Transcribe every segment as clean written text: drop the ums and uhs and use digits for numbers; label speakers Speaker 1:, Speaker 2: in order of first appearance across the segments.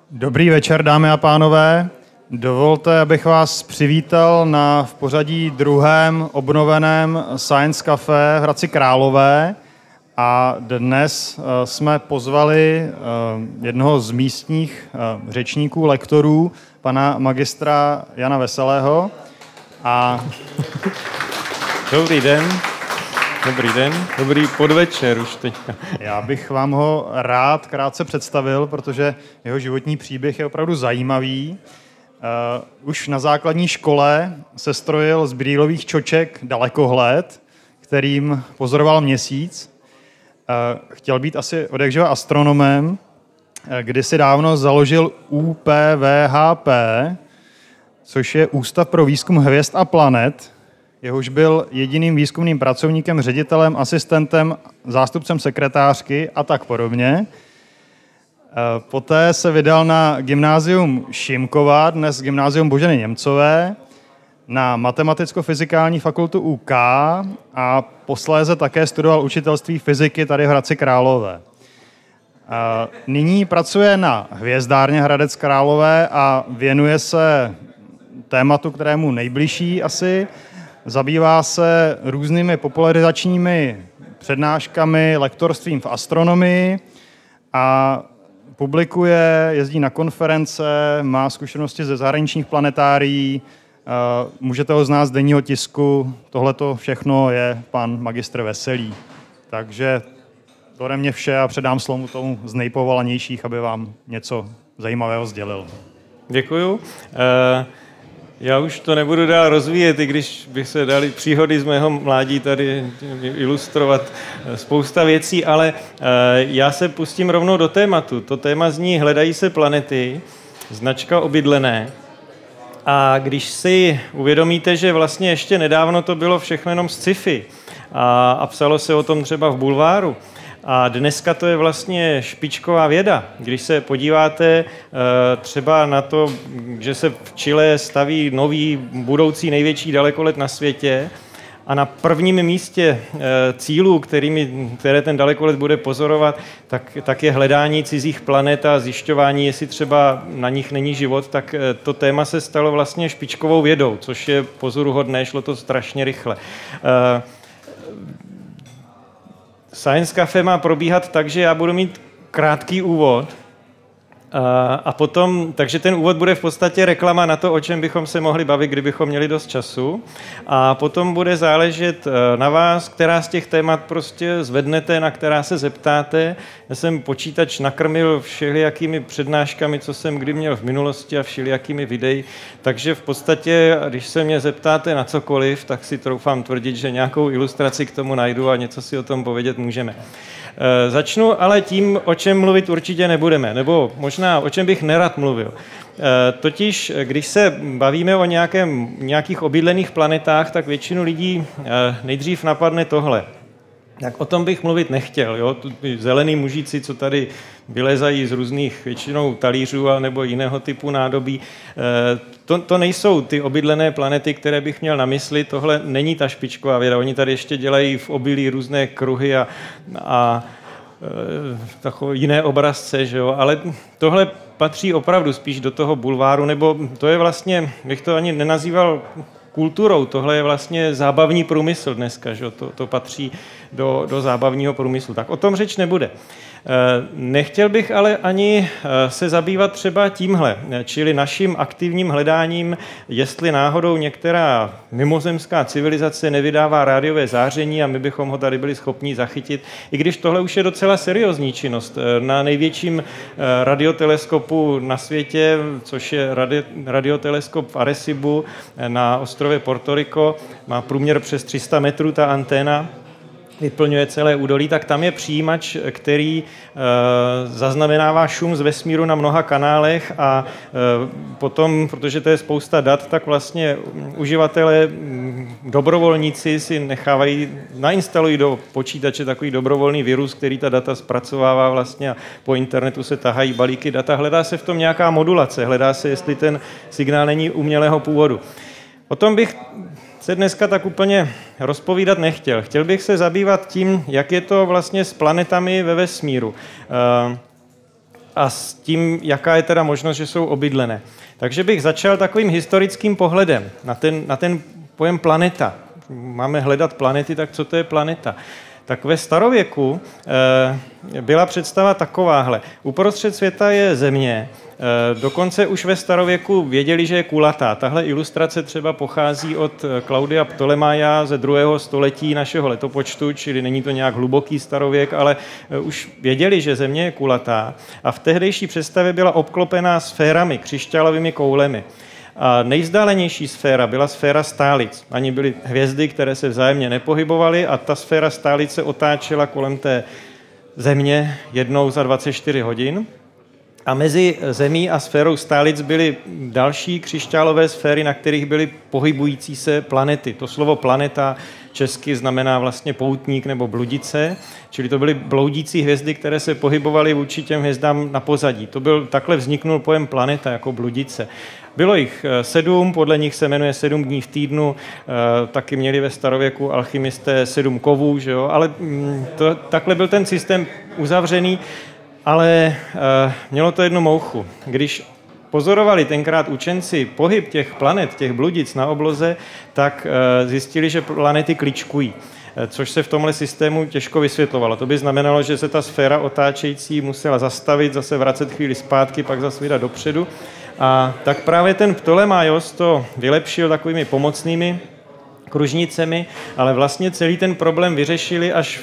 Speaker 1: Dobrý večer, dámy a pánové. Dovolte, abych vás přivítal v pořadí druhém obnoveném Science Café v Hradci Králové. A dnes jsme pozvali jednoho z místních řečníků, lektorů, pana magistra Jana Veselého.
Speaker 2: Dobrý den. Dobrý den, dobrý podvečer už teďka.
Speaker 1: Já bych vám ho rád krátce představil, protože jeho životní příběh je opravdu zajímavý. Už na základní škole se strojil z brýlových čoček dalekohled, kterým pozoroval měsíc. Chtěl být asi odjakživa astronomem, kdysi dávno založil UPVHP, což je Ústav pro výzkum hvězd a planet, jehož byl jediným výzkumným pracovníkem, ředitelem, asistentem, zástupcem sekretářky a tak podobně. Poté se vydal na gymnázium Šimkova, dnes gymnázium Boženy Němcové, na matematicko-fyzikální fakultu UK a posléze také studoval učitelství fyziky tady v Hradci Králové. Nyní pracuje na hvězdárně Hradec Králové a věnuje se tématu, kterému nejbližší asi. Zabývá se různými popularizačními přednáškami, lektorstvím v astronomii a publikuje, jezdí na konference, má zkušenosti ze zahraničních planetárií, můžete ho znát z denního tisku, tohleto všechno je pan magistr Veselý. Takže to ode mě vše a předám slovo tomu z nejpovolanějších, aby vám něco zajímavého sdělil.
Speaker 2: Děkuju. Já už to nebudu dál rozvíjet, i když bych se dali příhody z mého mládí tady ilustrovat spousta věcí, ale já se pustím rovnou do tématu. To téma zní Hledají se planety, značka obydlené. A když si uvědomíte, že vlastně ještě nedávno to bylo všechno jenom sci-fi a psalo se o tom třeba v bulváru, a dneska to je vlastně špičková věda. Když se podíváte třeba na to, že se v Chile staví nový budoucí největší dalekolet na světě a na prvním místě cílů, které ten dalekolet bude pozorovat, tak je hledání cizích planet a zjišťování, jestli třeba na nich není život, tak to téma se stalo vlastně špičkovou vědou, což je pozoruhodné, šlo to strašně rychle. Science Café má probíhat tak, že já budu mít krátký úvod a potom, takže ten úvod bude v podstatě reklama na to, o čem bychom se mohli bavit, kdybychom měli dost času, a potom bude záležet na vás, která z těch témat prostě zvednete, na která se zeptáte. Já jsem počítač nakrmil všelijakými přednáškami, co jsem kdy měl v minulosti, a všelijakými videi, takže v podstatě, když se mě zeptáte na cokoliv, tak si troufám tvrdit, že nějakou ilustraci k tomu najdu a něco si o tom povědět můžeme. Začnu ale tím, o čem mluvit určitě nebudeme, nebo možná o čem bych nerad mluvil. Totiž, když se bavíme o nějakých obydlených planetách, tak většinu lidí nejdřív napadne tohle. Tak o tom bych mluvit nechtěl. Jo? Zelený mužíci, co tady vylezají z různých většinou talířů nebo jiného typu nádobí, to nejsou ty obydlené planety, které bych měl na mysli. Tohle není ta špičková věda. Oni tady ještě dělají v obilí různé kruhy a takové jiné obrazce, že jo? Ale tohle patří opravdu spíš do toho bulváru, nebo to je vlastně, bych to ani nenazýval kulturou, tohle je vlastně zábavní průmysl dneska, že? To patří do zábavního průmyslu. Tak o tom řeč nebude. Nechtěl bych ale ani se zabývat třeba tímhle, čili naším aktivním hledáním, jestli náhodou některá mimozemská civilizace nevydává rádiové záření a my bychom ho tady byli schopni zachytit, i když tohle už je docela seriózní činnost. Na největším radioteleskopu na světě, což je radioteleskop v Arecibu na ostrově Puerto Rico, má průměr přes 300 metrů ta anténa, vyplňuje celé údolí, tak tam je přijímač, který zaznamenává šum z vesmíru na mnoha kanálech a potom, protože to je spousta dat, tak vlastně uživatelé, dobrovolníci si nainstalují do počítače takový dobrovolný virus, který ta data zpracovává vlastně a po internetu se tahají balíky data. Hledá se v tom nějaká modulace, hledá se, jestli ten signál není umělého původu. O tom bych se dneska tak úplně rozpovídat nechtěl. Chtěl bych se zabývat tím, jak je to vlastně s planetami ve vesmíru. a s tím, jaká je teda možnost, že jsou obydlené. Takže bych začal takovým historickým pohledem na ten pojem planeta. Máme hledat planety, tak co to je planeta? Tak ve starověku byla představa takováhle. Uprostřed světa je Země. Dokonce už ve starověku věděli, že je kulatá. Tahle ilustrace třeba pochází od Klaudia Ptolemaia ze 2. století našeho letopočtu, čili není to nějak hluboký starověk, ale už věděli, že Země je kulatá. A v tehdejší představě byla obklopená sférami, křišťálovými koulemi. A nejvzdálenější sféra byla sféra stálic. Ani byly hvězdy, které se vzájemně nepohybovaly a ta sféra stálic se otáčela kolem té Země jednou za 24 hodin. A mezi Zemí a sférou stálic byly další křišťálové sféry, na kterých byly pohybující se planety. To slovo planeta česky znamená vlastně poutník nebo bludice, čili to byly bloudící hvězdy, které se pohybovaly vůči těm hvězdám na pozadí. Takhle vzniknul pojem planeta jako bludice. Bylo jich 7, podle nich se jmenuje 7 dní v týdnu, taky měli ve starověku alchymisté 7 kovů, že jo? Ale takhle byl ten systém uzavřený, ale mělo to jednu mouchu. Když pozorovali tenkrát učenci pohyb těch planet, těch bludic na obloze, tak zjistili, že planety kličkují, což se v tomhle systému těžko vysvětlovalo. To by znamenalo, že se ta sféra otáčející musela zastavit, zase vracet chvíli zpátky, pak zase vydat dopředu. A tak právě ten Ptolemaios to vylepšil takovými pomocnými kružnicemi, ale vlastně celý ten problém vyřešili až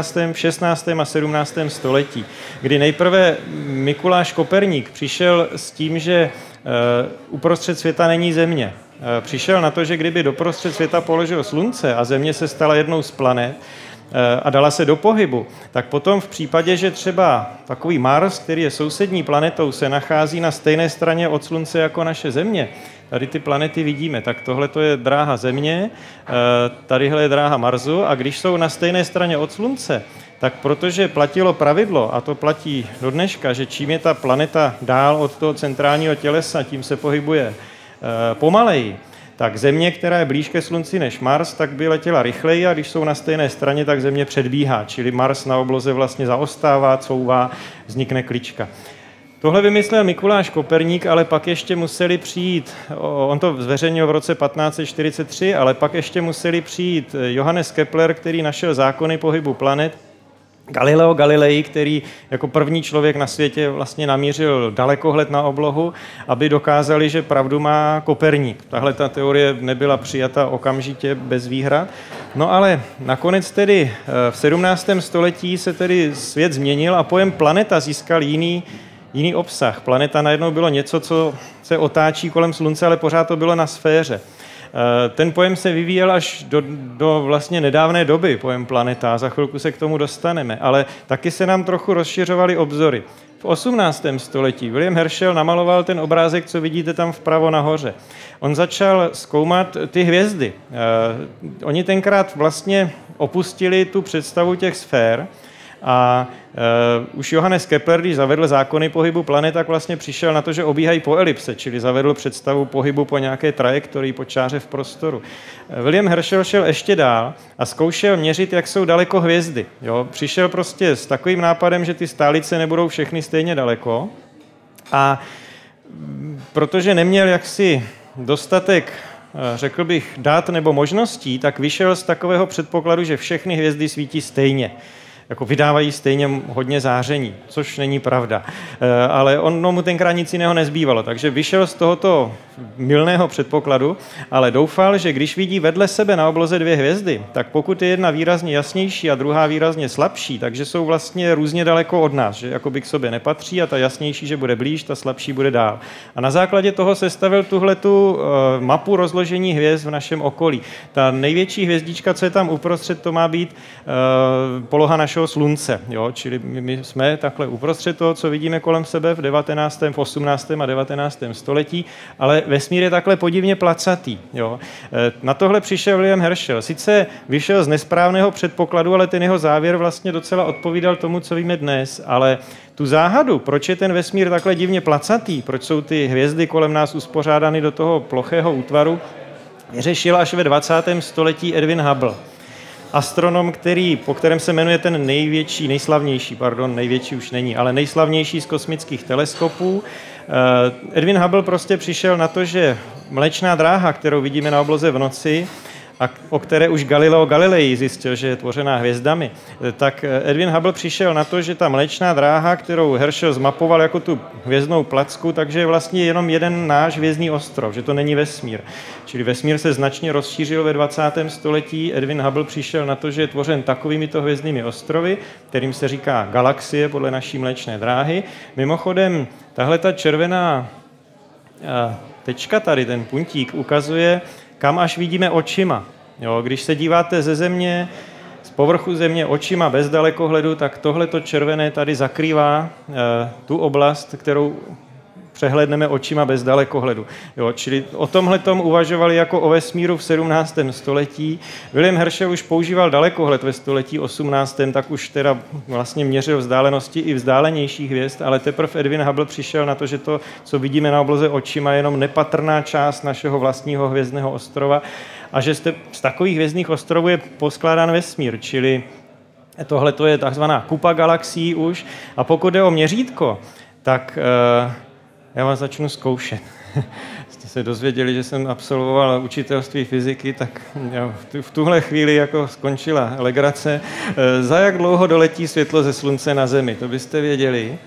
Speaker 2: v 16. a 17. století, kdy nejprve Mikuláš Koperník přišel s tím, že uprostřed světa není Země. Přišel na to, že kdyby doprostřed světa položil Slunce a Země se stala jednou z planet a dala se do pohybu, tak potom v případě, že třeba takový Mars, který je sousední planetou, se nachází na stejné straně od Slunce jako naše Země, tady ty planety vidíme, tak tohle to je dráha Země, tadyhle je dráha Marsu a když jsou na stejné straně od Slunce, tak protože platilo pravidlo, a to platí do dneška, že čím je ta planeta dál od toho centrálního tělesa, tím se pohybuje pomaleji, tak Země, která je blíž ke Slunci než Mars, tak by letěla rychleji a když jsou na stejné straně, tak Země předbíhá, čili Mars na obloze vlastně zaostává, couvá, vznikne klička. Tohle vymyslel Mikuláš Koperník, ale pak ještě museli přijít, on to zveřejnil v roce 1543, ale pak ještě museli přijít Johannes Kepler, který našel zákony pohybu planet, Galileo Galilei, který jako první člověk na světě vlastně namířil dalekohled na oblohu, aby dokázali, že pravdu má Koperník. Tahle ta teorie nebyla přijata okamžitě bez výhrad. No ale nakonec tedy v 17. století se tedy svět změnil a pojem planeta získal jiný obsah. Planeta najednou bylo něco, co se otáčí kolem Slunce, ale pořád to bylo na sféře. Ten pojem se vyvíjel až do vlastně nedávné doby, pojem planeta, za chvilku se k tomu dostaneme, ale taky se nám trochu rozšiřovaly obzory. V 18. století William Herschel namaloval ten obrázek, co vidíte tam vpravo nahoře. On začal zkoumat ty hvězdy. Oni tenkrát vlastně opustili tu představu těch sfér a už Johannes Kepler, když zavedl zákony pohybu planet, tak vlastně přišel na to, že obíhají po elipse, čili zavedl představu pohybu po nějaké trajektorii, po čáře v prostoru. William Herschel šel ještě dál a zkoušel měřit, jak jsou daleko hvězdy. Jo? Přišel prostě s takovým nápadem, že ty stálice nebudou všechny stejně daleko a protože neměl jaksi dostatek, řekl bych, dat nebo možností, tak vyšel z takového předpokladu, že všechny hvězdy svítí stejně. Jako vydávají stejně hodně záření, což není pravda. Ale mu tenkrát nic jiného nezbývalo, takže vyšel z tohoto mylného předpokladu, ale doufal, že když vidí vedle sebe na obloze dvě hvězdy, tak pokud je jedna výrazně jasnější a druhá výrazně slabší, takže jsou vlastně různě daleko od nás, že jakoby k sobě nepatří a ta jasnější, že bude blíž, ta slabší bude dál. A na základě toho sestavil tuhletu mapu rozložení hvězd v našem okolí. Ta největší hvězdička, co je tam uprostřed, to má být poloha našeho Slunce. Jo? Čili my jsme takhle uprostřed toho, co vidíme kolem sebe v 18. a 19. století, ale vesmír je takhle podivně placatý. Jo? Na tohle přišel William Herschel. Sice vyšel z nesprávného předpokladu, ale ten jeho závěr vlastně docela odpovídal tomu, co víme dnes, ale tu záhadu, proč je ten vesmír takhle divně placatý, proč jsou ty hvězdy kolem nás uspořádány do toho plochého útvaru, vyřešil až ve 20. století Edwin Hubble. astronom, po kterém se jmenuje ten největší už není, ale nejslavnější z kosmických teleskopů. Edwin Hubble prostě přišel na to, že Mléčná dráha, kterou vidíme na obloze v noci, a o které už Galileo Galilei zjistil, že je tvořená hvězdami, tak Edwin Hubble přišel na to, že ta Mléčná dráha, kterou Herschel zmapoval jako tu hvězdnou placku, takže je vlastně jenom jeden náš hvězdný ostrov, že to není vesmír. Čili vesmír se značně rozšířil ve 20. století. Edwin Hubble přišel na to, že je tvořen takovýmito hvězdnými ostrovy, kterým se říká galaxie podle naší Mléčné dráhy. Mimochodem, tahle ta červená tečka tady, ten puntík, ukazuje, kam až vidíme očima. Jo, když se díváte ze Země, z povrchu Země očima bez dalekohledu, tak tohleto červené tady zakrývá tu oblast, kterou přehlédneme očima bez dalekohledu. Jo, čili o tomhletom uvažovali jako o vesmíru v 17. století. William Herschel už používal dalekohled ve století 18. tak už teda vlastně měřil vzdálenosti i vzdálenějších hvězd, ale teprve Edwin Hubble přišel na to, že to, co vidíme na obloze očima, je jenom nepatrná část našeho vlastního hvězdného ostrova a že z takových hvězdných ostrovů je poskládán vesmír, čili tohle je takzvaná kupa galaxií už. A pokud jde o měřítko, tak já vás začnu zkoušet. Jste se dozvěděli, že jsem absolvoval učitelství fyziky, tak v tuhle chvíli jako skončila legrace. Za jak dlouho doletí světlo ze Slunce na Zemi? To byste věděli?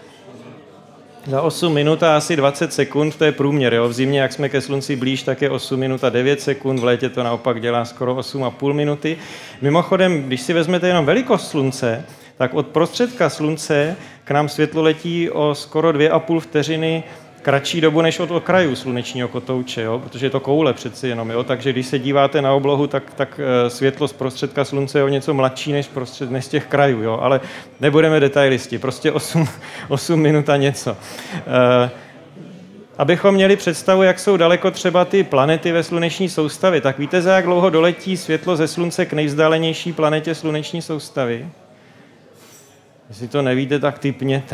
Speaker 2: Za 8 minut a asi 20 sekund, to je průměr. Jo? V zimě, jak jsme ke Slunci blíž, tak je 8 minut a 9 sekund, v létě to naopak dělá skoro 8,5 minuty. Mimochodem, když si vezmete jenom velikost Slunce, tak od prostředka Slunce k nám světlo letí o skoro 2,5 vteřiny kratší dobu než od okrajů slunečního kotouče, jo? Protože je to koule přeci jenom, jo? Takže když se díváte na oblohu, tak světlo z prostředka Slunce je o něco mladší než z těch krajů, jo? Ale nebudeme detailisti, prostě 8 minut a něco. Abychom měli představu, jak jsou daleko třeba ty planety ve sluneční soustavě, tak víte, za jak dlouho doletí světlo ze Slunce k nejvzdálenější planetě sluneční soustavy? Jestli to nevíte, tak tipněte.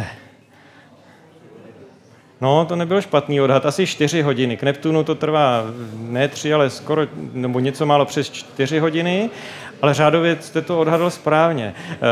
Speaker 2: No, to nebyl špatný odhad, asi 4 hodiny. K Neptunu to trvá ne 3, ale skoro, nebo něco málo přes 4 hodiny, ale řádově jste to odhadl správně.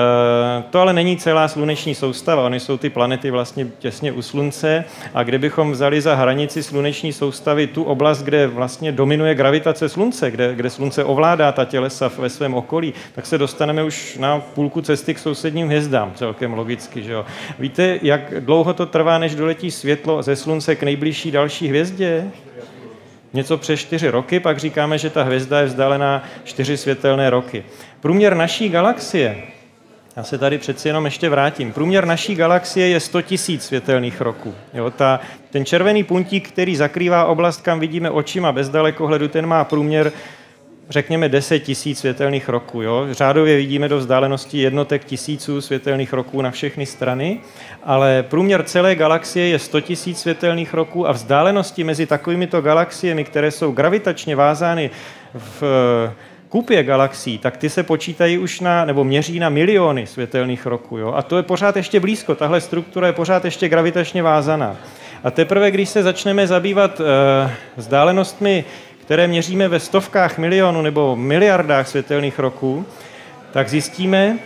Speaker 2: To ale není celá sluneční soustava, ony jsou ty planety vlastně těsně u Slunce a kdybychom vzali za hranici sluneční soustavy tu oblast, kde vlastně dominuje gravitace Slunce, kde Slunce ovládá ta tělesa ve svém okolí, tak se dostaneme už na půlku cesty k sousedním hvězdám, celkem logicky. Že jo? Víte, jak dlouho to trvá, než doletí světlo ze Slunce k nejbližší další hvězdě? Něco přes 4 roky, pak říkáme, že ta hvězda je vzdálená 4 světelné roky. Průměr naší galaxie, já se tady přeci jenom ještě vrátím, průměr naší galaxie je 100 000 světelných roků. Jo, ten červený puntík, který zakrývá oblast, kam vidíme očima bez dalekohledu, ten má průměr řekněme 10 000 světelných roků. Jo? Řádově vidíme do vzdálenosti jednotek tisíců světelných roků na všechny strany, ale průměr celé galaxie je 100 000 světelných roků a vzdálenosti mezi takovýmito galaxiemi, které jsou gravitačně vázány v kupě galaxií, tak ty se počítají už nebo měří na miliony světelných roků. Jo? A to je pořád ještě blízko, tahle struktura je pořád ještě gravitačně vázaná. A teprve, když se začneme zabývat vzdálenostmi, které měříme ve stovkách milionů nebo miliardách světelných roků, tak zjistíme,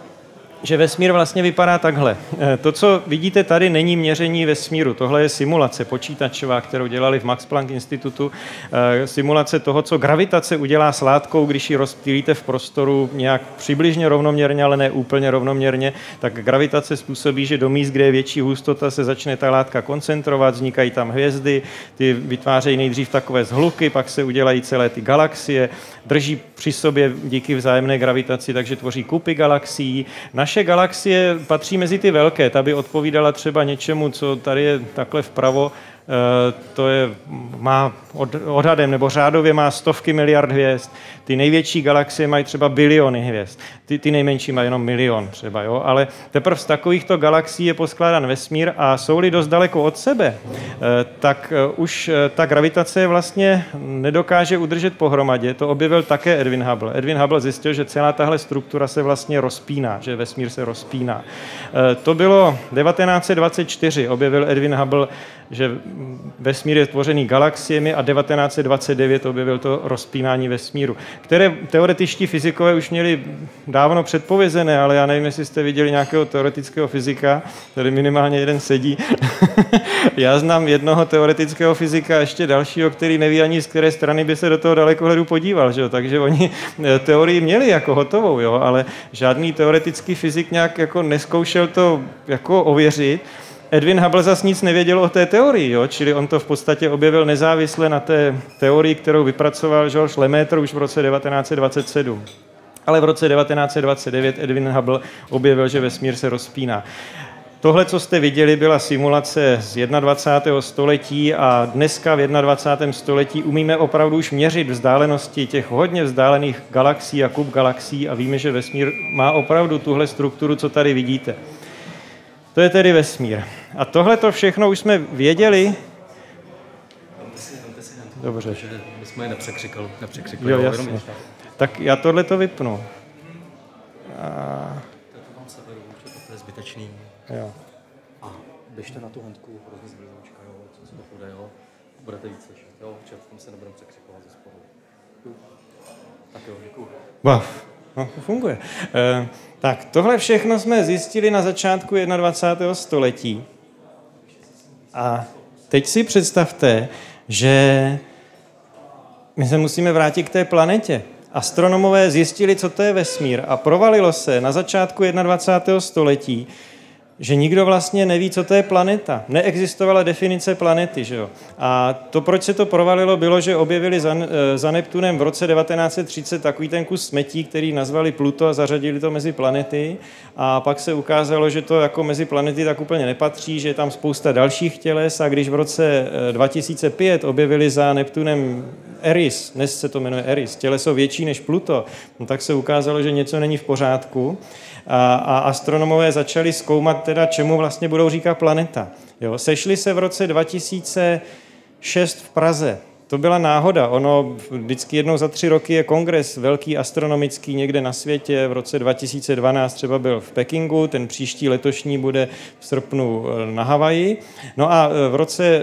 Speaker 2: že vesmír vlastně vypadá takhle. To, co vidíte tady, není měření vesmíru. Tohle je simulace počítačová, kterou dělali v Max Planck institutu. Simulace toho, co gravitace udělá s látkou, když ji rozptýlíte v prostoru nějak přibližně rovnoměrně, ale ne úplně rovnoměrně, tak gravitace způsobí, že do míst, kde je větší hustota, se začne ta látka koncentrovat, vznikají tam hvězdy, ty vytvářejí nejdřív takové zhluky, pak se udělají celé ty galaxie, drží při sobě díky vzájemné gravitaci, takže tvoří kupy galaxií. Naše galaxie patří mezi ty velké, ta by odpovídala třeba něčemu, co tady je takhle vpravo, má odhadem nebo řádově má stovky miliard hvězd. Ty největší galaxie mají třeba biliony hvězd. Ty nejmenší mají jenom milion třeba, jo? Ale teprve z takovýchto galaxií je poskládán vesmír a jsou-li dost daleko od sebe, tak už ta gravitace vlastně nedokáže udržet pohromadě. To objevil také Edwin Hubble. Edwin Hubble zjistil, že celá tahle struktura se vlastně rozpíná, že vesmír se rozpíná. To bylo 1924, objevil Edwin Hubble, že vesmír je tvořený galaxiemi a 1929 objevil to rozpínání vesmíru, které teoretičtí fyzikové už měli dávno předpovězené, ale já nevím, jestli jste viděli nějakého teoretického fyzika, tady minimálně jeden sedí. Já znám jednoho teoretického fyzika, ještě dalšího, který neví ani z které strany by se do toho dalekohledu podíval, že jo? Takže oni teorii měli jako hotovou, jo? Ale žádný teoretický fyzik nějak jako neskoušel to jako ověřit. Edwin Hubble zas nic nevěděl o té teorii, jo? Čili on to v podstatě objevil nezávisle na té teorii, kterou vypracoval Georges Lemaitre už v roce 1927. Ale v roce 1929 Edwin Hubble objevil, že vesmír se rozpíná. Tohle, co jste viděli, byla simulace z 21. století a dneska v 21. století umíme opravdu už měřit vzdálenosti těch hodně vzdálených galaxií a kup galaxií a víme, že vesmír má opravdu tuhle strukturu, co tady vidíte. To je tedy vesmír. A tohle to všechno už jsme věděli. Dobře.
Speaker 3: My jsme je nepřekřikli.
Speaker 2: Jo, jasně. Tak já tohle to vypnu.
Speaker 3: To je zbytečný.
Speaker 2: Jo.
Speaker 3: A běžte na tu handku, hrozně zblíznička, jo, co se to půjde, jo. Budete víc slyšet, jo, protože tam se nebudeme překřikovat ze spodu. Tak jo, děkuju.
Speaker 2: Bav. No, to funguje. Tak tohle všechno jsme zjistili na začátku 21. století. A teď si představte, že my se musíme vrátit k té planetě. Astronomové zjistili, co to je vesmír a provalilo se na začátku 21. století, že nikdo vlastně neví, co to je planeta. Neexistovala definice planety, že jo? A to, proč se to provalilo, bylo, že objevili za Neptunem v roce 1930 takový ten kus smetí, který nazvali Pluto a zařadili to mezi planety. A pak se ukázalo, že to jako mezi planety tak úplně nepatří, že je tam spousta dalších těles. A když v roce 2005 objevili za Neptunem Eris, dnes se to jmenuje Eris, těleso větší než Pluto, no tak se ukázalo, že něco není v pořádku. A astronomové začali zkoumat teda, čemu vlastně budou říkat planeta. Jo, sešli se v roce 2006 v Praze. To byla náhoda. Ono vždycky jednou za 3 roky je kongres velký astronomický někde na světě. V roce 2012 třeba byl v Pekingu, ten příští letošní bude v srpnu na Havaji. No a v roce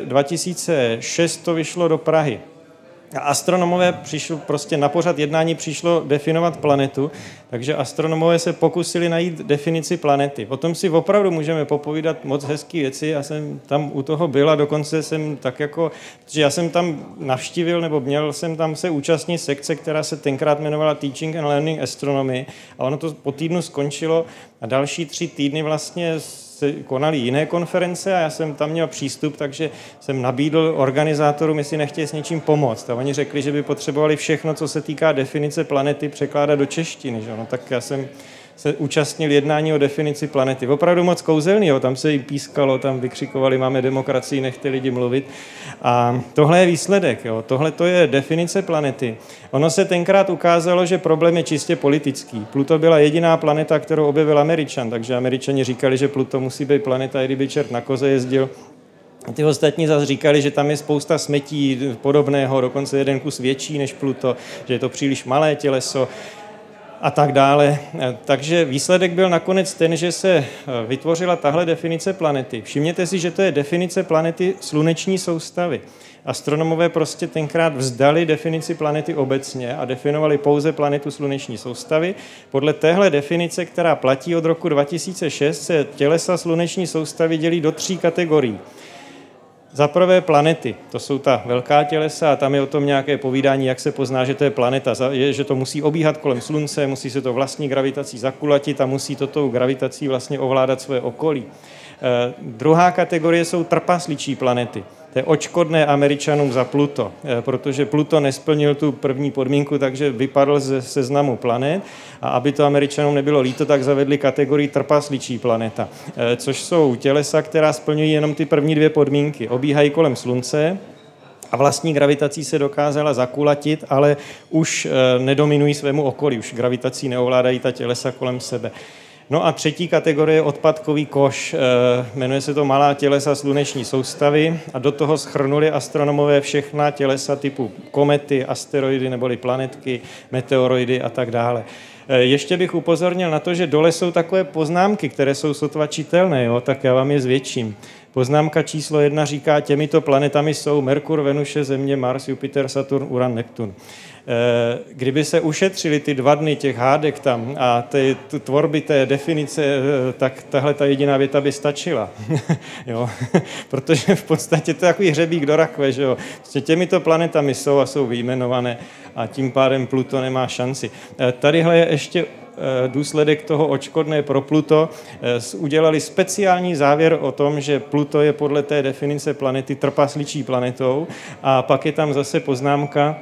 Speaker 2: 2006 to vyšlo do Prahy. A astronomové přišlo, prostě na pořad jednání přišlo definovat planetu, takže astronomové se pokusili najít definici planety. O tom si opravdu můžeme popovídat moc hezký věci, já jsem tam u toho byl a dokonce jsem tak jako, protože já jsem tam navštívil, nebo měl jsem tam se účastnit sekce, která se tenkrát jmenovala Teaching and Learning Astronomy a ono to po týdnu skončilo a další 3 týdny vlastně se konaly jiné konference a já jsem tam měl přístup, takže jsem nabídl organizátorům, jestli nechtějí s něčím pomoct. A oni řekli, že by potřebovali všechno, co se týká definice planety, překládat do češtiny. Že? No, tak já jsem se účastnil jednání o definici planety. Opravdu moc kouzelný, jo? Tam se jim pískalo, tam vykřikovali, máme demokracii, nechte lidi mluvit. A tohle je výsledek, jo? Tohle to je definice planety. Ono se tenkrát ukázalo, že problém je čistě politický. Pluto byla jediná planeta, kterou objevil Američan, takže Američani říkali, že Pluto musí být planeta, i kdyby čert na koze jezdil. Ty ostatní zase říkali, že tam je spousta smetí podobného, dokonce jeden kus větší než Pluto, že je to příliš malé těleso a tak dále. Takže výsledek byl nakonec ten, že se vytvořila tahle definice planety. Všimněte si, že to je definice planety sluneční soustavy. Astronomové prostě tenkrát vzdali definici planety obecně a definovali pouze planetu sluneční soustavy. Podle téhle definice, která platí od roku 2006, se tělesa sluneční soustavy dělí do 3 kategorií. Za prvé planety, to jsou ta velká tělesa a tam je o tom nějaké povídání, jak se pozná, že to je planeta, že to musí obíhat kolem slunce, musí se to vlastní gravitací zakulatit a musí to tou gravitací vlastně ovládat své okolí. Druhá kategorie jsou trpasličí planety. To je odškodné Američanům za Pluto, protože Pluto nesplnil tu první podmínku, takže vypadl ze seznamu planet a aby to Američanům nebylo líto, tak zavedli kategorii trpasličí planeta, což jsou tělesa, která splňují jenom ty první 2 podmínky. Obíhají kolem slunce a vlastní gravitací se dokázala zakulatit, ale už nedominují svému okolí, už gravitací neovládají ta tělesa kolem sebe. No a 3. kategorie je odpadkový koš, jmenuje se to malá tělesa sluneční soustavy a do toho shrnuli astronomové všechna tělesa typu komety, asteroidy neboli planetky, meteoroidy a tak dále. Ještě bych upozornil na to, že dole jsou takové poznámky, které jsou sotva čitelné, jo? Tak já vám je zvětším. Poznámka číslo 1 říká, těmito planetami jsou Merkur, Venuše, Země, Mars, Jupiter, Saturn, Uran, Neptun. Kdyby se ušetřili ty 2 dny těch hádek tam a ty tvorby té definice, tak tahle ta jediná věta by stačila. Jo? Protože v podstatě to je takový hřebík do rakve, že jo? Těmito planetami jsou a jsou vyjmenované a tím pádem Pluto nemá šanci. Tadyhle je ještě důsledek toho odškodné pro Pluto. Udělali speciální závěr o tom, že Pluto je podle té definice planety trpasličí planetou a pak je tam zase poznámka,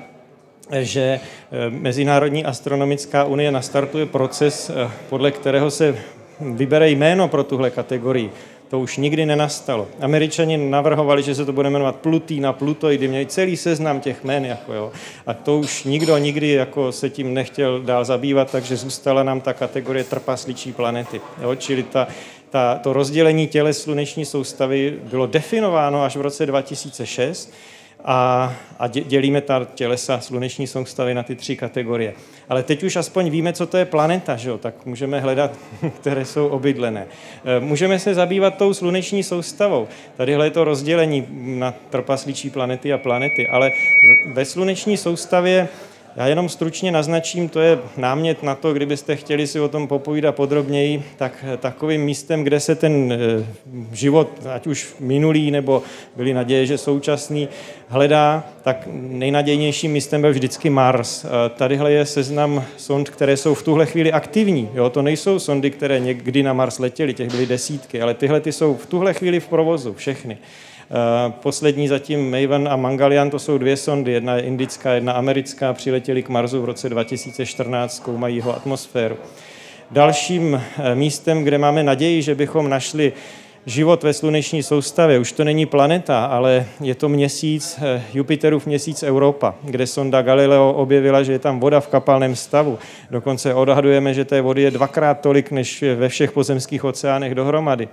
Speaker 2: že Mezinárodní astronomická unie nastartuje proces, podle kterého se vybere jméno pro tuhle kategorii. To už nikdy nenastalo. Američani navrhovali, že se to bude jmenovat Plutina, Plutoidy, měli celý seznam těch jmén. Jako jo. A to už nikdo nikdy jako se tím nechtěl dál zabývat, takže zůstala nám ta kategorie trpasličí planety. Jo. Čili to rozdělení těles sluneční soustavy bylo definováno až v roce 2006, a dělíme ta tělesa sluneční soustavy na ty 3 kategorie. Ale teď už aspoň víme, co to je planeta, že jo? Tak můžeme hledat, které jsou obydlené. Můžeme se zabývat tou sluneční soustavou. Tadyhle je to rozdělení na trpasličí planety a planety, ale ve sluneční soustavě já jenom stručně naznačím, to je námět na to, kdybyste chtěli si o tom popovídat podrobněji, tak takovým místem, kde se ten život, ať už minulý nebo byly naděje, že současný, hledá, tak nejnadějnějším místem byl vždycky Mars. Tadyhle je seznam sond, které jsou v tuhle chvíli aktivní. Jo, to nejsou sondy, které někdy na Mars letěly, těch byly desítky, ale tyhle ty jsou v tuhle chvíli v provozu, všechny. Poslední zatím Maven a Mangalyaan, to jsou 2 sondy, jedna je indická, jedna americká, přiletěly k Marsu v roce 2014, zkoumají jeho atmosféru. Dalším místem, kde máme naději, že bychom našli život ve sluneční soustavě, už to není planeta, ale je to měsíc, Jupiterův měsíc Europa, kde sonda Galileo objevila, že je tam voda v kapalném stavu. Dokonce odhadujeme, že té vody je 2krát tolik, než ve všech pozemských oceánech dohromady.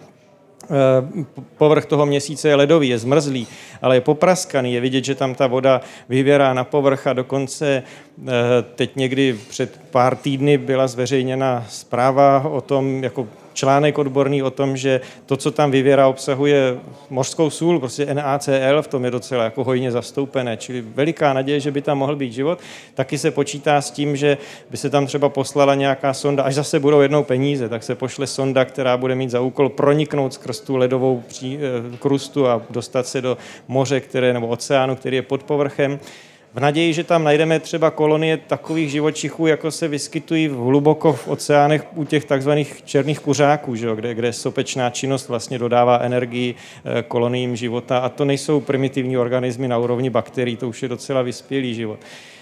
Speaker 2: Povrch toho měsíce je ledový, je zmrzlý, ale je popraskaný, je vidět, že tam ta voda vyvěrá na povrch a dokonce teď někdy před pár týdny byla zveřejněna zpráva o tom, jako článek odborný o tom, že to, co tam vyvěrá, obsahuje mořskou sůl, prostě NaCl, v tom je docela jako hojně zastoupené, čili veliká naděje, že by tam mohl být život. Taky se počítá s tím, že by se tam třeba poslala nějaká sonda, až zase budou jednou peníze, tak se pošle sonda, která bude mít za úkol proniknout skrz tu ledovou krustu a dostat se do moře, nebo oceánu, který je pod povrchem. V naději, že tam najdeme třeba kolonie takových živočichů, jako se vyskytují hluboko v oceánech u těch takzvaných černých kuřáků, že jo, kde sopečná činnost vlastně dodává energii koloniím života. A to nejsou primitivní organismy na úrovni bakterií, to už je docela vyspělý život.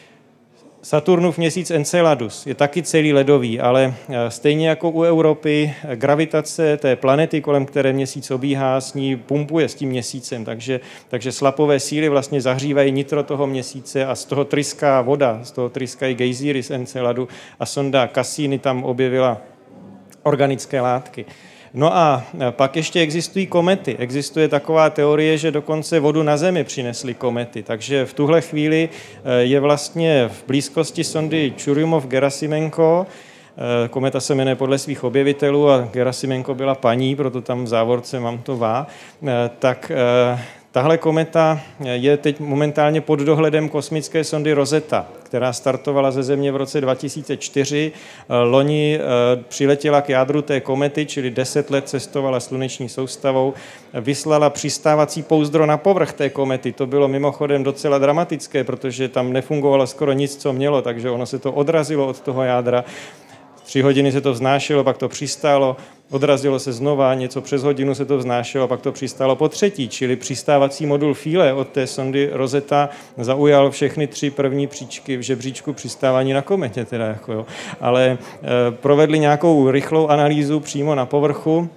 Speaker 2: Saturnův měsíc Enceladus je taky celý ledový, ale stejně jako u Evropy gravitace té planety, kolem které měsíc obíhá, s ní pumpuje s tím měsícem, takže slapové síly vlastně zahřívají nitro toho měsíce a z toho tryská voda, z toho tryskají gejzíry z Enceladu a sonda Cassini tam objevila organické látky. No a pak ještě existují komety. Existuje taková teorie, že dokonce vodu na Zemi přinesly komety. Takže v tuhle chvíli je vlastně v blízkosti sondy Churyumov-Gerasimenko. Kometa se jmenuje podle svých objevitelů a Gerasimenko byla paní, proto tam v závorce mám to vá. Tak tahle kometa je teď momentálně pod dohledem kosmické sondy Rosetta, která startovala ze Země v roce 2004. Loni přiletěla k jádru té komety, čili 10 let cestovala sluneční soustavou, vyslala přistávací pouzdro na povrch té komety. To bylo mimochodem docela dramatické, protože tam nefungovalo skoro nic, co mělo, takže ono se to odrazilo od toho jádra. 3 hodiny se to vznášelo, pak to přistálo, odrazilo se znova, něco přes hodinu se to vznášelo, pak to přistálo po třetí, čili přistávací modul Philae od té sondy Rosetta zaujal všechny 3 první příčky v žebříčku přistávání na kometě. Teda jako jo. Ale provedli nějakou rychlou analýzu přímo na povrchu,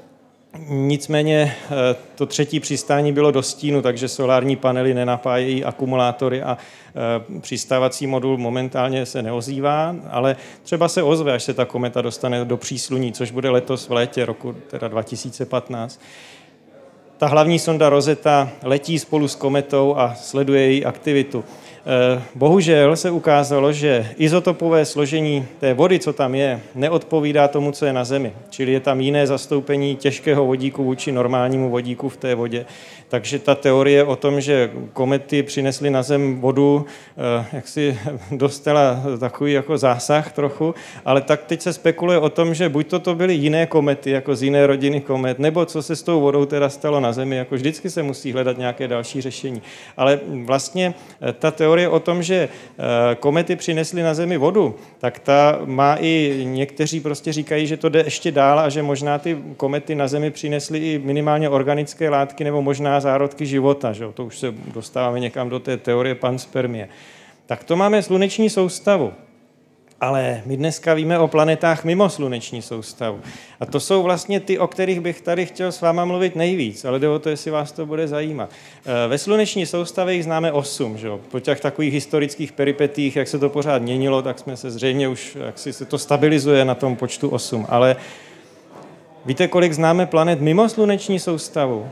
Speaker 2: nicméně to 3. přistání bylo do stínu, takže solární panely nenapájejí akumulátory a přistávací modul momentálně se neozývá, ale třeba se ozve, až se ta kometa dostane do přísluní, což bude letos v létě roku teda 2015. Ta hlavní sonda Rosetta letí spolu s kometou a sleduje její aktivitu. Bohužel se ukázalo, že izotopové složení té vody, co tam je, neodpovídá tomu, co je na Zemi. Čili je tam jiné zastoupení těžkého vodíku vůči normálnímu vodíku v té vodě. Takže ta teorie o tom, že komety přinesly na Zem vodu, jak si dostala takový jako zásah trochu, ale tak teď se spekuluje o tom, že buď to byly jiné komety, jako z jiné rodiny komet, nebo co se s tou vodou teda stalo na Zemi, jako vždycky se musí hledat nějaké další řešení. Ale vlastně ta teorie o tom, že komety přinesly na Zemi vodu, tak ta má i někteří prostě říkají, že to jde ještě dál a že možná ty komety na Zemi přinesly i minimálně organické látky nebo možná zárodky života. Že? To už se dostáváme někam do té teorie panspermie. Tak to máme sluneční soustavu. Ale my dneska víme o planetách mimo sluneční soustavu. A to jsou vlastně ty, o kterých bych tady chtěl s váma mluvit nejvíc, ale jde o to, jestli vás to bude zajímat. Ve sluneční soustavě jich známe 8, že? Po těch takových historických peripetích, jak se to pořád měnilo, tak jsme se zřejmě už, jak si se to stabilizuje na tom počtu 8. Ale víte, kolik známe planet mimo sluneční soustavu?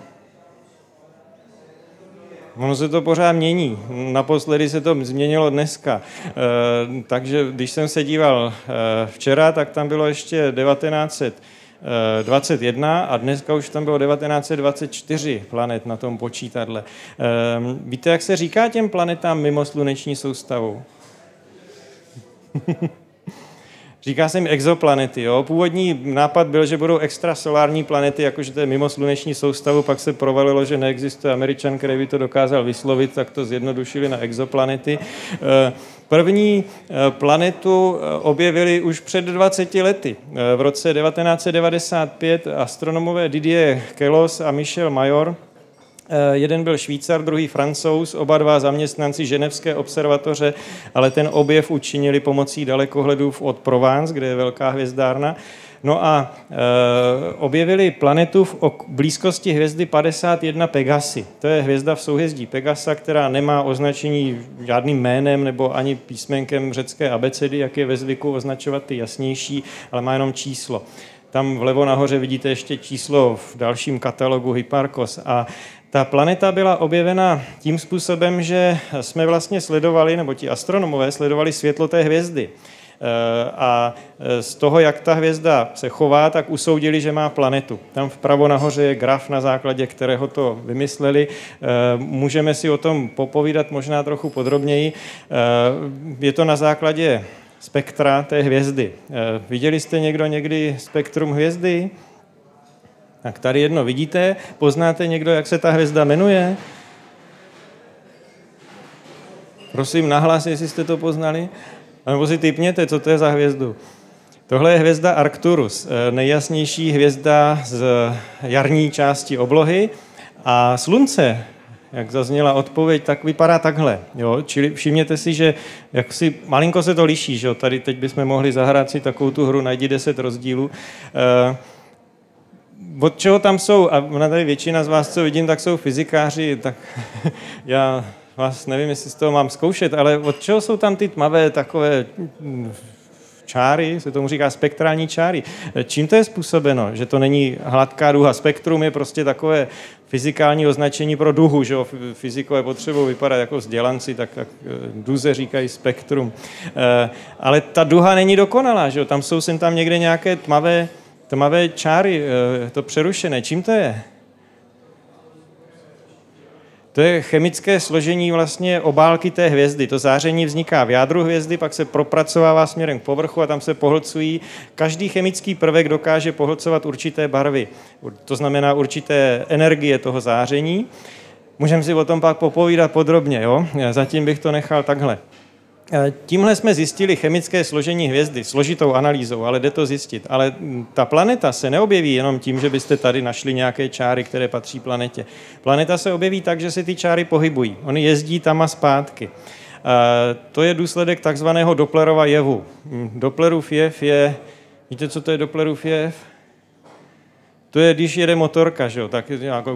Speaker 2: Ono se to pořád mění. Naposledy se to změnilo dneska. Takže když jsem se díval včera, tak tam bylo ještě 1921 a dneska už tam bylo 1924 planet na tom počítadle. Víte, jak se říká těm planetám mimo sluneční soustavu? Říká se jim exoplanety. Jo? Původní nápad byl, že budou extrasolární planety, jakože to je mimo sluneční soustavu, pak se provalilo, že neexistuje Američan, který by to dokázal vyslovit, tak to zjednodušili na exoplanety. První planetu objevili už před 20 lety. V roce 1995 astronomové Didier Queloz a Michel Mayor. Jeden byl Švýcar, druhý Francouz, oba dva zaměstnanci Ženevské observatoře, ale ten objev učinili pomocí dalekohledů od Provence, kde je velká hvězdárna. No a objevili planetu v blízkosti hvězdy 51 Pegasy. To je hvězda v souhvězdí Pegasa, která nemá označení žádným jménem nebo ani písmenkem řecké abecedy, jak je ve zvyku označovat ty jasnější, ale má jenom číslo. Tam vlevo nahoře vidíte ještě číslo v dalším katalogu Hipparcos. A ta planeta byla objevena tím způsobem, že jsme vlastně sledovali, nebo ti astronomové sledovali světlo té hvězdy. A z toho, jak ta hvězda se chová, tak usoudili, že má planetu. Tam vpravo nahoře je graf, na základě kterého to vymysleli. Můžeme si o tom popovídat možná trochu podrobněji. Je to na základě spektra té hvězdy. Viděli jste někdo někdy spektrum hvězdy? Tak tady jedno vidíte. Poznáte někdo, jak se ta hvězda jmenuje? Prosím, nahlas, jestli jste to poznali. Nebo si tipněte, co to je za hvězdu. Tohle je hvězda Arcturus, nejjasnější hvězda z jarní části oblohy. A Slunce, jak zazněla odpověď, tak vypadá takhle. Jo? Čili všimněte si, že jak si, malinko se to liší. Že jo? Tady teď bychom mohli zahrát si takovou tu hru, najdi 10 rozdílů. Od čeho tam jsou, a tady většina z vás, co vidím, tak jsou fyzikáři, tak já vás nevím, jestli z toho mám zkoušet, ale od čeho jsou tam ty tmavé takové čáry, se tomu říká spektrální čáry. Čím to je způsobeno? Že to není hladká duha. Spektrum je prostě takové fyzikální označení pro duhu, že jo? Fyzikové potřebují vypadat jako vzdělanci, tak duze říkají spektrum. Ale ta duha není dokonalá, že jo? Tam jsou sem tam někde nějaké tmavé čáry, to přerušené. Čím to je? To je chemické složení vlastně obálky té hvězdy. To záření vzniká v jádru hvězdy, pak se propracovává směrem k povrchu a tam se pohlcují. Každý chemický prvek dokáže pohlcovat určité barvy. To znamená určité energie toho záření. Můžeme si o tom pak popovídat podrobně, jo? Zatím bych to nechal takhle. Tímhle jsme zjistili chemické složení hvězdy, složitou analýzou, ale jde to zjistit. Ale ta planeta se neobjeví jenom tím, že byste tady našli nějaké čáry, které patří planetě. Planeta se objeví tak, že se ty čáry pohybují. Ony jezdí tam a zpátky. To je důsledek takzvaného Dopplerova jevu. Dopplerův jev je... Víte, co to je Dopplerův jev? To je, když jede motorka, že jo, tak je to jako...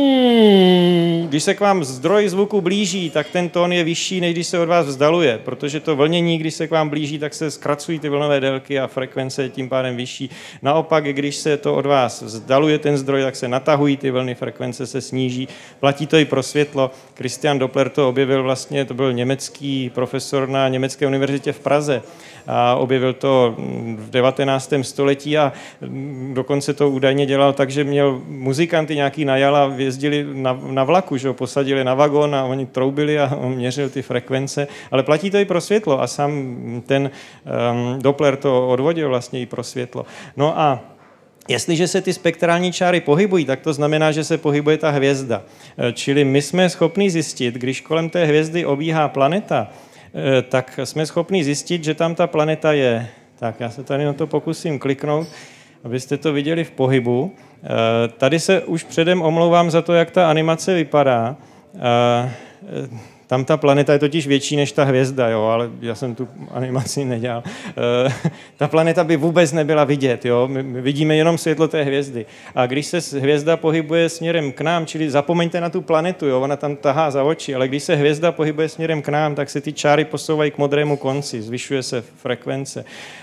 Speaker 2: Když se k vám zdroj zvuku blíží, tak ten tón je vyšší, než když se od vás vzdaluje, protože to vlnění, když se k vám blíží, tak se zkracují ty vlnové délky a frekvence je tím pádem vyšší. Naopak, když se to od vás vzdaluje ten zdroj, tak se natahují ty vlny, frekvence se sníží. Platí to i pro světlo. Christian Doppler to objevil vlastně, to byl německý profesor na Německé univerzitě v Praze. A objevil to v 19. století a dokonce to údajně dělal tak, že měl muzikanty nějaký najal a jezdili na vlaku, že ho posadili na vagón a oni troubili a on měřil ty frekvence, ale platí to i pro světlo a sám ten Doppler to odvodil vlastně i pro světlo. No a jestliže se ty spektrální čáry pohybují, tak to znamená, že se pohybuje ta hvězda. Čili my jsme schopni zjistit, když kolem té hvězdy obíhá planeta, tak jsme schopni zjistit, že tam ta planeta je. Tak já se tady na to pokusím kliknout, abyste to viděli v pohybu. Tady se už předem omlouvám za to, jak ta animace vypadá. Tam ta planeta je totiž větší než ta hvězda, jo, ale já jsem tu animaci nedělal. Ta planeta by vůbec nebyla vidět, jo. My vidíme jenom světlo té hvězdy. A když se hvězda pohybuje směrem k nám, čili zapomeňte na tu planetu, jo, ona tam tahá za oči, ale když se hvězda pohybuje směrem k nám, tak se ty čáry posouvají k modrému konci, zvyšuje se frekvence.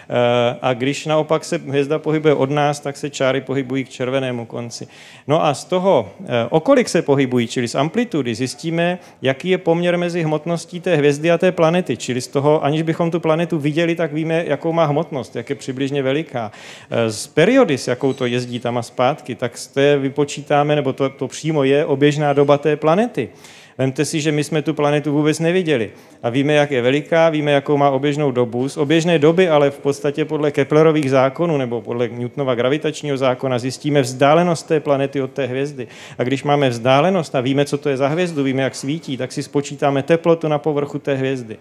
Speaker 2: A když naopak se hvězda pohybuje od nás, tak se čáry pohybují k červenému konci. No a z toho, o kolik se pohybují, čili z amplitudy, zjistíme, jaký je poměr mezi hmotností té hvězdy a té planety, čili z toho, aniž bychom tu planetu viděli, tak víme, jakou má hmotnost, jak je přibližně veliká. Z periody, s jakou to jezdí tam a zpátky, tak z té vypočítáme, nebo to přímo je oběžná doba té planety. Vemte si, že my jsme tu planetu vůbec neviděli a víme, jak je veliká, víme, jakou má oběžnou dobu. Z oběžné doby, ale v podstatě podle Keplerových zákonů nebo podle Newtonova gravitačního zákona zjistíme vzdálenost té planety od té hvězdy. A když máme vzdálenost a víme, co to je za hvězdu, víme, jak svítí, tak si spočítáme teplotu na povrchu té hvězdy,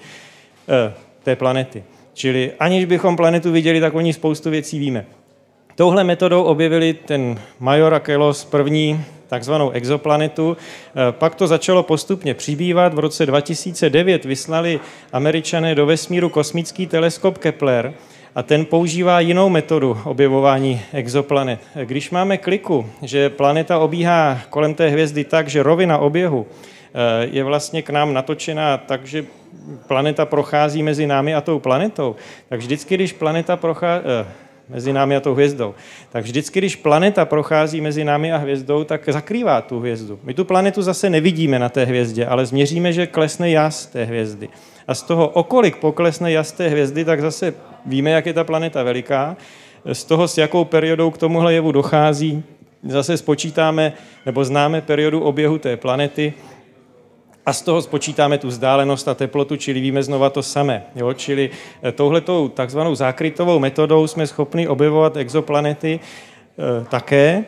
Speaker 2: té planety. Čili aniž bychom planetu viděli, tak o ní spoustu věcí víme. Touhle metodou objevili ten Major a Kellos první takzvanou exoplanetu. Pak to začalo postupně přibývat. V roce 2009 vyslali Američané do vesmíru kosmický teleskop Kepler a ten používá jinou metodu objevování exoplanet. Když máme kliku, že planeta obíhá kolem té hvězdy tak, že rovina oběhu je vlastně k nám natočená tak, že planeta prochází mezi námi a tou planetou, tak vždycky, když planeta prochází mezi námi a tou hvězdou. Tak vždycky, když planeta prochází mezi námi a hvězdou, tak zakrývá tu hvězdu. My tu planetu zase nevidíme na té hvězdě, ale změříme, že klesne jas té hvězdy. A z toho, okolik poklesne jas té hvězdy, tak zase víme, jak je ta planeta veliká. Z toho, s jakou periodou k tomuhle jevu dochází, zase spočítáme, nebo známe periodu oběhu té planety, a z toho spočítáme tu vzdálenost a teplotu, čili víme znova to samé. Jo? Čili touhletou takzvanou zákrytovou metodou jsme schopni objevovat exoplanety také.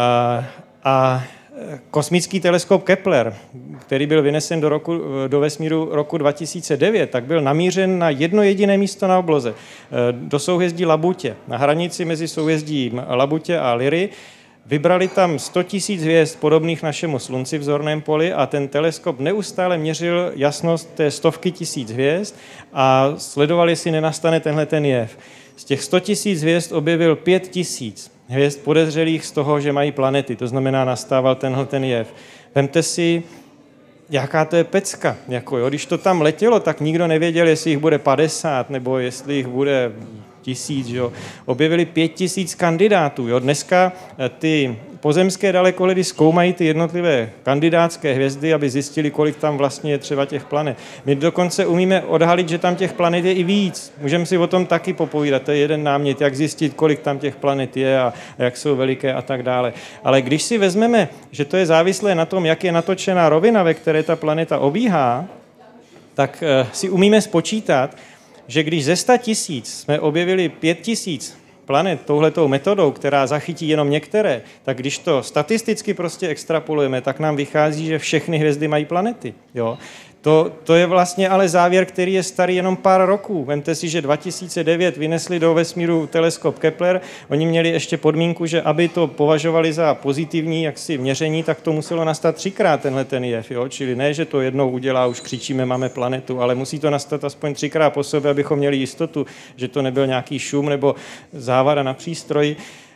Speaker 2: A kosmický teleskop Kepler, který byl vynesen do vesmíru roku 2009, tak byl namířen na jedno jediné místo na obloze, do souhvězdí Labutě, na hranici mezi souhvězdím Labutě a Lyry. Vybrali tam 100 000 hvězd podobných našemu slunci v zorném poli a ten teleskop neustále měřil jasnost té 100 000 hvězd a sledovali, jestli nenastane tenhle ten jev. Z těch 100 000 hvězd objevil 5 000 hvězd podezřelých z toho, že mají planety, to znamená, nastával tenhle ten jev. Vemte si, jaká to je pecka. Jako, jo, když to tam letělo, tak nikdo nevěděl, jestli jich bude 50 nebo jestli jich bude 1000, jo. Objevili 5000 kandidátů. Jo. Dneska ty pozemské dalekohledy zkoumají ty jednotlivé kandidátské hvězdy, aby zjistili, kolik tam vlastně je třeba těch planet. My dokonce umíme odhalit, že tam těch planet je i víc. Můžeme si o tom taky popovídat. To je jeden námět, jak zjistit, kolik tam těch planet je a jak jsou veliké a tak dále. Ale když si vezmeme, že to je závislé na tom, jak je natočená rovina, ve které ta planeta obíhá, tak si umíme spočítat, že když ze 100 000 jsme objevili 5 000 planet touhletou metodou, která zachytí jenom některé, tak když to statisticky prostě extrapolujeme, tak nám vychází, že všechny hvězdy mají planety. Jo? To je vlastně ale závěr, který je starý jenom pár roků. Vemte si, že 2009 vynesli do vesmíru teleskop Kepler. Oni měli ještě podmínku, že aby to považovali za pozitivní jaksi měření, tak to muselo nastat 3krát tenhle ten jev. Jo? Čili ne, že to jednou udělá, už křičíme, máme planetu, ale musí to nastat aspoň 3krát po sobě, abychom měli jistotu, že to nebyl nějaký šum nebo závada na přístroji.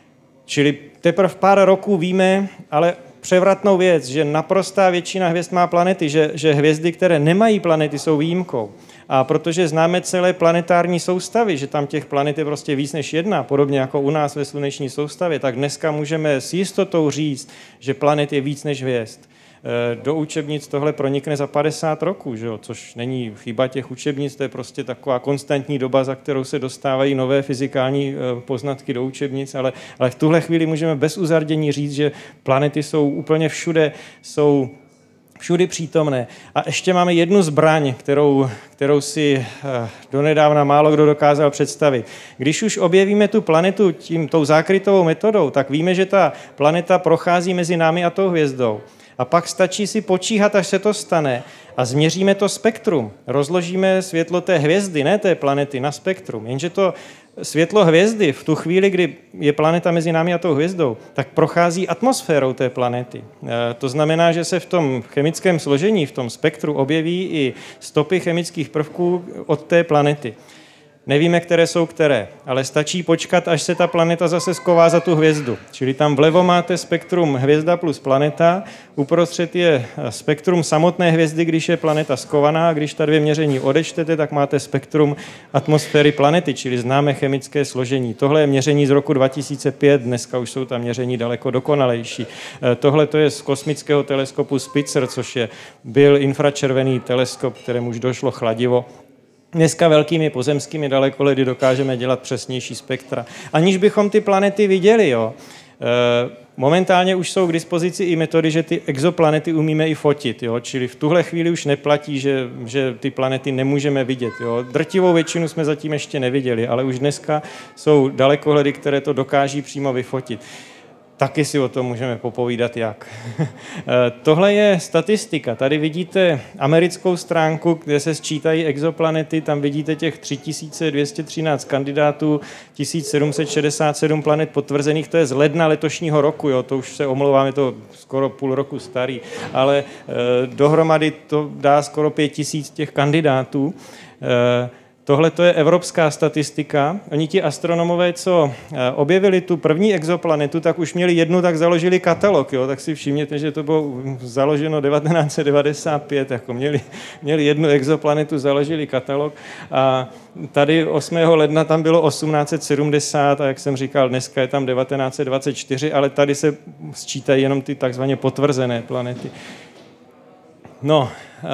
Speaker 2: Čili teprve pár roků víme, ale převratnou věc, že naprostá většina hvězd má planety, že hvězdy, které nemají planety, jsou výjimkou. A protože známe celé planetární soustavy, že tam těch planet je prostě víc než jedna, podobně jako u nás ve sluneční soustavě, tak dneska můžeme s jistotou říct, že planet je víc než hvězd. Do učebnic tohle pronikne za 50 roků, že jo? Což není chyba těch učebnic, to je prostě taková konstantní doba, za kterou se dostávají nové fyzikální poznatky do učebnic, ale v tuhle chvíli můžeme bez uzardění říct, že planety jsou úplně všude, jsou všudy přítomné. A ještě máme jednu zbraň, kterou si donedávna málo kdo dokázal představit. Když už objevíme tu planetu tou zákrytovou metodou, tak víme, že ta planeta prochází mezi námi a tou hvězdou. A pak stačí si počíhat, až se to stane a změříme to spektrum. Rozložíme světlo té hvězdy, ne té planety, na spektrum. Jenže to světlo hvězdy v tu chvíli, kdy je planeta mezi námi a tou hvězdou, tak prochází atmosférou té planety. To znamená, že se v tom chemickém složení, v tom spektru objeví i stopy chemických prvků od té planety. Nevíme, které jsou které, ale stačí počkat, až se ta planeta zase sková za tu hvězdu. Čili tam vlevo máte spektrum hvězda plus planeta, uprostřed je spektrum samotné hvězdy, když je planeta skovaná, a když ta dvě měření odečtete, tak máte spektrum atmosféry planety, čili známe chemické složení. Tohle je měření z roku 2005, dneska už jsou ta měření daleko dokonalejší. Tohle to je z kosmického teleskopu Spitzer, což byl infračervený teleskop, kterému už došlo chladivo. Dneska velkými pozemskými dalekoledy dokážeme dělat přesnější spektra. Aniž bychom ty planety viděli, jo. Momentálně už jsou k dispozici i metody, že ty exoplanety umíme i fotit, jo. Čili v tuhle chvíli už neplatí, že ty planety nemůžeme vidět. Jo. Drtivou většinu jsme zatím ještě neviděli, ale už dneska jsou dalekohledy, které to dokáží přímo vyfotit. Taky si o tom můžeme popovídat jak. Tohle je statistika. Tady vidíte americkou stránku, kde se sčítají exoplanety, tam vidíte těch 3213 kandidátů, 1767 planet potvrzených, to je z ledna letošního roku, jo, to už se omlouvám, je to skoro půl roku starý, ale dohromady to dá skoro 5000 těch kandidátů. Tohle to je evropská statistika. Oni ti astronomové, co objevili tu první exoplanetu, tak už měli jednu, tak založili katalog. Jo? Tak si všimněte, že to bylo založeno 1995. Jako měli jednu exoplanetu, založili katalog. A tady 8. ledna tam bylo 1870 a jak jsem říkal, dneska je tam 1924, ale tady se sčítají jenom ty takzvaně potvrzené planety. No,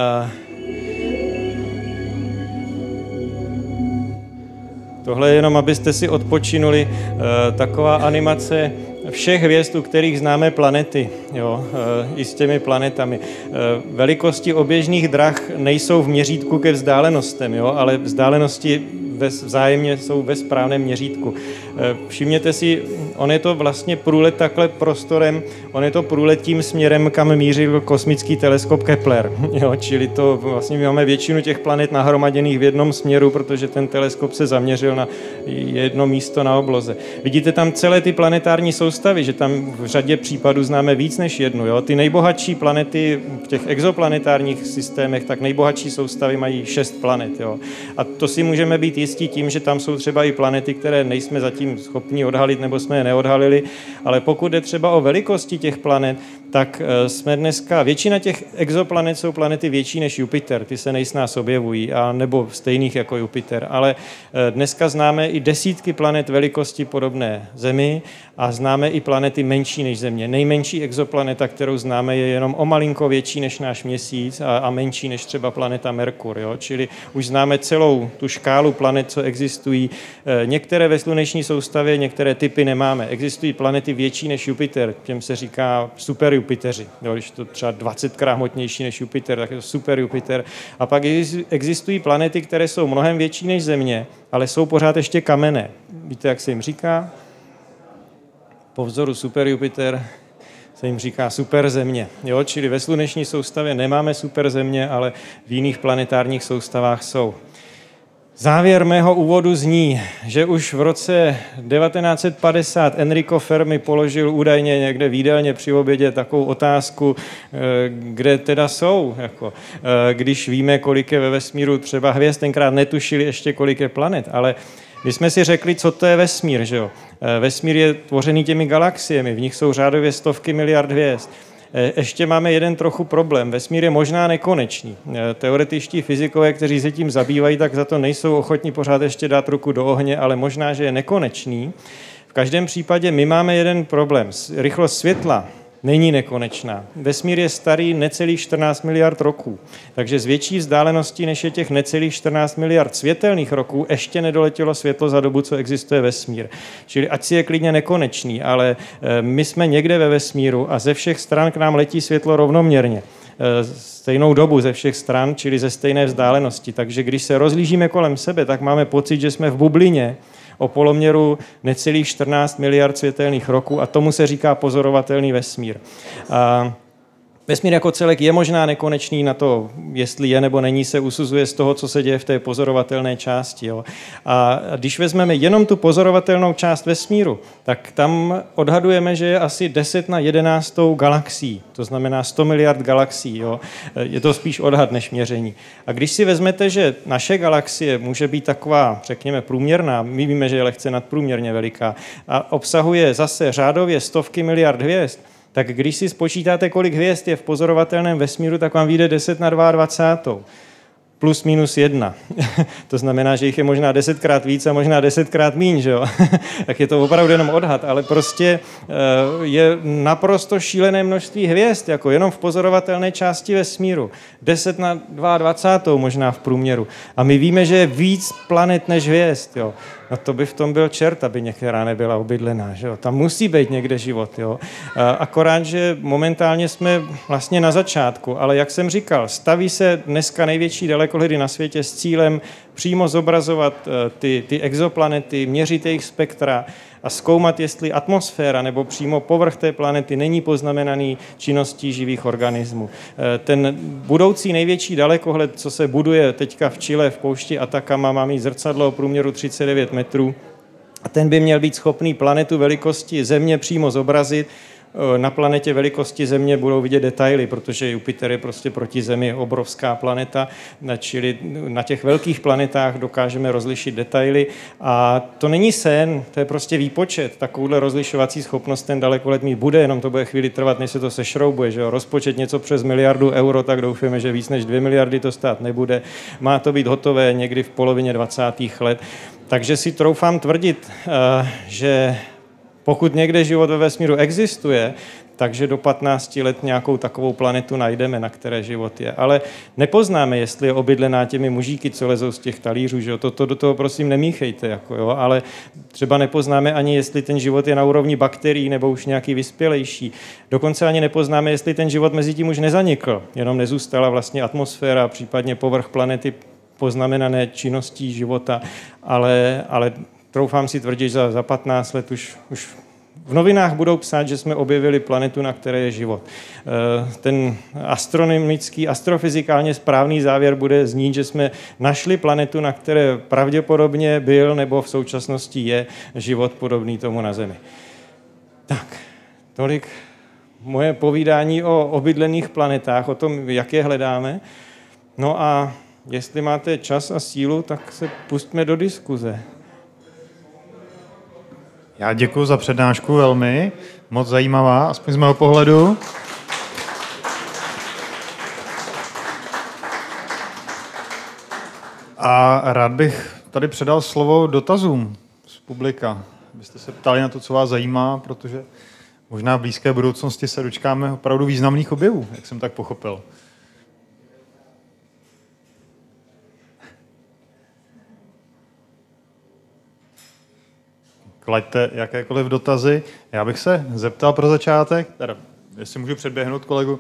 Speaker 2: tohle je jenom, abyste si odpočinuli, taková animace všech hvězd, u kterých známe planety, jo, i s těmi planetami. Velikosti oběžných drah nejsou v měřítku ke vzdálenostem, jo, ale vzdálenosti vzájemně jsou ve správném měřítku. Všimněte si, on je to vlastně průlet takhle prostorem, on je to průlet tím směrem, kam mířil kosmický teleskop Kepler. Jo, čili to vlastně my máme většinu těch planet nahromaděných v jednom směru, protože ten teleskop se zaměřil na jedno místo na obloze. Vidíte tam celé ty planetární soustavy, že tam v řadě případů známe víc než jednu. Jo? Ty nejbohatší planety v těch exoplanetárních systémech, tak nejbohatší soustavy mají 6 planet. Jo? A to si můžeme být jistí tím, že tam jsou třeba i planety, které nejsme zatím schopni odhalit nebo jsme je neodhalili, ale pokud jde třeba o velikosti těch planet, tak jsme dneska, většina těch exoplanet jsou planety větší než Jupiter, ty se nejsnáz objevují, a nebo stejných jako Jupiter, ale dneska známe i desítky planet velikosti podobné Zemi a známe i planety menší než Země. Nejmenší exoplaneta, kterou známe, je jenom o malinko větší než náš Měsíc a menší než třeba planeta Merkur. Jo? Čili už známe celou tu škálu planet, co existují. Některé ve sluneční soustavě, některé typy nemáme. Existují planety větší než Jupiter, těm se říká super Jupiteři. Jo? Když to třeba 20krát hmotnější než Jupiter, tak je to super Jupiter. A pak existují planety, které jsou mnohem větší než Země, ale jsou pořád ještě kamenné. Víte, jak se jim říká? Po vzoru super Jupiter se jim říká super Země. Jo? Čili ve sluneční soustavě nemáme super Země, ale v jiných planetárních soustavách jsou. Závěr mého úvodu zní, že už v roce 1950 Enrico Fermi položil údajně někde v jídelně při obědě takovou otázku, kde teda jsou. Jako, když víme, kolik je ve vesmíru třeba hvězd, tenkrát netušili ještě, kolik je planet, ale My jsme si řekli, co to je vesmír, že jo? Vesmír je tvořený těmi galaxiemi, v nich jsou řádově stovky miliard hvězd. Ještě máme jeden trochu problém. Vesmír je možná nekonečný. Teoretičtí fyzikové, kteří se tím zabývají, tak za to nejsou ochotní pořád ještě dát ruku do ohně, ale možná, že je nekonečný. V každém případě my máme jeden problém. Rychlost světla není nekonečná. Vesmír je starý necelých 14 miliard roků. Takže z větší vzdálenosti, než je těch necelých 14 miliard světelných roků, ještě nedoletělo světlo za dobu, co existuje vesmír. Čili ať si je klidně nekonečný, ale my jsme někde ve vesmíru a ze všech stran k nám letí světlo rovnoměrně. Stejnou dobu ze všech stran, čili ze stejné vzdálenosti. Takže když se rozlížíme kolem sebe, tak máme pocit, že jsme v bublině o poloměru necelých 14 miliard světelných roků a tomu se říká pozorovatelný vesmír. Vesmír jako celek je možná nekonečný, na to, jestli je nebo není, se usuzuje z toho, co se děje v té pozorovatelné části. Jo. A když vezmeme jenom tu pozorovatelnou část vesmíru, tak tam odhadujeme, že je asi 10 na 11 galaxií, to znamená 100 miliard galaxií. Jo. Je to spíš odhad než měření. A když si vezmete, že naše galaxie může být taková, řekněme, průměrná, my víme, že je lehce nadprůměrně veliká, a obsahuje zase řádově stovky miliard hvězd, tak když si spočítáte, kolik hvězd je v pozorovatelném vesmíru, tak vám vyjde 10 na 22. Plus minus 1. To znamená, že jich je možná 10krát víc a možná 10krát míň, že jo? Tak je to opravdu jenom odhad, ale prostě je naprosto šílené množství hvězd, jako jenom v pozorovatelné části vesmíru. 10 na 22 možná v průměru. A my víme, že je víc planet než hvězd, jo? No to by v tom byl čert, aby některá nebyla obydlená, že jo? Tam musí být někde život, jo? Akorát, že momentálně jsme vlastně na začátku, ale jak jsem říkal, staví se dneska největší dalekohledy na světě s cílem přímo zobrazovat ty exoplanety, měřit jejich spektra a zkoumat, jestli atmosféra nebo přímo povrch té planety není poznamenaný činností živých organismů. Ten budoucí největší dalekohled, co se buduje teďka v Chile v poušti Atacama, má mít zrcadlo o průměru 39 metrů a ten by měl být schopný planetu velikosti Země přímo zobrazit. Na planetě velikosti Země budou vidět detaily, protože Jupiter je prostě proti Zemi obrovská planeta, čili na těch velkých planetách dokážeme rozlišit detaily a to není sen, to je prostě výpočet. Takovouhle rozlišovací schopnost ten dalekohled mít bude, jenom to bude chvíli trvat, než se to sešroubuje. Že jo? Rozpočet něco přes 1 miliardu euro, tak doufáme, že víc než 2 miliardy to stát nebude. Má to být hotové někdy v polovině 20. let. Takže si troufám tvrdit, že pokud někde život ve vesmíru existuje, takže do 15 let nějakou takovou planetu najdeme, na které život je. Ale nepoznáme, jestli je obydlená těmi mužíky, co lezou z těch talířů. Že jo? To do toho prosím nemíchejte. Jako, jo? Ale třeba nepoznáme ani, jestli ten život je na úrovni bakterií nebo už nějaký vyspělejší. Dokonce ani nepoznáme, jestli ten život mezi tím už nezanikl. Jenom nezůstala vlastně atmosféra, případně povrch planety poznamenané činností života. Ale troufám si tvrdit, že za 15 let už v novinách budou psát, že jsme objevili planetu, na které je život. Ten astronomický, astrofyzikálně správný závěr bude znít, že jsme našli planetu, na které pravděpodobně byl nebo v současnosti je život podobný tomu na Zemi. Tak, tolik moje povídání o obydlených planetách, o tom, jak je hledáme. No a jestli máte čas a sílu, tak se pustíme do diskuze.
Speaker 1: Já děkuji za přednášku, velmi moc zajímavá, aspoň z mého pohledu. A rád bych tady předal slovo dotazům z publika. Abyste se ptali na to, co vás zajímá, protože možná v blízké budoucnosti se dočkáme opravdu významných objevů, jak jsem tak pochopil. Klaďte jakékoliv dotazy. Já bych se zeptal pro začátek, teda, jestli můžu předběhnout kolegu,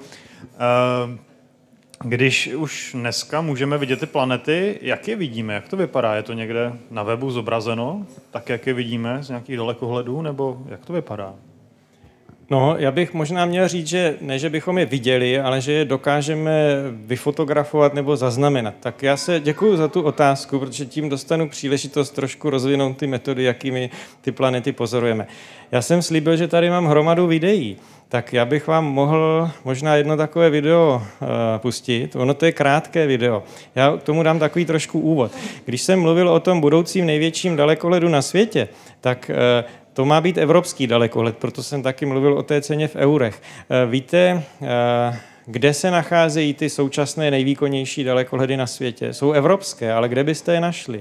Speaker 1: když už dneska můžeme vidět ty planety, jak je vidíme, jak to vypadá? Je to někde na webu zobrazeno, tak jak je vidíme z nějakých dalekohledů, nebo jak to vypadá?
Speaker 2: No, já bych možná měl říct, že ne, že bychom je viděli, ale že je dokážeme vyfotografovat nebo zaznamenat. Tak já se děkuju za tu otázku, protože tím dostanu příležitost trošku rozvinout ty metody, jakými ty planety pozorujeme. Já jsem slíbil, že tady mám hromadu videí, tak já bych vám mohl možná jedno takové video pustit. Ono to je krátké video. Já k tomu dám takový trošku úvod. Když jsem mluvil o tom budoucím největším dalekohledu na světě, tak to má být evropský dalekohled, proto jsem taky mluvil o té ceně v eurech. Víte, kde se nacházejí ty současné nejvýkonnější dalekohledy na světě? Jsou evropské, ale kde byste je našli?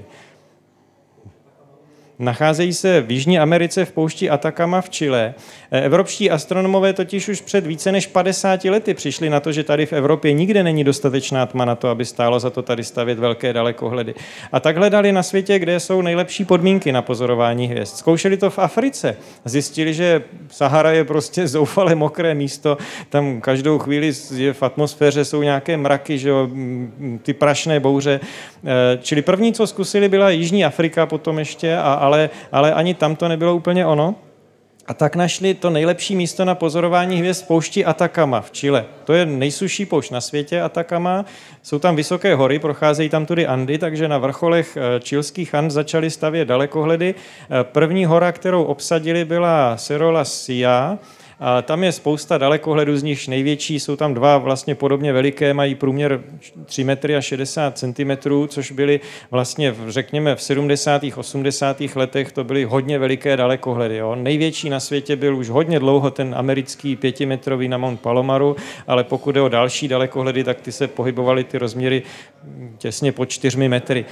Speaker 2: Nacházejí se v Jižní Americe v poušti Atacama v Chile. Evropští astronomové totiž už před více než 50 lety přišli na to, že tady v Evropě nikde není dostatečná tma na to, aby stálo za to tady stavět velké dalekohledy. A tak hledali na světě, kde jsou nejlepší podmínky na pozorování hvězd. Zkoušeli to v Africe. Zjistili, že Sahara je prostě zoufale mokré místo. Tam každou chvíli v atmosféře jsou nějaké mraky, že jo, ty prašné bouře. Čili první, co zkusili, byla Jižní Afrika potom ještě, ale ani tam to nebylo úplně ono. A tak našli to nejlepší místo na pozorování hvězd v poušti Atacama v Chile. To je nejsušší poušť na světě Atacama. Jsou tam vysoké hory, procházejí tam tudy Andy, takže na vrcholech chilských And začali stavět dalekohledy. První hora, kterou obsadili, byla Cerro La Silla. A tam je spousta dalekohledů, z nich největší, jsou tam dva vlastně podobně veliké, mají průměr 3 metry a 60 cm, což byly vlastně, řekněme, v 70. 80. letech to byly hodně veliké dalekohledy. Jo. Největší na světě byl už hodně dlouho ten americký 5metrový na Mount Palomaru, ale pokud je o další dalekohledy, tak ty se pohybovaly ty rozměry těsně pod 4 metry.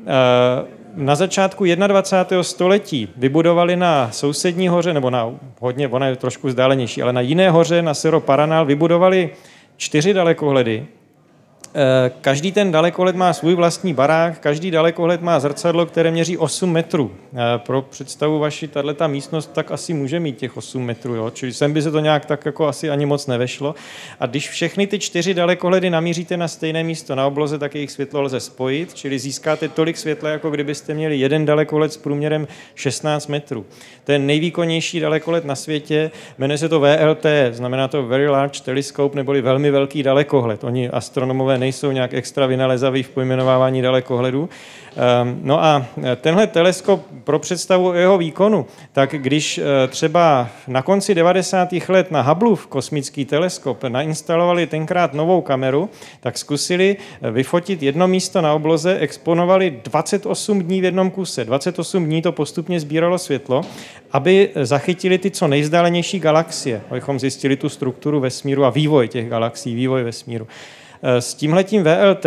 Speaker 2: Na začátku 21. století vybudovali na sousední hoře, nebo na hodně, ona je trošku vzdálenější, ale na jiné hoře, na Cerro Paranal, vybudovali 4 dalekohledy. Každý ten dalekohled má svůj vlastní barák, každý dalekohled má zrcadlo, které měří 8 metrů. Pro představu vaši, tato místnost tak asi může mít těch 8 metrů, jo? Čili sem by se to nějak tak jako asi ani moc nevešlo. A když všechny ty 4 dalekohledy namíříte na stejné místo na obloze, tak jejich světlo lze spojit, čili získáte tolik světla, jako kdybyste měli jeden dalekohled s průměrem 16 metrů. To je nejvýkonnější dalekohled na světě, jmenuje se to VLT, znamená to Very Large Telescope, neboli velmi velký dalekohled. Oni astronomové nejsou nějak extra vynalezaví v pojmenovávání dalekohledu. No a tenhle teleskop pro představu o jeho výkonu, tak když třeba na konci 90. let na Hubbleův kosmický teleskop nainstalovali tenkrát novou kameru, tak zkusili vyfotit jedno místo na obloze, exponovali 28 dní v jednom kuse. 28 dní to postupně sbíralo světlo, aby zachytili ty co nejvzdálenější galaxie, abychom zjistili tu strukturu vesmíru a vývoj těch galaxií, vývoj vesmíru. S tímhletím VLT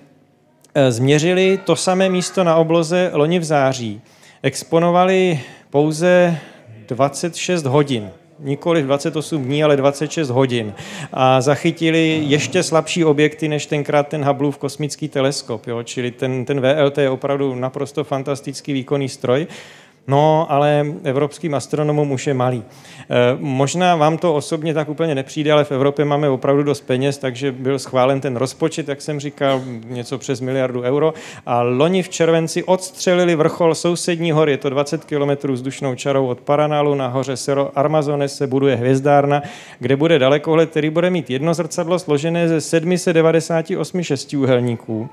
Speaker 2: změřili to samé místo na obloze loni v září. Exponovali pouze 26 hodin. Nikoli 28 dní, ale 26 hodin. A zachytili ještě slabší objekty, než tenkrát ten Hubbleův kosmický teleskop. Jo? Čili ten VLT je opravdu naprosto fantastický výkonný stroj. No, ale evropským astronomům už je malý. Možná vám to osobně tak úplně nepřijde, ale v Evropě máme opravdu dost peněz, takže byl schválen ten rozpočet, jak jsem říkal, něco přes 1 miliardu euro. A loni v červenci odstřelili vrchol sousední hory, je to 20 km vzdušnou čarou od Paranalu, na hoře Cerro Armazones se buduje hvězdárna, kde bude dalekohled, který bude mít jedno zrcadlo složené ze 798 šestiúhelníků.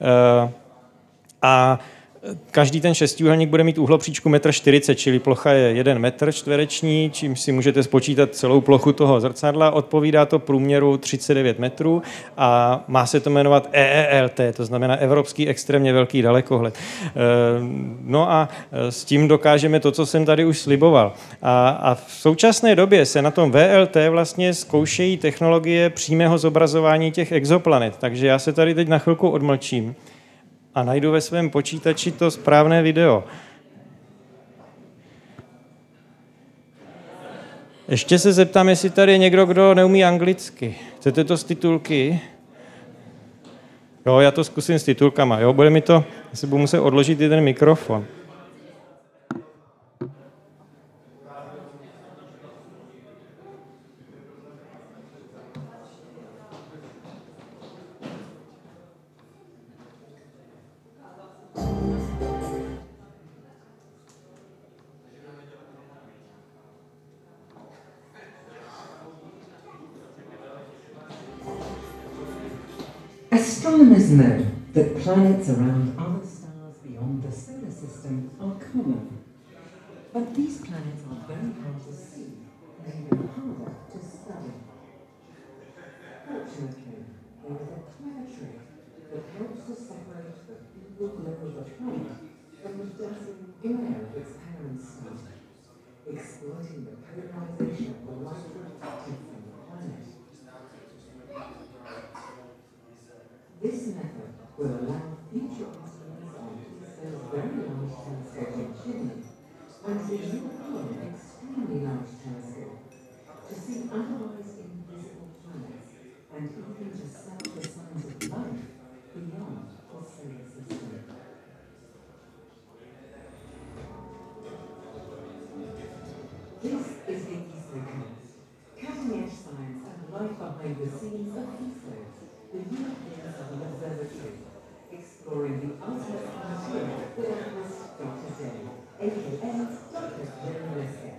Speaker 2: A každý ten šestiúhelník bude mít úhlopříčku 1,40 m, čili plocha je 1 metr čtvereční, čím si můžete spočítat celou plochu toho zrcadla. Odpovídá to průměru 39 metrů a má se to jmenovat EELT, to znamená Evropský extrémně velký dalekohled. No a s tím dokážeme to, co jsem tady už sliboval. A v současné době se na tom VLT vlastně zkoušejí technologie přímého zobrazování těch exoplanet. Takže já se tady teď na chvilku odmlčím a najdu ve svém počítači to správné video. Ještě se zeptám, jestli tady je někdo, kdo neumí anglicky. Chcete to z titulky? Jo, já to zkusím s titulkama. Jo, bude mi to, asi budu muset odložit jeden mikrofon.
Speaker 4: Astronomers know that planets around other stars beyond the solar system are common. But these planets are very hard to see and even harder to study. Fortunately, there is a clever trick that helps to separate the feeble glow of the planet from the dazzling glare of its parent star, exploiting the polarization of the light reflected from the planet. This method will allow future instruments on ESO's very large telescope in Chile and the European extremely large telescope to see otherwise invisible planets and even to study the signs of life beyond the solar system. This is the ESOcast, cutting-edge science and life behind the scenes of ESO, the European Southern Observatory, exploring the ultimate frontier with our host, Dr. Day, aka Dr. Day.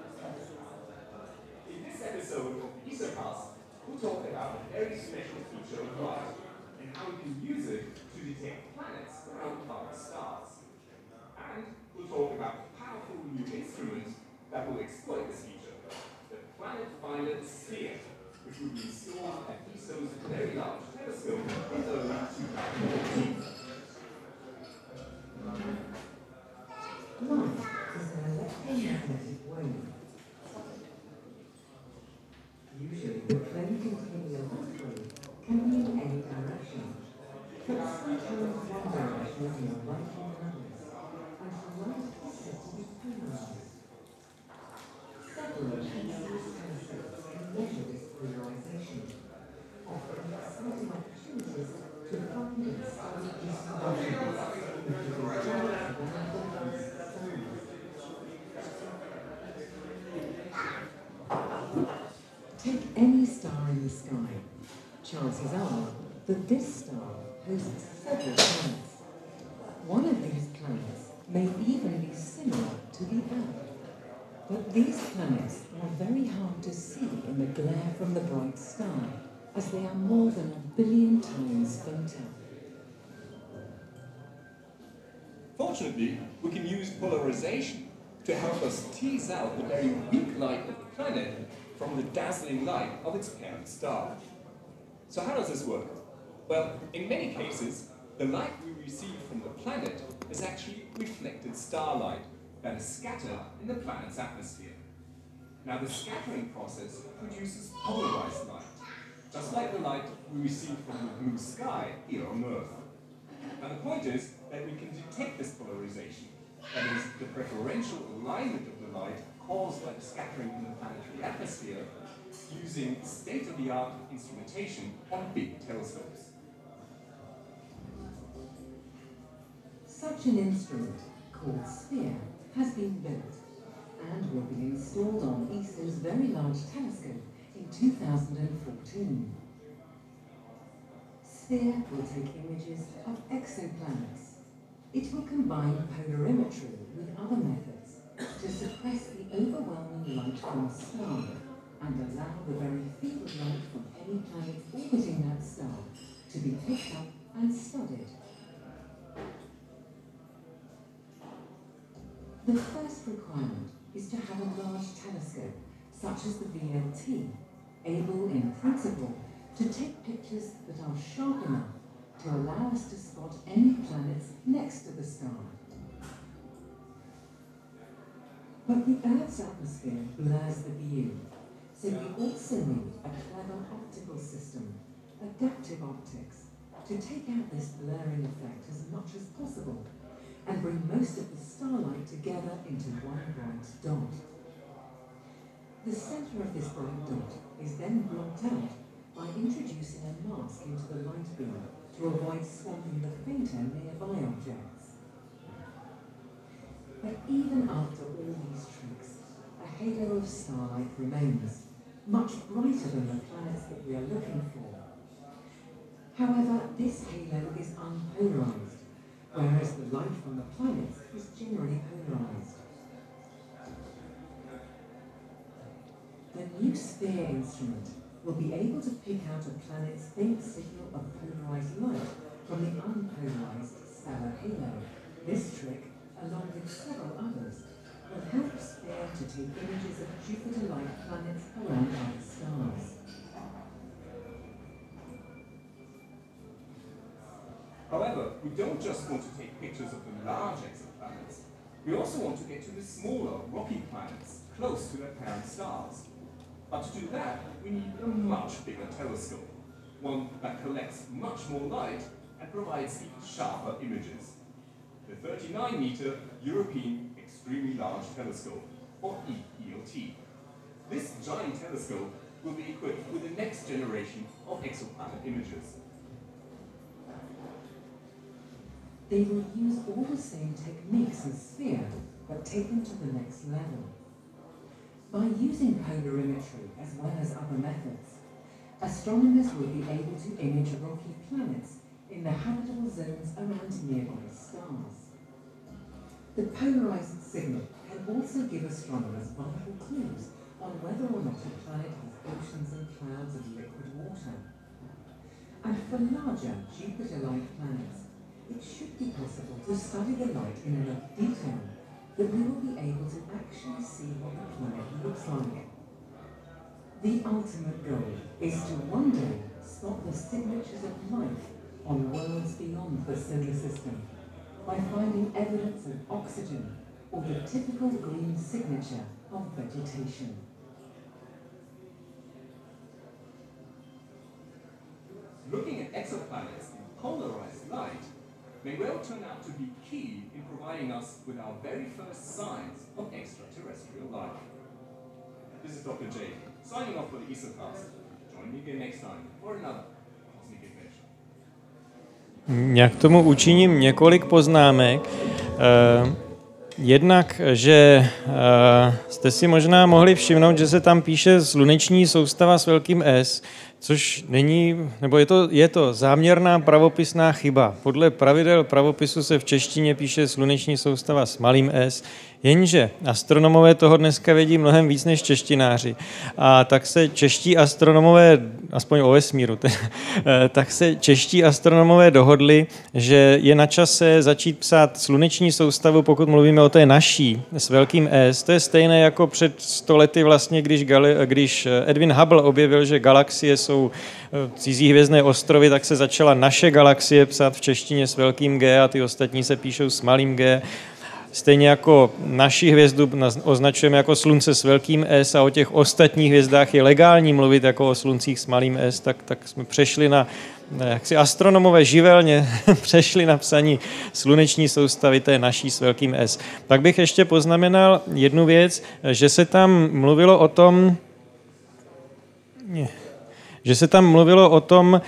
Speaker 5: In this episode of ESOcast, we'll talk about a very special feature of light and how we can use it to detect planets around other stars. And we'll talk about a powerful new instrument that will exploit this feature, the Planet Finder Sphere, which will be installed at ESO's Very Large Telescope in early 2014.
Speaker 4: Light is an electromagnetic wave. Usually, the plane containing a light wave can be in any direction, but sometimes one direction is more likely than others, and the light is said to be polarized. Several Chinese telescopes can measure this polarization, offering exciting opportunities to find and study distributions, including planets around different stars. Take any star in the sky. Chances are that this star hosts several planets. One of these planets may even be similar to the Earth. But these planets are very hard to see in the glare from the bright star, as they are more than 1 billion times fainter.
Speaker 5: Fortunately, we can use polarization to help us tease out the very weak light of the planet from the dazzling light of its parent star. So how does this work? Well, in many cases, the light we receive from the planet is actually reflected starlight that is scattered in the planet's atmosphere. Now, the scattering process produces polarized light, just like the light we receive from the blue sky here on Earth. Now, the point is that we can detect this polarization, that is, the preferential alignment of the light caused by the scattering in the planetary atmosphere, using state-of-the-art instrumentation on big telescopes.
Speaker 4: Such an instrument, called SPHERE, has been built and will be installed on ESO's Very Large Telescope in 2014. SPHERE will take images of exoplanets. It will combine polarimetry with other methods to suppress the overwhelming light from a star and allow the very feeble light from any planet orbiting that star to be picked up and studied. The first requirement is to have a large telescope, such as the VLT, able in principle to take pictures that are sharp enough to allow us to spot any planets next to the star. But the Earth's atmosphere blurs the view, so we also need a clever optical system, adaptive optics, to take out this blurring effect as much as possible and bring most of the starlight together into one bright dot. The center of this bright dot is then blocked out by introducing a mask into the light beam to avoid swamping the fainter nearby objects. But even after all these tricks, a halo of starlight remains, much brighter than the planets that we are looking for. However, this halo is unpolarized, whereas the light from the planets is generally polarized. The new SPHERE instrument will be able to pick out a planet's faint signal of polarized light from the unpolarized stellar halo. This trick, along with several others, will help Sphere to take images of Jupiter-like planets around other stars.
Speaker 5: However, we don't just want to take pictures of the large exoplanets. We also want to get to the smaller, rocky planets close to their parent stars. But to do that, we need a much bigger telescope, one that collects much more light and provides even sharper images. The 39-meter European Extremely Large Telescope, or EEOT. This giant telescope will be equipped with the next generation of exoplanet images.
Speaker 4: They will use all the same techniques as Sphere, but take them to the next level. By using polarimetry as well as other methods, astronomers will be able to image rocky planets in the habitable zones around nearby stars. The polarized signal can also give astronomers vital clues on whether or not a planet has oceans and clouds of liquid water. And for larger Jupiter-like planets, it should be possible to study the light in enough detail that we will be able to actually see what the planet looks like. The ultimate goal is to one day spot the signatures of life on worlds beyond the solar system by finding evidence of oxygen or the typical green signature of vegetation.
Speaker 5: Looking at exoplanets in polarized light may well turn out to be key in providing us with our very first signs of extraterrestrial life. This is Dr. J, signing off for the ESOcast. Join me again next time for another cosmic adventure.
Speaker 2: Já k tomu učiním několik poznámek. Jednak, že jste si možná mohli všimnout, že se tam píše sluneční soustava s velkým S, což není, nebo je to záměrná pravopisná chyba. Podle pravidel pravopisu se v češtině píše sluneční soustava s malým S, jenže astronomové toho dneska vědí mnohem víc než češtináři. A tak se čeští astronomové, aspoň o vesmíru, tak se čeští astronomové dohodli, že je na čase začít psát sluneční soustavu, pokud mluvíme o té naší, s velkým S. To je stejné jako před 100 lety vlastně, když Edwin Hubble objevil, že galaxie jsou cizí hvězdné ostrovy, tak se začala naše galaxie psát v češtině s velkým G a ty ostatní se píšou s malým G. Stejně jako naši hvězdu označujeme jako slunce s velkým S a o těch ostatních hvězdách je legální mluvit jako o sluncích s malým S, tak jsme přešli na, jaksi astronomové živelně přešli na psaní sluneční soustavy té naší s velkým S. Pak bych ještě poznamenal jednu věc, že se tam mluvilo o tom,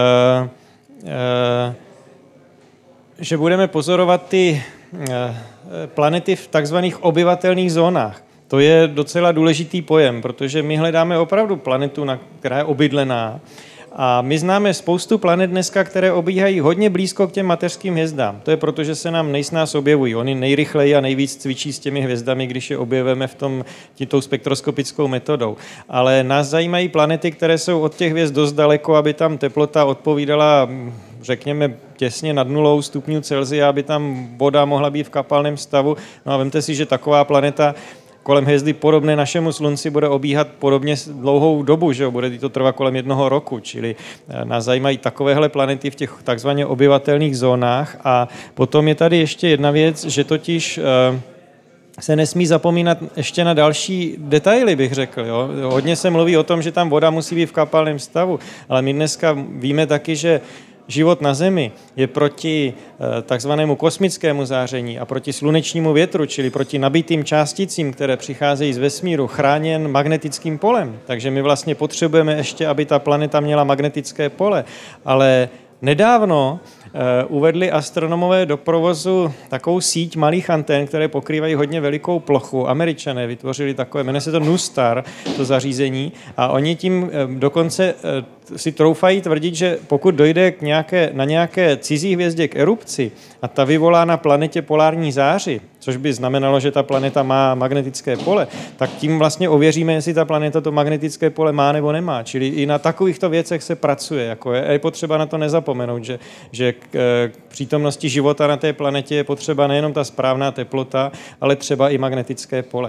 Speaker 2: že budeme pozorovat ty planety v takzvaných obyvatelných zónách. To je docela důležitý pojem, protože my hledáme opravdu planetu, která je obydlená. A my známe spoustu planet dneska, které obíhají hodně blízko k těm mateřským hvězdám. To je proto, že se nám nejsnáz objevují. Oni nejrychleji a nejvíc cvičí s těmi hvězdami, když je objevujeme tou spektroskopickou metodou. Ale nás zajímají planety, které jsou od těch hvězd dost daleko, aby tam teplota odpovídala, řekněme, těsně nad 0 stupňů Celsia, aby tam voda mohla být v kapalném stavu. No a vemte si, že taková planeta kolem hvězdy podobné našemu slunci bude obíhat podobně dlouhou dobu, že jo? Bude to trvat kolem 1 roku, čili nás zajímají takovéhle planety v těch takzvaně obyvatelných zónách. A potom je tady ještě jedna věc, že totiž se nesmí zapomínat ještě na další detaily, bych řekl. Jo? Hodně se mluví o tom, že tam voda musí být v kapalném stavu, ale my dneska víme taky, že život na Zemi je proti takzvanému kosmickému záření a proti slunečnímu větru, čili proti nabitým částicím, které přicházejí z vesmíru, chráněn magnetickým polem. Takže my vlastně potřebujeme ještě, aby ta planeta měla magnetické pole. Ale nedávno uvedli astronomové do provozu takovou síť malých antén, které pokrývají hodně velikou plochu. Američané vytvořili takové, jmenuje se to NuSTAR, to zařízení, a oni tím dokonce si troufají tvrdit, že pokud dojde na nějaké cizí hvězdě k erupci a ta vyvolá na planetě polární záři, což by znamenalo, že ta planeta má magnetické pole, tak tím vlastně ověříme, jestli ta planeta to magnetické pole má nebo nemá. Čili i na takovýchto věcech se pracuje. Jako je potřeba na to nezapomenout, že k přítomnosti života na té planetě je potřeba nejenom ta správná teplota, ale třeba i magnetické pole.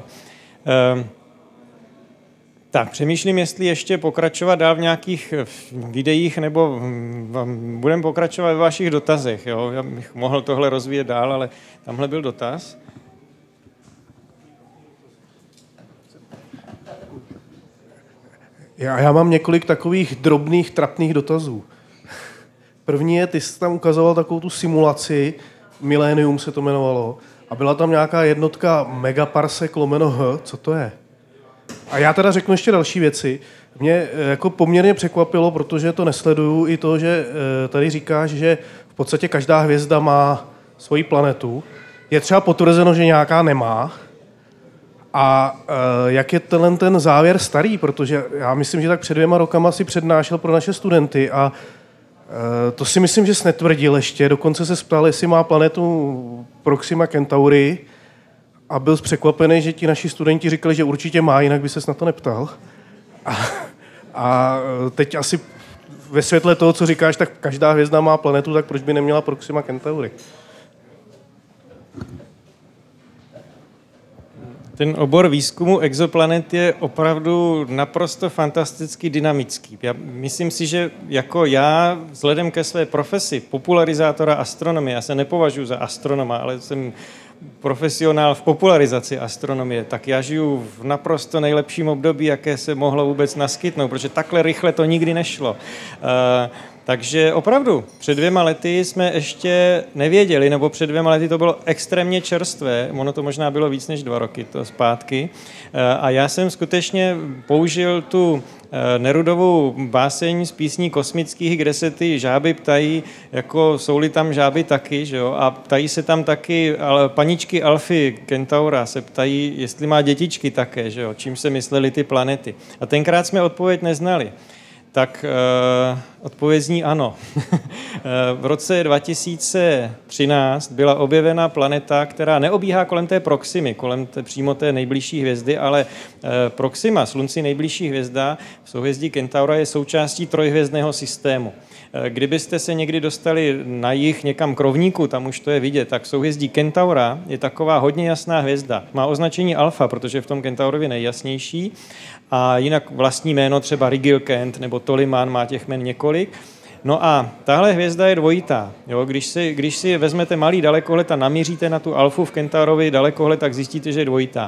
Speaker 2: Tak, přemýšlím, jestli ještě pokračovat dál v nějakých videích, nebo budeme pokračovat ve vašich dotazech. Jo? Já bych mohl tohle rozvíjet dál, ale tamhle byl dotaz.
Speaker 6: Já mám několik takových drobných, trapných dotazů. První je, ty jsi tam ukazoval takovou tu simulaci, Millennium se to jmenovalo, a byla tam nějaká jednotka megaparsec lomeno H, co to je? A já teda řeknu ještě další věci. Mě jako poměrně překvapilo, protože to nesleduju, i to, že tady říkáš, že v podstatě každá hvězda má svoji planetu. Je třeba potvrzeno, že nějaká nemá. A jak je ten závěr starý, protože já myslím, že tak před 2 rokama si přednášel pro naše studenty a to si myslím, že jsi netvrdil ještě. Dokonce se ptal, jestli má planetu Proxima Centauri a byl překvapený, že ti naši studenti říkali, že určitě má, jinak by ses na to neptal. A teď asi ve světle toho, co říkáš, tak každá hvězda má planetu, tak proč by neměla Proxima Centauri?
Speaker 2: Ten obor výzkumu exoplanet je opravdu naprosto fantasticky dynamický. Já myslím si, že jako já vzhledem ke své profesi popularizátora astronomie, já se nepovažuji za astronoma, ale jsem profesionál v popularizaci astronomie, tak já žiju v naprosto nejlepším období, jaké se mohlo vůbec naskytnout, protože takhle rychle to nikdy nešlo. Takže opravdu, před 2 lety jsme ještě nevěděli, nebo před 2 lety to bylo extrémně čerstvé, ono to možná bylo víc než 2 roky to zpátky, a já jsem skutečně použil tu Nerudovou báseň z písní kosmických, kde se ty žáby ptají, jako jsou-li tam žáby taky, že jo, a ptají se tam taky, ale paničky Alfy Centaura se ptají, jestli má dětičky také, že jo, čím se mysleli ty planety. A tenkrát jsme odpověď neznali. Tak odpověď zní ano. V roce 2013 byla objevena planeta, která neobíhá kolem té Proximy, kolem přímo té nejbližší hvězdy, ale Proxima, Slunci nejbližší hvězda, v souhvězdí Centaura je součástí trojhvězdného systému. Kdybyste se někdy dostali na jih někam k rovníku, tam už to je vidět, tak souhvězdí Centaura je taková hodně jasná hvězda. Má označení alfa, protože je v tom Centaurovi nejjasnější, a jinak vlastní jméno třeba Rigil-Kent nebo Toliman, má těch jmen několik. No a tahle hvězda je dvojitá. Jo? Když si vezmete malý dalekohled a namíříte na tu alfu v Centaurovi dalekohled, tak zjistíte, že je dvojitá.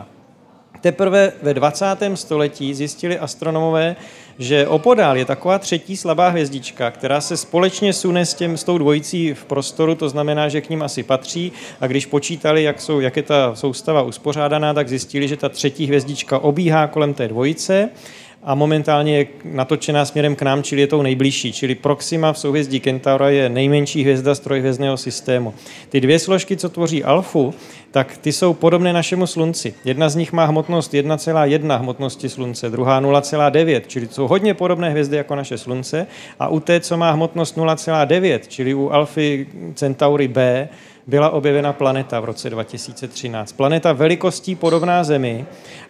Speaker 2: Teprve ve 20. století zjistili astronomové, že opodál je taková třetí slabá hvězdička, která se společně sune s tou dvojicí v prostoru, to znamená, že k ním asi patří, a když počítali, jak je ta soustava uspořádaná, tak zjistili, že ta třetí hvězdička obíhá kolem té dvojice a momentálně je natočená směrem k nám, čili je tou nejbližší. Čili Proxima v souhvězdí Centaura je nejmenší hvězda z trojhvězdného systému. Ty 2 složky, co tvoří alfu, tak ty jsou podobné našemu Slunci. Jedna z nich má hmotnost 1,1 hmotnosti Slunce, druhá 0,9, čili jsou hodně podobné hvězdy jako naše Slunce. A u té, co má hmotnost 0,9, čili u Alfy Centauri B, byla objevena planeta v roce 2013. Planeta velikostí podobná Zemi,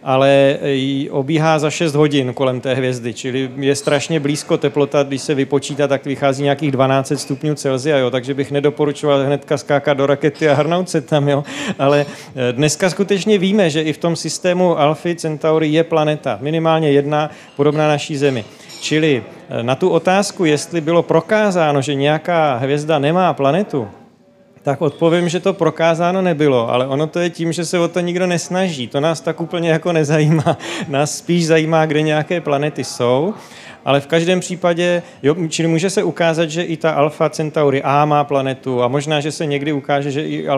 Speaker 2: ale obíhá za 6 hodin kolem té hvězdy, čili je strašně blízko teplota, když se vypočítá, tak vychází nějakých 12 stupňů Celsia, jo, takže bych nedoporučoval hnedka skákat do rakety a hrnout se tam, jo. Ale dneska skutečně víme, že i v tom systému Alfy Centauri je planeta, minimálně jedna, podobná naší Zemi. Čili na tu otázku, jestli bylo prokázáno, že nějaká hvězda nemá planetu, tak odpovím, že to prokázáno nebylo, ale ono to je tím, že se o to nikdo nesnaží. To nás tak úplně jako nezajímá. Nás spíš zajímá, kde nějaké planety jsou, ale v každém případě, jo, čili může se ukázat, že i ta Alfa Centauri A má planetu a možná, že se někdy ukáže, že i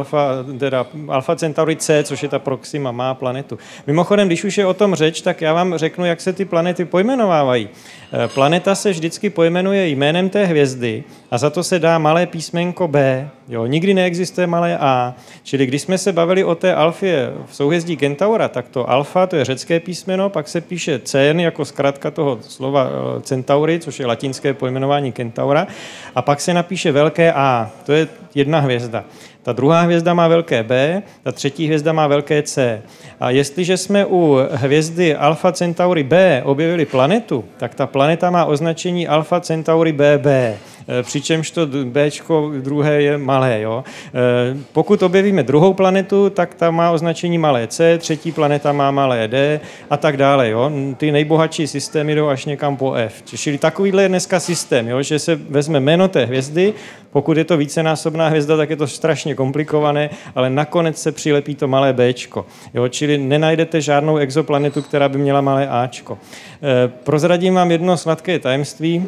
Speaker 2: Alfa Centauri C, což je ta Proxima, má planetu. Mimochodem, když už je o tom řeč, tak já vám řeknu, jak se ty planety pojmenovávají. Planeta se vždycky pojmenuje jménem té hvězdy a za to se dá malé písmenko B. Jo, nikdy neexistuje malé a. Čili když jsme se bavili o té alfě v souhvězdí Kentaura, tak to alfa, to je řecké písmeno, pak se píše Cén jako zkratka toho slova Centauri, což je latinské pojmenování Kentaura, a pak se napíše velké A, to je jedna hvězda. Ta druhá hvězda má velké B, ta třetí hvězda má velké C. A jestliže jsme u hvězdy Alpha Centauri B objevili planetu, tak ta planeta má označení Alpha Centauri BB, přičemž to Bčko druhé je malé. Jo? Pokud objevíme druhou planetu, tak ta má označení malé C, třetí planeta má malé D a tak dále. Jo? Ty nejbohatší systémy jdou až někam po F. Čili takovýhle je dneska systém, jo? Že se vezme jméno té hvězdy, pokud je to vícenásobná hvězda, tak je to strašně komplikované, ale nakonec se přilepí to malé Bčko. Jo? Čili nenajdete žádnou exoplanetu, která by měla malé Ačko. Prozradím vám jedno sladké tajemství.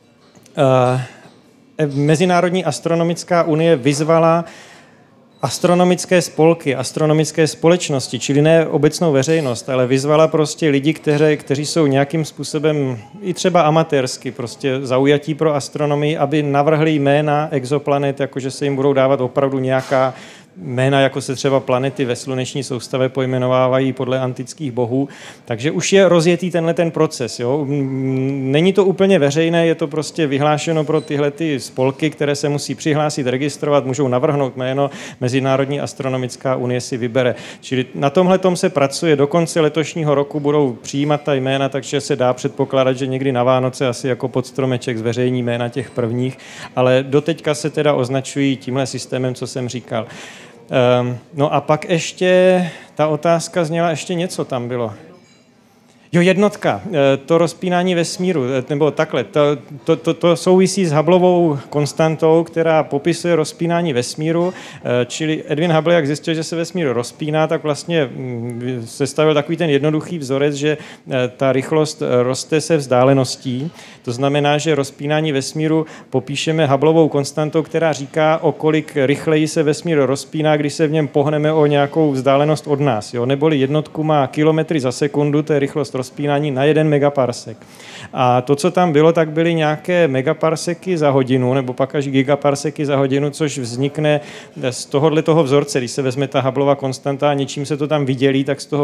Speaker 2: Mezinárodní astronomická unie vyzvala astronomické spolky, astronomické společnosti, čili ne obecnou veřejnost, ale vyzvala prostě lidi, kteří jsou nějakým způsobem i třeba amatérsky prostě zaujatí pro astronomii, aby navrhli jména exoplanet, jakože se jim budou dávat opravdu nějaká jména, jako se třeba planety ve sluneční soustavě pojmenovávají podle antických bohů. Takže už je rozjetý ten proces. Jo? Není to úplně veřejné, je to prostě vyhlášeno pro tyhle ty spolky, které se musí přihlásit, registrovat, můžou navrhnout jméno, Mezinárodní astronomická unie si vybere. Čili na tomhletom se pracuje, do konce letošního roku budou přijímat ta jména, takže se dá předpokládat, že někdy na Vánoce asi jako pod stromeček zveřejní jména těch prvních, ale doteďka se teda označují tímhle systémem, co jsem říkal. No a pak ještě ta otázka zněla, ještě něco tam bylo. Jo, jednotka, to rozpínání vesmíru, nebo takhle, to souvisí s Hubbleovou konstantou, která popisuje rozpínání vesmíru, čili Edwin Hubble, jak zjistil, že se vesmír rozpíná, tak vlastně sestavil takový ten jednoduchý vzorec, že ta rychlost roste se vzdáleností. To znamená, že rozpínání vesmíru popíšeme Hubbleovou konstantou, která říká, o kolik rychleji se vesmír rozpíná, když se v něm pohneme o nějakou vzdálenost od nás. Jo? Neboli jednotku má kilometry za sekundu, to je rychlost rozpínání na 1 megaparsek. A to, co tam bylo, tak byly nějaké megaparseky za hodinu, nebo pak až gigaparseky za hodinu, což vznikne z toho vzorce. Když se vezme ta Hubbleova konstanta a něčím se to tam vydělí, tak z toho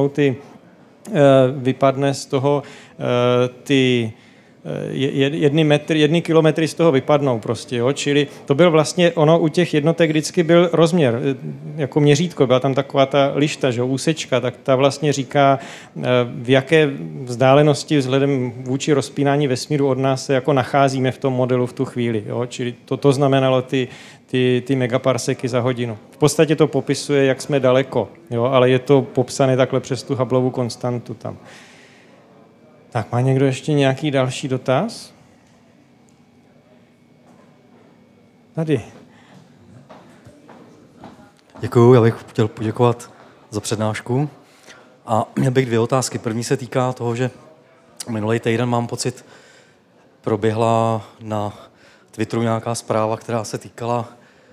Speaker 2: vypadne z toho ty 1 kilometry z toho vypadnou prostě, jo? Čili to byl vlastně, ono u těch jednotek vždycky byl rozměr, jako měřítko, byla tam taková ta lišta, že? Úsečka, tak ta vlastně říká, v jaké vzdálenosti vzhledem vůči rozpínání vesmíru od nás se jako nacházíme v tom modelu v tu chvíli, jo? Čili to znamenalo ty megaparseky za hodinu. V podstatě to popisuje, jak jsme daleko, jo? Ale je to popsané takhle přes tu Hubbleovu konstantu tam. Tak, má někdo ještě nějaký další dotaz? Tady.
Speaker 3: Děkuju, já bych chtěl poděkovat za přednášku. A měl bych 2 otázky. První se týká toho, že minulý týden, mám pocit, proběhla na Twitteru nějaká zpráva, která se týkala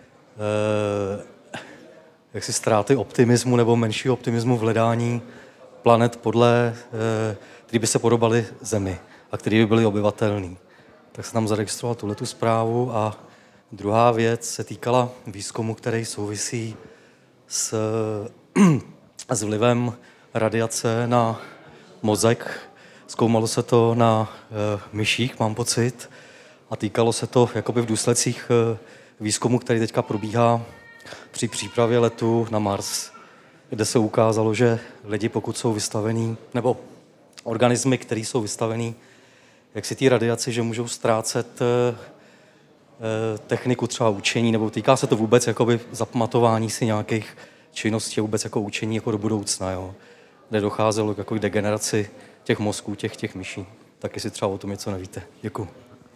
Speaker 3: jaksi ztráty optimismu nebo menšího optimismu v hledání planet který by se podobaly Zemi a který by byly obyvatelný. Tak se tam zaregistroval tuhletu zprávu a druhá věc se týkala výzkumu, který souvisí s vlivem radiace na mozek. Zkoumalo se to na myších, mám pocit, a týkalo se to jakoby v důsledcích výzkumu, který teďka probíhá při přípravě letu na Mars, kde se ukázalo, že lidi, pokud jsou vystavení, nebo organismy, které jsou vystavený jak si té radiaci, že můžou ztrácet techniku třeba učení, nebo týká se to vůbec jakoby zapamatování si nějakých činností, vůbec jako učení jako do budoucna, jo? Kde docházelo k jako degeneraci těch mozků, těch myší. Tak jestli třeba o tom něco nevíte. Děkuji.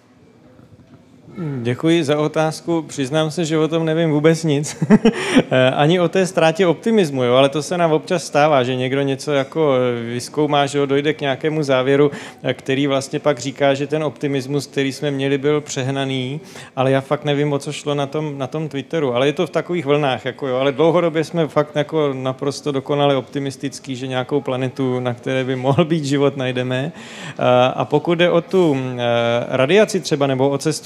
Speaker 2: Děkuji za otázku. Přiznám se, že o tom nevím vůbec nic. Ani o té ztrátě optimismu, jo? Ale to se nám občas stává, že někdo něco jako vyzkoumá, že dojde k nějakému závěru, který vlastně pak říká, že ten optimismus, který jsme měli, byl přehnaný, ale já fakt nevím, o co šlo na tom Twitteru. Ale je to v takových vlnách, jako jo? Ale dlouhodobě jsme fakt jako naprosto dokonale optimistický, že nějakou planetu, na které by mohl být život, najdeme. A pokud jde o tu radiaci třeba nebo o cestu na Mars,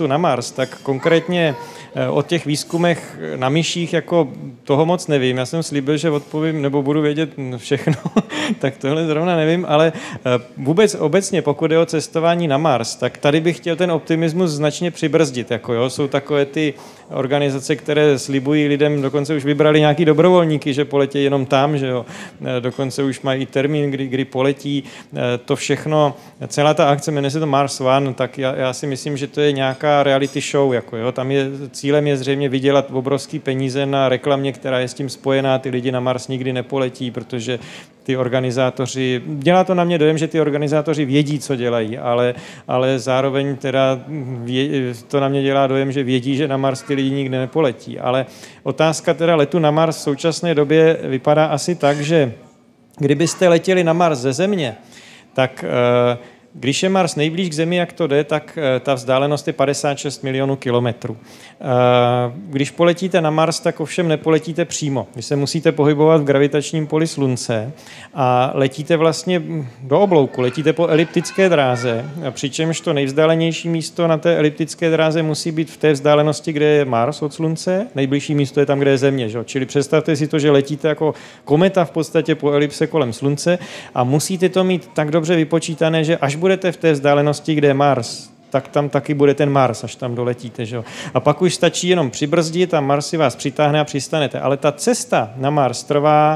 Speaker 2: Mars, tak konkrétně o těch výzkumech na myších jako toho moc nevím. Já jsem slíbil, že odpovím, nebo budu vědět všechno, tak tohle zrovna nevím, ale vůbec obecně, pokud je o cestování na Mars, tak tady bych chtěl ten optimismus značně přibrzdit. Jako jo. Jsou takové ty organizace, které slibují lidem, dokonce už vybrali nějaký dobrovolníky, že poletí jenom tam, že jo. Dokonce už mají i termín, kdy poletí. To všechno, celá ta akce, jmenuje se to Mars One, tak já si myslím, že to je nějaká reality show. Jako jo. Tam cílem je zřejmě vydělat obrovský peníze na reklamě, která je s tím spojená. Ty lidi na Mars nikdy nepoletí, protože ty organizátoři, dělá to na mě dojem, že ty organizátoři vědí, co dělají, ale zároveň teda to na mě dělá dojem, že vědí, že na Mars ty lidi nikdy nepoletí. Ale otázka teda letu na Mars v současné době vypadá asi tak, že kdybyste letěli na Mars ze Země, tak když je Mars nejblíž k Zemi, jak to jde, tak ta vzdálenost je 56 milionů kilometrů. Když poletíte na Mars, tak ovšem nepoletíte přímo. Vy se musíte pohybovat v gravitačním poli Slunce a letíte vlastně do oblouku, letíte po eliptické dráze, přičemž to nejvzdálenější místo na té eliptické dráze musí být v té vzdálenosti, kde je Mars od Slunce, nejbližší místo je tam, kde je Země. Že? Čili představte si to, že letíte jako kometa v podstatě po elipse kolem Slunce a musíte to mít tak dobře vypočítané, že až budete v té vzdálenosti, kde je Mars, tak tam taky bude ten Mars, až tam doletíte. Že? A pak už stačí jenom přibrzdit a Mars si vás přitáhne a přistanete. Ale ta cesta na Mars trvá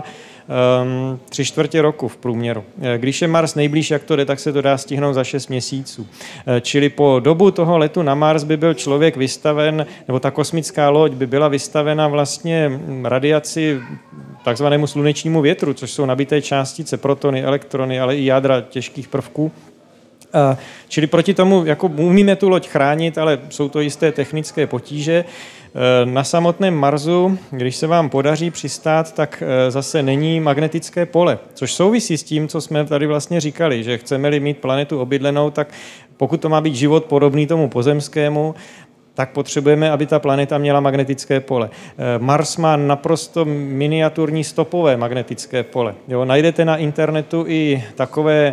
Speaker 2: 3/4 roku v průměru. Když je Mars nejblíž, jak to jde, tak se to dá stihnout za 6 měsíců. Čili po dobu toho letu na Mars by byl člověk vystaven, nebo ta kosmická loď by byla vystavena vlastně radiaci takzvanému slunečnímu větru, což jsou nabité částice, protony, elektrony, ale i jádra těžkých prvků. Čili proti tomu jako umíme tu loď chránit, ale jsou to jisté technické potíže. Na samotném Marsu, když se vám podaří přistát, tak zase není magnetické pole, což souvisí s tím, co jsme tady vlastně říkali, že chceme-li mít planetu obydlenou, tak pokud to má být život podobný tomu pozemskému, tak potřebujeme, aby ta planeta měla magnetické pole. Mars má naprosto miniaturní stopové magnetické pole. Jo, najdete na internetu i takové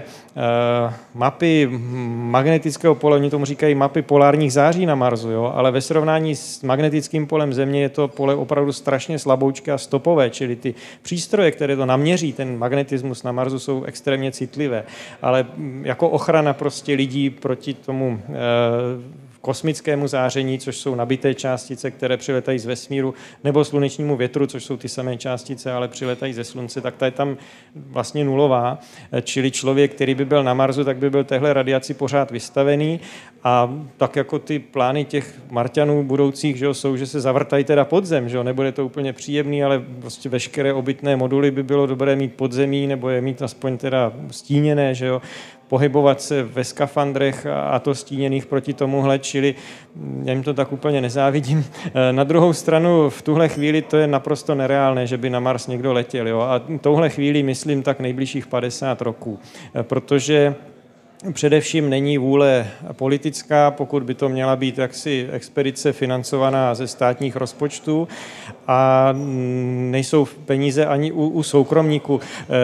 Speaker 2: mapy magnetického pole, oni tomu říkají mapy polárních září na Marsu, jo, ale ve srovnání s magnetickým polem Země je to pole opravdu strašně slaboučké a stopové, čili ty přístroje, které to naměří, ten magnetismus na Marsu, jsou extrémně citlivé. Ale jako ochrana prostě lidí proti tomu kosmickému záření, což jsou nabité částice, které přiletají z vesmíru, nebo slunečnímu větru, což jsou ty samé částice, ale přiletají ze Slunce, tak ta je tam vlastně nulová. Čili člověk, který by byl na Marsu, tak by byl téhle radiaci pořád vystavený a tak jako ty plány těch Marťanů budoucích, že jo, jsou, že se zavrtají teda pod zem, že jo, nebude to úplně příjemný, ale prostě veškeré obytné moduly by bylo dobré mít pod zemí, nebo je mít aspoň teda stíněné, že jo, pohybovat se ve skafandrech a to stíněných proti tomuhle, čili já jim to tak úplně nezávidím. Na druhou stranu v tuhle chvíli to je naprosto nereálné, že by na Mars někdo letěl. Jo? A touhle chvíli myslím tak nejbližších 50 roků, protože především není vůle politická, pokud by to měla být jaksi expedice financovaná ze státních rozpočtů a nejsou peníze ani u soukromníků.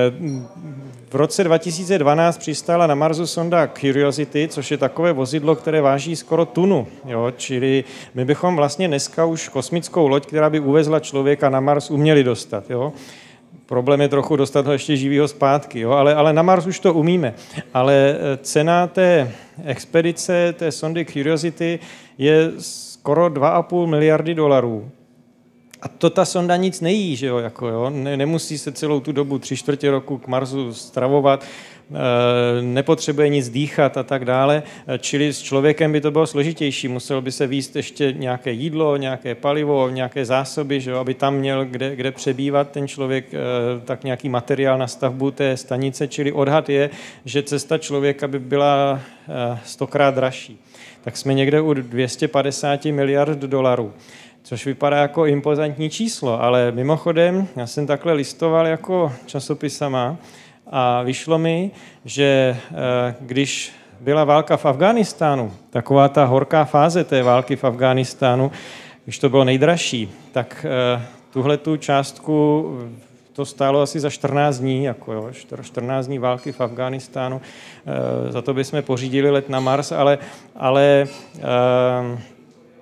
Speaker 2: V roce 2012 přistála na Marsu sonda Curiosity, což je takové vozidlo, které váží skoro tunu. Jo? Čili my bychom vlastně dneska už kosmickou loď, která by uvezla člověka na Mars, uměli dostat. Jo? Problém je trochu dostat ho ještě živýho zpátky, jo? Ale na Mars už to umíme. Ale cena té expedice, té sondy Curiosity je skoro 2,5 miliardy dolarů. A to ta sonda nic nejí, že jo, jako jo, nemusí se celou tu dobu 3/4 roku k Marsu stravovat, nepotřebuje nic dýchat a tak dále, čili s člověkem by to bylo složitější, musel by se vízt ještě nějaké jídlo, nějaké palivo, nějaké zásoby, že jo, aby tam měl kde přebývat ten člověk, tak nějaký materiál na stavbu té stanice, čili odhad je, že cesta člověka by byla 100krát dražší. Tak jsme někde u 250 miliard dolarů. Což vypadá jako impozantní číslo, ale mimochodem, já jsem takhle listoval jako časopisama a vyšlo mi, že když byla válka v Afghánistánu, taková ta horká fáze té války v Afghánistánu, když to bylo nejdražší, tak tuhletu částku to stálo asi za 14 dní, jako jo, 14 dní války v Afghánistánu, za to bychom pořídili let na Mars, ale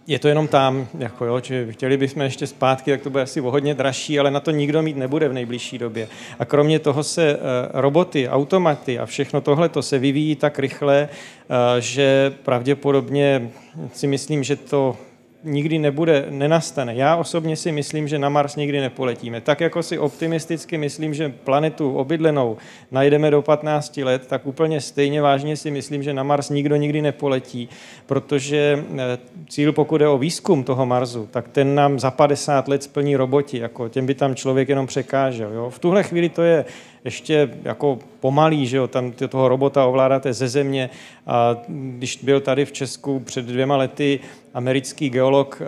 Speaker 2: je to jenom tam, jako jo, že chtěli bychom ještě zpátky, tak to bude asi o hodně dražší, ale na to nikdo mít nebude v nejbližší době. A kromě toho se roboty, automaty a všechno tohleto se vyvíjí tak rychle, že pravděpodobně si myslím, že to nikdy nenastane. Já osobně si myslím, že na Mars nikdy nepoletíme. Tak jako si optimisticky myslím, že planetu obydlenou najdeme do 15 let, tak úplně stejně vážně si myslím, že na Mars nikdo nikdy nepoletí, protože cíl, pokud je o výzkum toho Marsu, tak ten nám za 50 let splní roboti, jako těm by tam člověk jenom překážel. Jo? V tuhle chvíli to je ještě jako pomalý, že jo, tam toho robota ovládáte ze země. A když byl tady v Česku před 2 lety americký geolog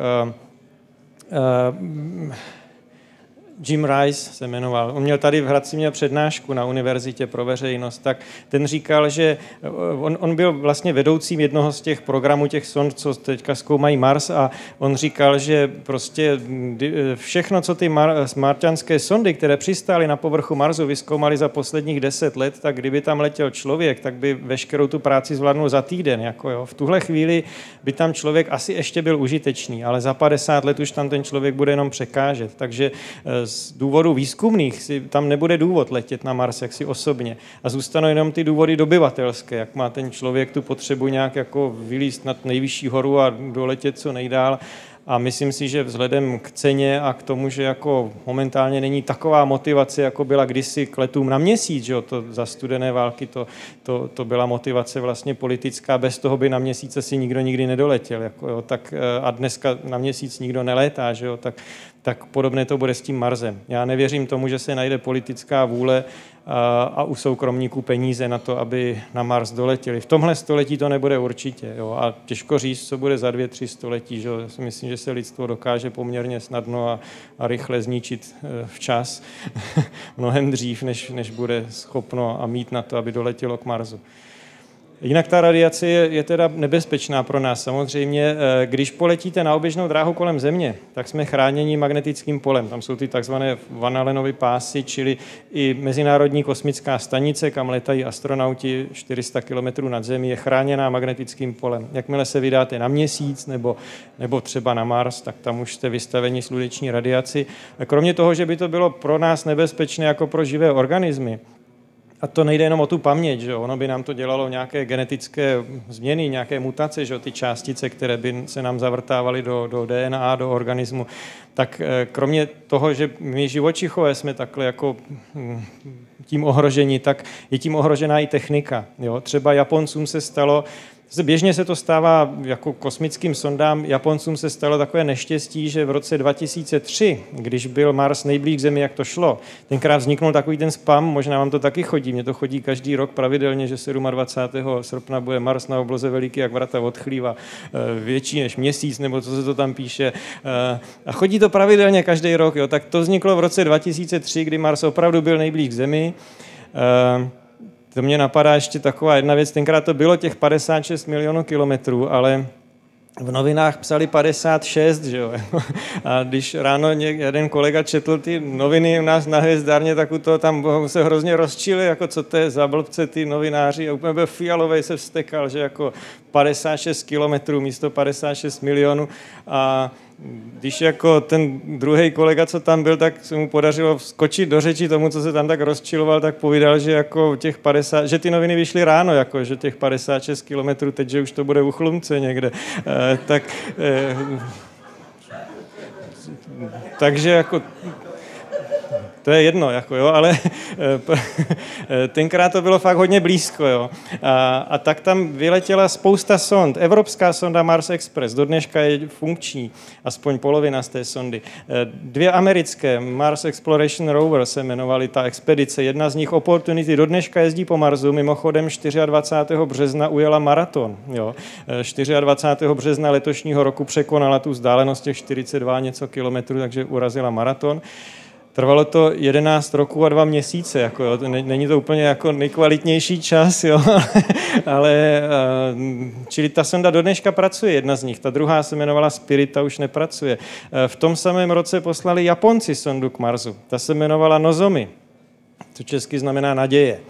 Speaker 2: Jim Rice se jmenoval. On měl tady v Hradci měl přednášku na univerzitě pro veřejnost, tak ten říkal, že on byl vlastně vedoucím jednoho z těch programů těch sond, co teďka zkoumají Mars, a on říkal, že prostě všechno, co ty marťanské sondy, které přistály na povrchu Marsu, vyzkoumali za posledních 10 let, tak kdyby tam letěl člověk, tak by veškerou tu práci zvládnul za týden. Jako jo. V tuhle chvíli by tam člověk asi ještě byl užitečný, ale za 50 let už tam ten člověk bude jenom překážet. Takže z důvodů výzkumných tam nebude důvod letět na Mars jaksi osobně. A zůstanou jenom ty důvody dobyvatelské, jak má ten člověk tu potřebu nějak jako vylízt nad nejvyšší horu a doletět co nejdál. A myslím si, že vzhledem k ceně a k tomu, že jako momentálně není taková motivace, jako byla kdysi k letům na Měsíc, že jo, to za studené války, to byla motivace vlastně politická, bez toho by na Měsíc si nikdo nikdy nedoletěl. Jako, jo, tak, a dneska na Měsíc nikdo nelétá, že jo, tak podobné to bude s tím Marsem. Já nevěřím tomu, že se najde politická vůle a u soukromníků peníze na to, aby na Mars doletěli. V tomhle století to nebude určitě. Jo? A těžko říct, co bude za 2-3 století. Že? Já si myslím, že se lidstvo dokáže poměrně snadno a rychle zničit včas, mnohem dřív, než bude schopno a mít na to, aby doletělo k Marsu. Jinak ta radiace je teda nebezpečná pro nás. Samozřejmě, když poletíte na oběžnou dráhu kolem Země, tak jsme chráněni magnetickým polem. Tam jsou ty takzvané Van Allenovy pásy, čili i Mezinárodní kosmická stanice, kam letají astronauti 400 km nad Zemí, je chráněná magnetickým polem. Jakmile se vydáte na Měsíc nebo třeba na Mars, tak tam už jste vystaveni sluneční radiaci. Kromě toho, že by to bylo pro nás nebezpečné jako pro živé organismy, a to nejde jenom o tu paměť, že ono by nám to dělalo nějaké genetické změny, nějaké mutace, že ty částice, které by se nám zavrtávaly do DNA, do organismu. Tak kromě toho, že my živočichové jsme takhle jako tím ohroženi, tak je tím ohrožená i technika. Jo? Třeba Japoncům se stalo, běžně se to stává jako kosmickým sondám, Japoncům se stalo takové neštěstí, že v roce 2003, když byl Mars nejblíž k Zemi, jak to šlo, tenkrát vzniknul takový ten spam, možná vám to taky chodí, mně to chodí každý rok pravidelně, že 27. srpna bude Mars na obloze veliký, jak vrata od chlíva, větší než Měsíc, nebo co se to tam píše. A chodí to pravidelně každý rok, jo. Tak to vzniklo v roce 2003, kdy Mars opravdu byl nejblíž k Zemi. To mě napadá ještě taková jedna věc, tenkrát to bylo těch 56 milionů kilometrů, ale v novinách psali 56, že jo. A když ráno jeden kolega četl ty noviny u nás na Hvězdárně, tak u toho tam se hrozně rozčili, jako co to je za blbce ty novináři. A úplně byl fialovej, se vztekal, že jako 56 kilometrů místo 56 milionů. A když jako ten druhý kolega, co tam byl, tak se mu podařilo skočit do řeči tomu, co se tam tak rozčiloval, tak povídal, že jako těch 50, že ty noviny vyšly ráno, jako, že těch 56 kilometrů teď, že už to bude u Chlumce někde. Takže jako to je jedno, jako, jo, ale tenkrát to bylo fakt hodně blízko. Jo. A tak tam vyletěla spousta sond. Evropská sonda Mars Express, do dneška je funkční, aspoň polovina z té sondy. 2 americké, Mars Exploration Rover se jmenovaly ta expedice. Jedna z nich, Opportunity, do dneška jezdí po Marsu, mimochodem 24. března ujela maraton. Jo. 24. března letošního roku překonala tu vzdálenost těch 42 něco kilometrů, takže urazila maraton. Trvalo to 11 roků a 2 měsíce, jako jo. Není to úplně jako nejkvalitnější čas, jo. Ale čili ta sonda do dneška pracuje, jedna z nich, ta druhá se jmenovala Spirit, ta už nepracuje. V tom samém roce poslali Japonci sondu k Marsu, ta se jmenovala Nozomi, co česky znamená naděje.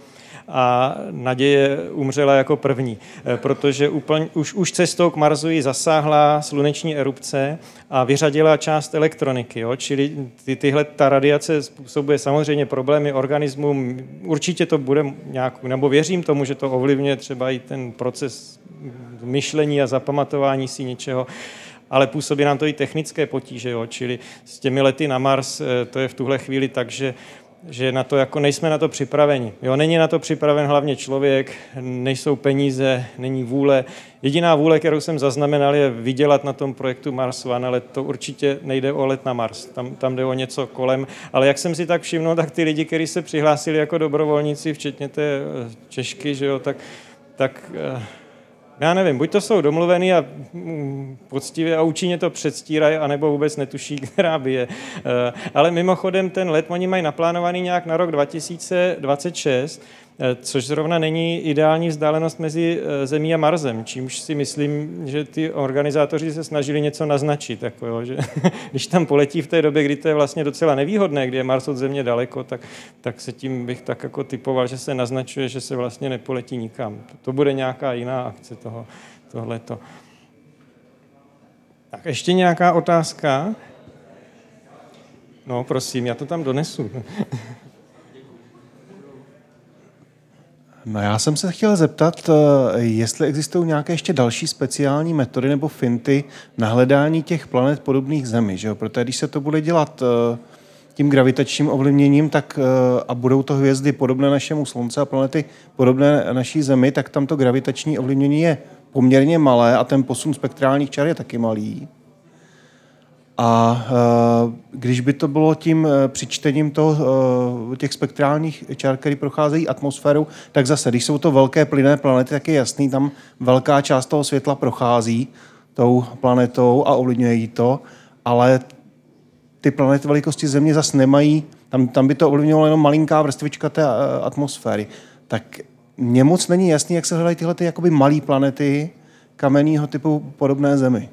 Speaker 2: a Naděje umřela jako první, protože už cestou k Marsu ji zasáhla sluneční erupce a vyřadila část elektroniky. Jo? Čili ta radiace způsobuje samozřejmě problémy organismu. Určitě to bude nějak, nebo věřím tomu, že to ovlivňuje třeba i ten proces myšlení a zapamatování si něčeho, ale působí nám to i technické potíže, jo? Čili s těmi lety na Mars to je v tuhle chvíli tak, že na to jako nejsme na to připraveni. Jo, není na to připraven hlavně člověk, nejsou peníze, není vůle. Jediná vůle, kterou jsem zaznamenal, je vydělat na tom projektu Mars One, ale to určitě nejde o let na Mars. Tam jde o něco kolem. Ale jak jsem si tak všiml, tak ty lidi, kteří se přihlásili jako dobrovolníci, včetně té Češky, že jo, tak já nevím, buď to jsou domluvený a poctivě a účinně to předstírají, anebo vůbec netuší, která by je. Ale mimochodem ten let oni mají naplánovaný nějak na rok 2026, což zrovna není ideální vzdálenost mezi Zemí a Marsem, čímž si myslím, že ty organizátoři se snažili něco naznačit. Jako jo, že když tam poletí v té době, kdy to je vlastně docela nevýhodné, kdy je Mars od Země daleko, tak se tím bych tak jako typoval, že se naznačuje, že se vlastně nepoletí nikam. To bude nějaká jiná akce tohleto. Tak ještě nějaká otázka? No prosím, já to tam donesu.
Speaker 7: No já jsem se chtěl zeptat, jestli existují nějaké ještě další speciální metody nebo finty na hledání těch planet podobných Zemi, že jo? Protože když se to bude dělat tím gravitačním ovlivněním, tak a budou to hvězdy podobné našemu Slunce a planety podobné naší Zemi, tak tam to gravitační ovlivnění je poměrně malé a ten posun spektrálních čar je taky malý. A když by to bylo tím přičtením těch spektrálních čár, které procházejí atmosférou, tak zase, když jsou to velké plynné planety, tak je jasný, tam velká část toho světla prochází tou planetou a ovlivňuje jí to, ale ty planety velikosti Země zase nemají, tam by to ovlivňovalo jenom malinká vrstvička té atmosféry. Tak mně moc není jasný, jak se hledají tyhle jakoby malé planety kamenného typu podobné Zemi.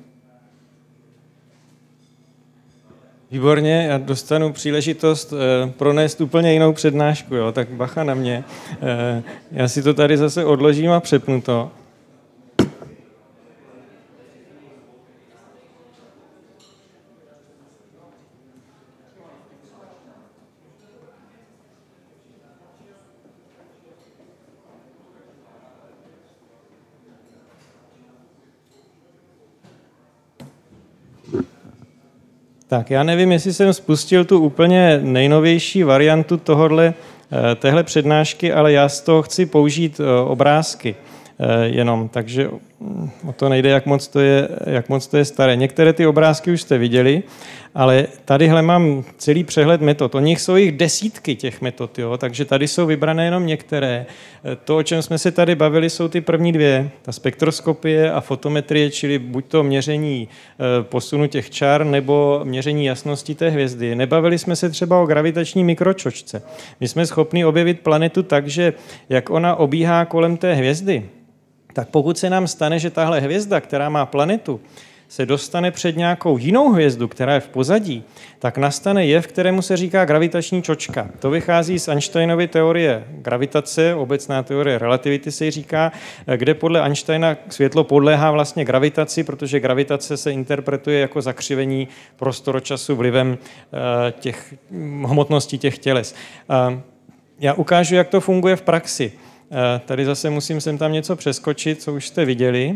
Speaker 2: Výborně, já dostanu příležitost pronést úplně jinou přednášku, jo? Tak bacha na mě. Já si to tady zase odložím a přepnu to. Tak já nevím, jestli jsem spustil tu úplně nejnovější variantu téhle přednášky, ale já z toho chci použít obrázky jenom, takže o to nejde, jak moc to je staré. Některé ty obrázky už jste viděli, ale tadyhle mám celý přehled metod. O nich jsou jich desítky těch metod, jo? Takže tady jsou vybrané jenom některé. To, o čem jsme se tady bavili, jsou ty první dvě. Ta spektroskopie a fotometrie, čili buď to měření posunu těch čar, nebo měření jasnosti té hvězdy. Nebavili jsme se třeba o gravitační mikročočce. My jsme schopni objevit planetu tak, že jak ona obíhá kolem té hvězdy, tak pokud se nám stane, že tahle hvězda, která má planetu, se dostane před nějakou jinou hvězdu, která je v pozadí, tak nastane jev, kterému se říká gravitační čočka. To vychází z Einsteinovy teorie gravitace, obecná teorie relativity se jí říká, kde podle Einsteina světlo podléhá vlastně gravitaci, protože gravitace se interpretuje jako zakřivení prostoročasu vlivem hmotnosti těch těles. Já ukážu, jak to funguje v praxi. Tady zase musím sem tam něco přeskočit, co už jste viděli.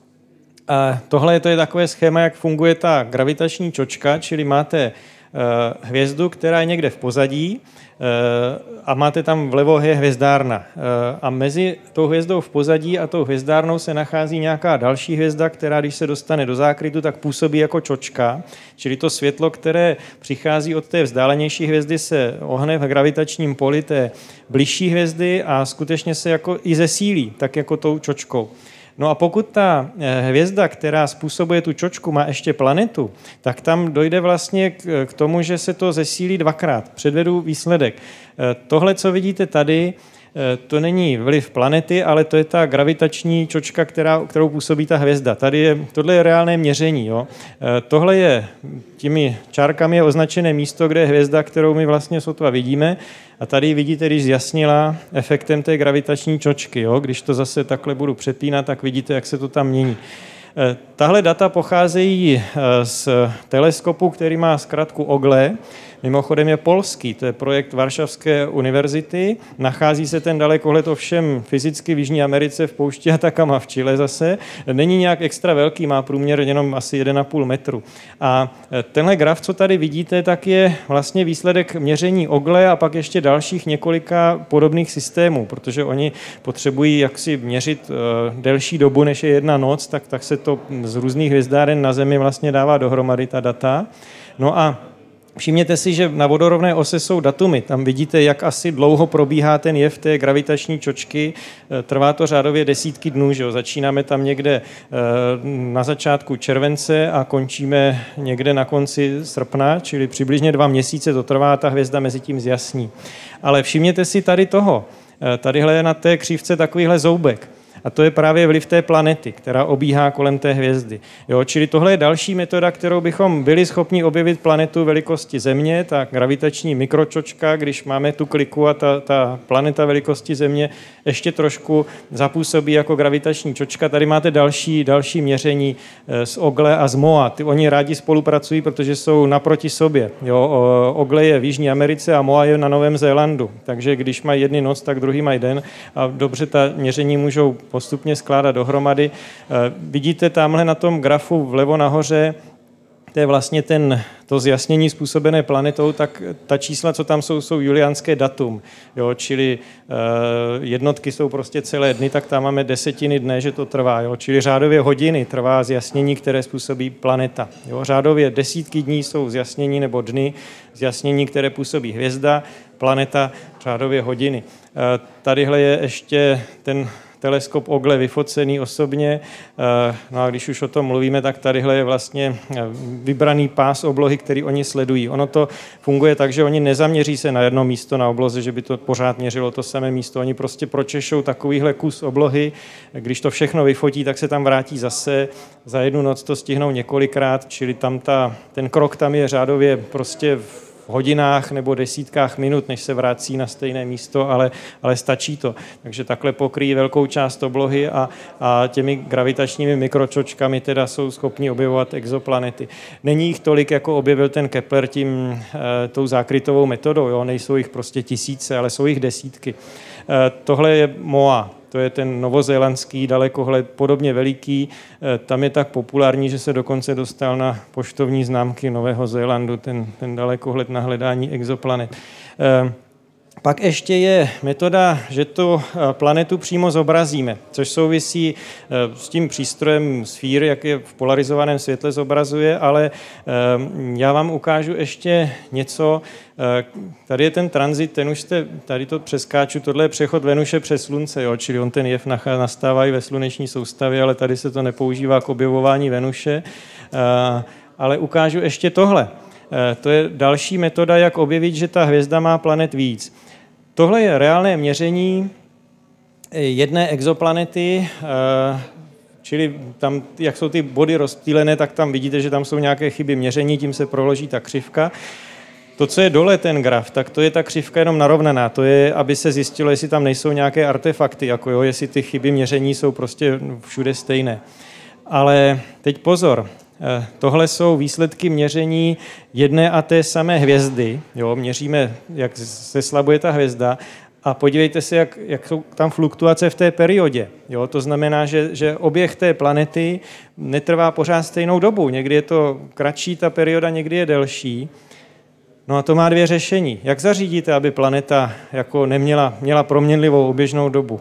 Speaker 2: Tohle je takové schéma, jak funguje ta gravitační čočka, čili máte hvězdu, která je někde v pozadí a máte tam vlevo je hvězdárna. A mezi tou hvězdou v pozadí a tou hvězdárnou se nachází nějaká další hvězda, která, když se dostane do zákrytu, tak působí jako čočka, čili to světlo, které přichází od té vzdálenější hvězdy, se ohne v gravitačním poli té bližší hvězdy a skutečně se jako i zesílí, tak jako tou čočkou. No a pokud ta hvězda, která způsobuje tu čočku, má ještě planetu, tak tam dojde vlastně k tomu, že se to zesílí dvakrát. Předvedu výsledek. Tohle, co vidíte tady, to není vliv planety, ale to je ta gravitační čočka, kterou působí ta hvězda. Tohle je reálné měření. Jo. Tohle je, těmi čárkami je označené místo, kde je hvězda, kterou my vlastně sotva vidíme. A tady vidíte, když zjasnila efektem té gravitační čočky. Jo. Když to zase takhle budu přepínat, tak vidíte, jak se to tam mění. Tahle data pocházejí z teleskopu, který má zkratku OGLE. Mimochodem je polský, to je projekt Varšavské univerzity. Nachází se ten dalekohled ovšem fyzicky v Jižní Americe, v poušti Atacama v Chile zase. Není nějak extra velký, má průměr jenom asi 1,5 metru. A tenhle graf, co tady vidíte, tak je vlastně výsledek měření OGLE a pak ještě dalších několika podobných systémů, protože oni potřebují jaksi měřit delší dobu, než je jedna noc, tak se to z různých hvězdáren na Zemi vlastně dává dohromady ta data. No a všimněte si, že na vodorovné ose jsou datumy. Tam vidíte, jak asi dlouho probíhá ten jev té gravitační čočky. Trvá to řádově desítky dnů. Že jo? Začínáme tam někde na začátku července a končíme někde na konci srpna, čili přibližně 2 měsíce to trvá a ta hvězda mezi tím zjasní. Ale všimněte si tady toho. Tadyhle je na té křivce takovýhle zoubek. A to je právě vliv té planety, která obíhá kolem té hvězdy. Jo, čili tohle je další metoda, kterou bychom byli schopni objevit planetu velikosti Země, ta gravitační mikročočka, když máme tu kliku a ta planeta velikosti Země ještě trošku zapůsobí jako gravitační čočka. Tady máte další měření z OGLE a z MOA. Oni rádi spolupracují, protože jsou naproti sobě. Jo, OGLE je v Jižní Americe a MOA je na Novém Zélandu. Takže když mají jedny noc, tak druhý mají den a dobře ta měření můžou postupně skládat dohromady. Vidíte tamhle na tom grafu vlevo nahoře, to je vlastně to zjasnění způsobené planetou, tak ta čísla, co tam jsou juliánské datum, jo, čili jednotky jsou prostě celé dny, tak tam máme desetiny dne, že to trvá, jo, čili řádově hodiny trvá zjasnění, které způsobí planeta. Jo, řádově desítky dní jsou zjasnění nebo dny, zjasnění, které působí hvězda, planeta řádově hodiny. Tadyhle je ještě ten teleskop OGLE vyfocený osobně. No a když už o tom mluvíme, tak tadyhle je vlastně vybraný pás oblohy, který oni sledují. Ono to funguje tak, že oni nezaměří se na jedno místo na obloze, že by to pořád měřilo to samé místo. Oni prostě pročešou takovýhle kus oblohy. Když to všechno vyfotí, tak se tam vrátí zase. Za jednu noc to stihnou několikrát, čili tam ten krok tam je řádově prostě v hodinách nebo desítkách minut, než se vrací na stejné místo, ale stačí to. Takže takhle pokryjí velkou část oblohy a těmi gravitačními mikročočkami teda jsou schopni objevovat exoplanety. Není jich tolik, jako objevil ten Kepler tou zákrytovou metodou. Jo? Nejsou jich prostě tisíce, ale jsou jich desítky. Tohle je MOA. To je ten novozélandský dalekohled, podobně veliký. Tam je tak populární, že se dokonce dostal na poštovní známky Nového Zélandu, ten dalekohled na hledání exoplanet. Pak ještě je metoda, že tu planetu přímo zobrazíme, což souvisí s tím přístrojem Sphere, jak je v polarizovaném světle zobrazuje, ale já vám ukážu ještě něco. Tady je ten tranzit, tady to přeskáču, tohle je přechod Venuše přes Slunce, jo, čili on ten jev nastává i ve sluneční soustavě, ale tady se to nepoužívá k objevování Venuše, ale ukážu ještě tohle. To je další metoda, jak objevit, že ta hvězda má planet víc. Tohle je reálné měření jedné exoplanety, čili tam, jak jsou ty body rozptýlené, tak tam vidíte, že tam jsou nějaké chyby měření, tím se proloží ta křivka. To, co je dole ten graf, tak to je ta křivka jenom narovnaná. To je, aby se zjistilo, jestli tam nejsou nějaké artefakty, jako jo, jestli ty chyby měření jsou prostě všude stejné. Ale teď pozor. Tohle jsou výsledky měření jedné a té samé hvězdy. Jo, měříme, jak se slabuje ta hvězda a podívejte se, jak jsou tam fluktuace v té periodě. Jo, to znamená, že oběh té planety netrvá pořád stejnou dobu. Někdy je to kratší ta perioda, někdy je delší. No a to má 2 řešení. Jak zařídíte, aby planeta jako měla proměnlivou oběžnou dobu?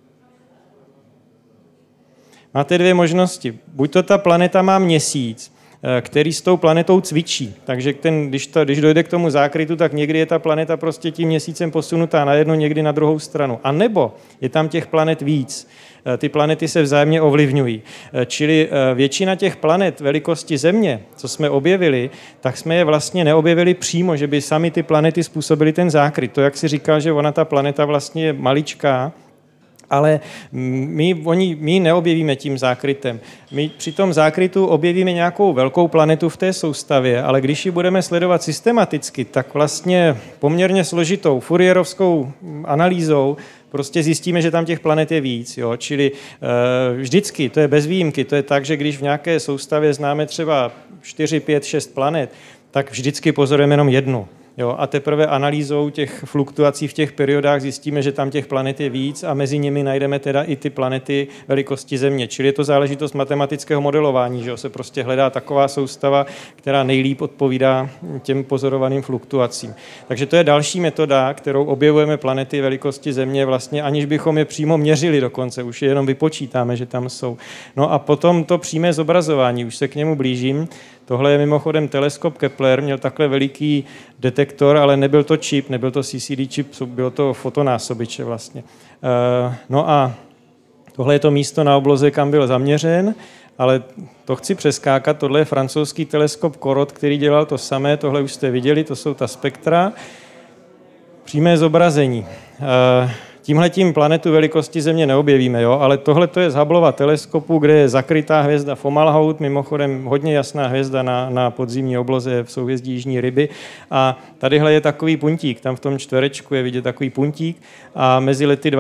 Speaker 2: Máte 2 možnosti. Buď to ta planeta má měsíc který s tou planetou cvičí. Takže když dojde k tomu zákrytu, tak někdy je ta planeta prostě tím měsícem posunutá na jednu, někdy na druhou stranu. A nebo je tam těch planet víc. Ty planety se vzájemně ovlivňují. Čili většina těch planet velikosti Země, co jsme objevili, tak jsme je vlastně neobjevili přímo, že by sami ty planety způsobily ten zákryt. To, jak si říkal, že ona ta planeta vlastně je maličká, ale my ji neobjevíme tím zákrytem. My při tom zákrytu objevíme nějakou velkou planetu v té soustavě, ale když ji budeme sledovat systematicky, tak vlastně poměrně složitou Fourierovskou analýzou prostě zjistíme, že tam těch planet je víc. Jo? Čili vždycky, to je bez výjimky, to je tak, že když v nějaké soustavě známe třeba 4, 5, 6 planet, tak vždycky pozorujeme jenom jednu. Jo, a teprve analýzou těch fluktuací v těch periodách zjistíme, že tam těch planet je víc a mezi nimi najdeme teda i ty planety velikosti Země. Čili je to záležitost matematického modelování, že se prostě hledá taková soustava, která nejlíp odpovídá těm pozorovaným fluktuacím. Takže to je další metoda, kterou objevujeme planety velikosti Země, vlastně aniž bychom je přímo měřili dokonce, už je jenom vypočítáme, že tam jsou. No a potom to přímé zobrazování, už se k němu blížím. Tohle je mimochodem teleskop Kepler, měl takhle veliký detektor, ale nebyl to čip, nebyl to CCD čip, bylo to fotonásobiče vlastně. No a tohle je to místo na obloze, kam byl zaměřen, ale to chci přeskákat, tohle je francouzský teleskop Corot, který dělal to samé, tohle už jste viděli, to jsou ta spektra. Přímé zobrazení. Tímhletím planetu velikosti Země neobjevíme, jo? Ale tohle to je z Hubbleova teleskopu, kde je zakrytá hvězda Fomalhaut, mimochodem hodně jasná hvězda na podzimní obloze v souhvězdí Jižní Ryby. A tadyhle je takový puntík, tam v tom čtverečku je vidět takový puntík a mezi lety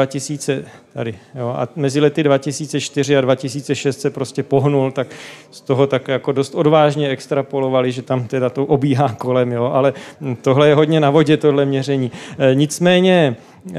Speaker 2: 2004 a 2006 se prostě pohnul, tak z toho tak jako dost odvážně extrapolovali, že tam teda to obíhá kolem, jo? Ale tohle je hodně na vodě, tohle měření. Nicméně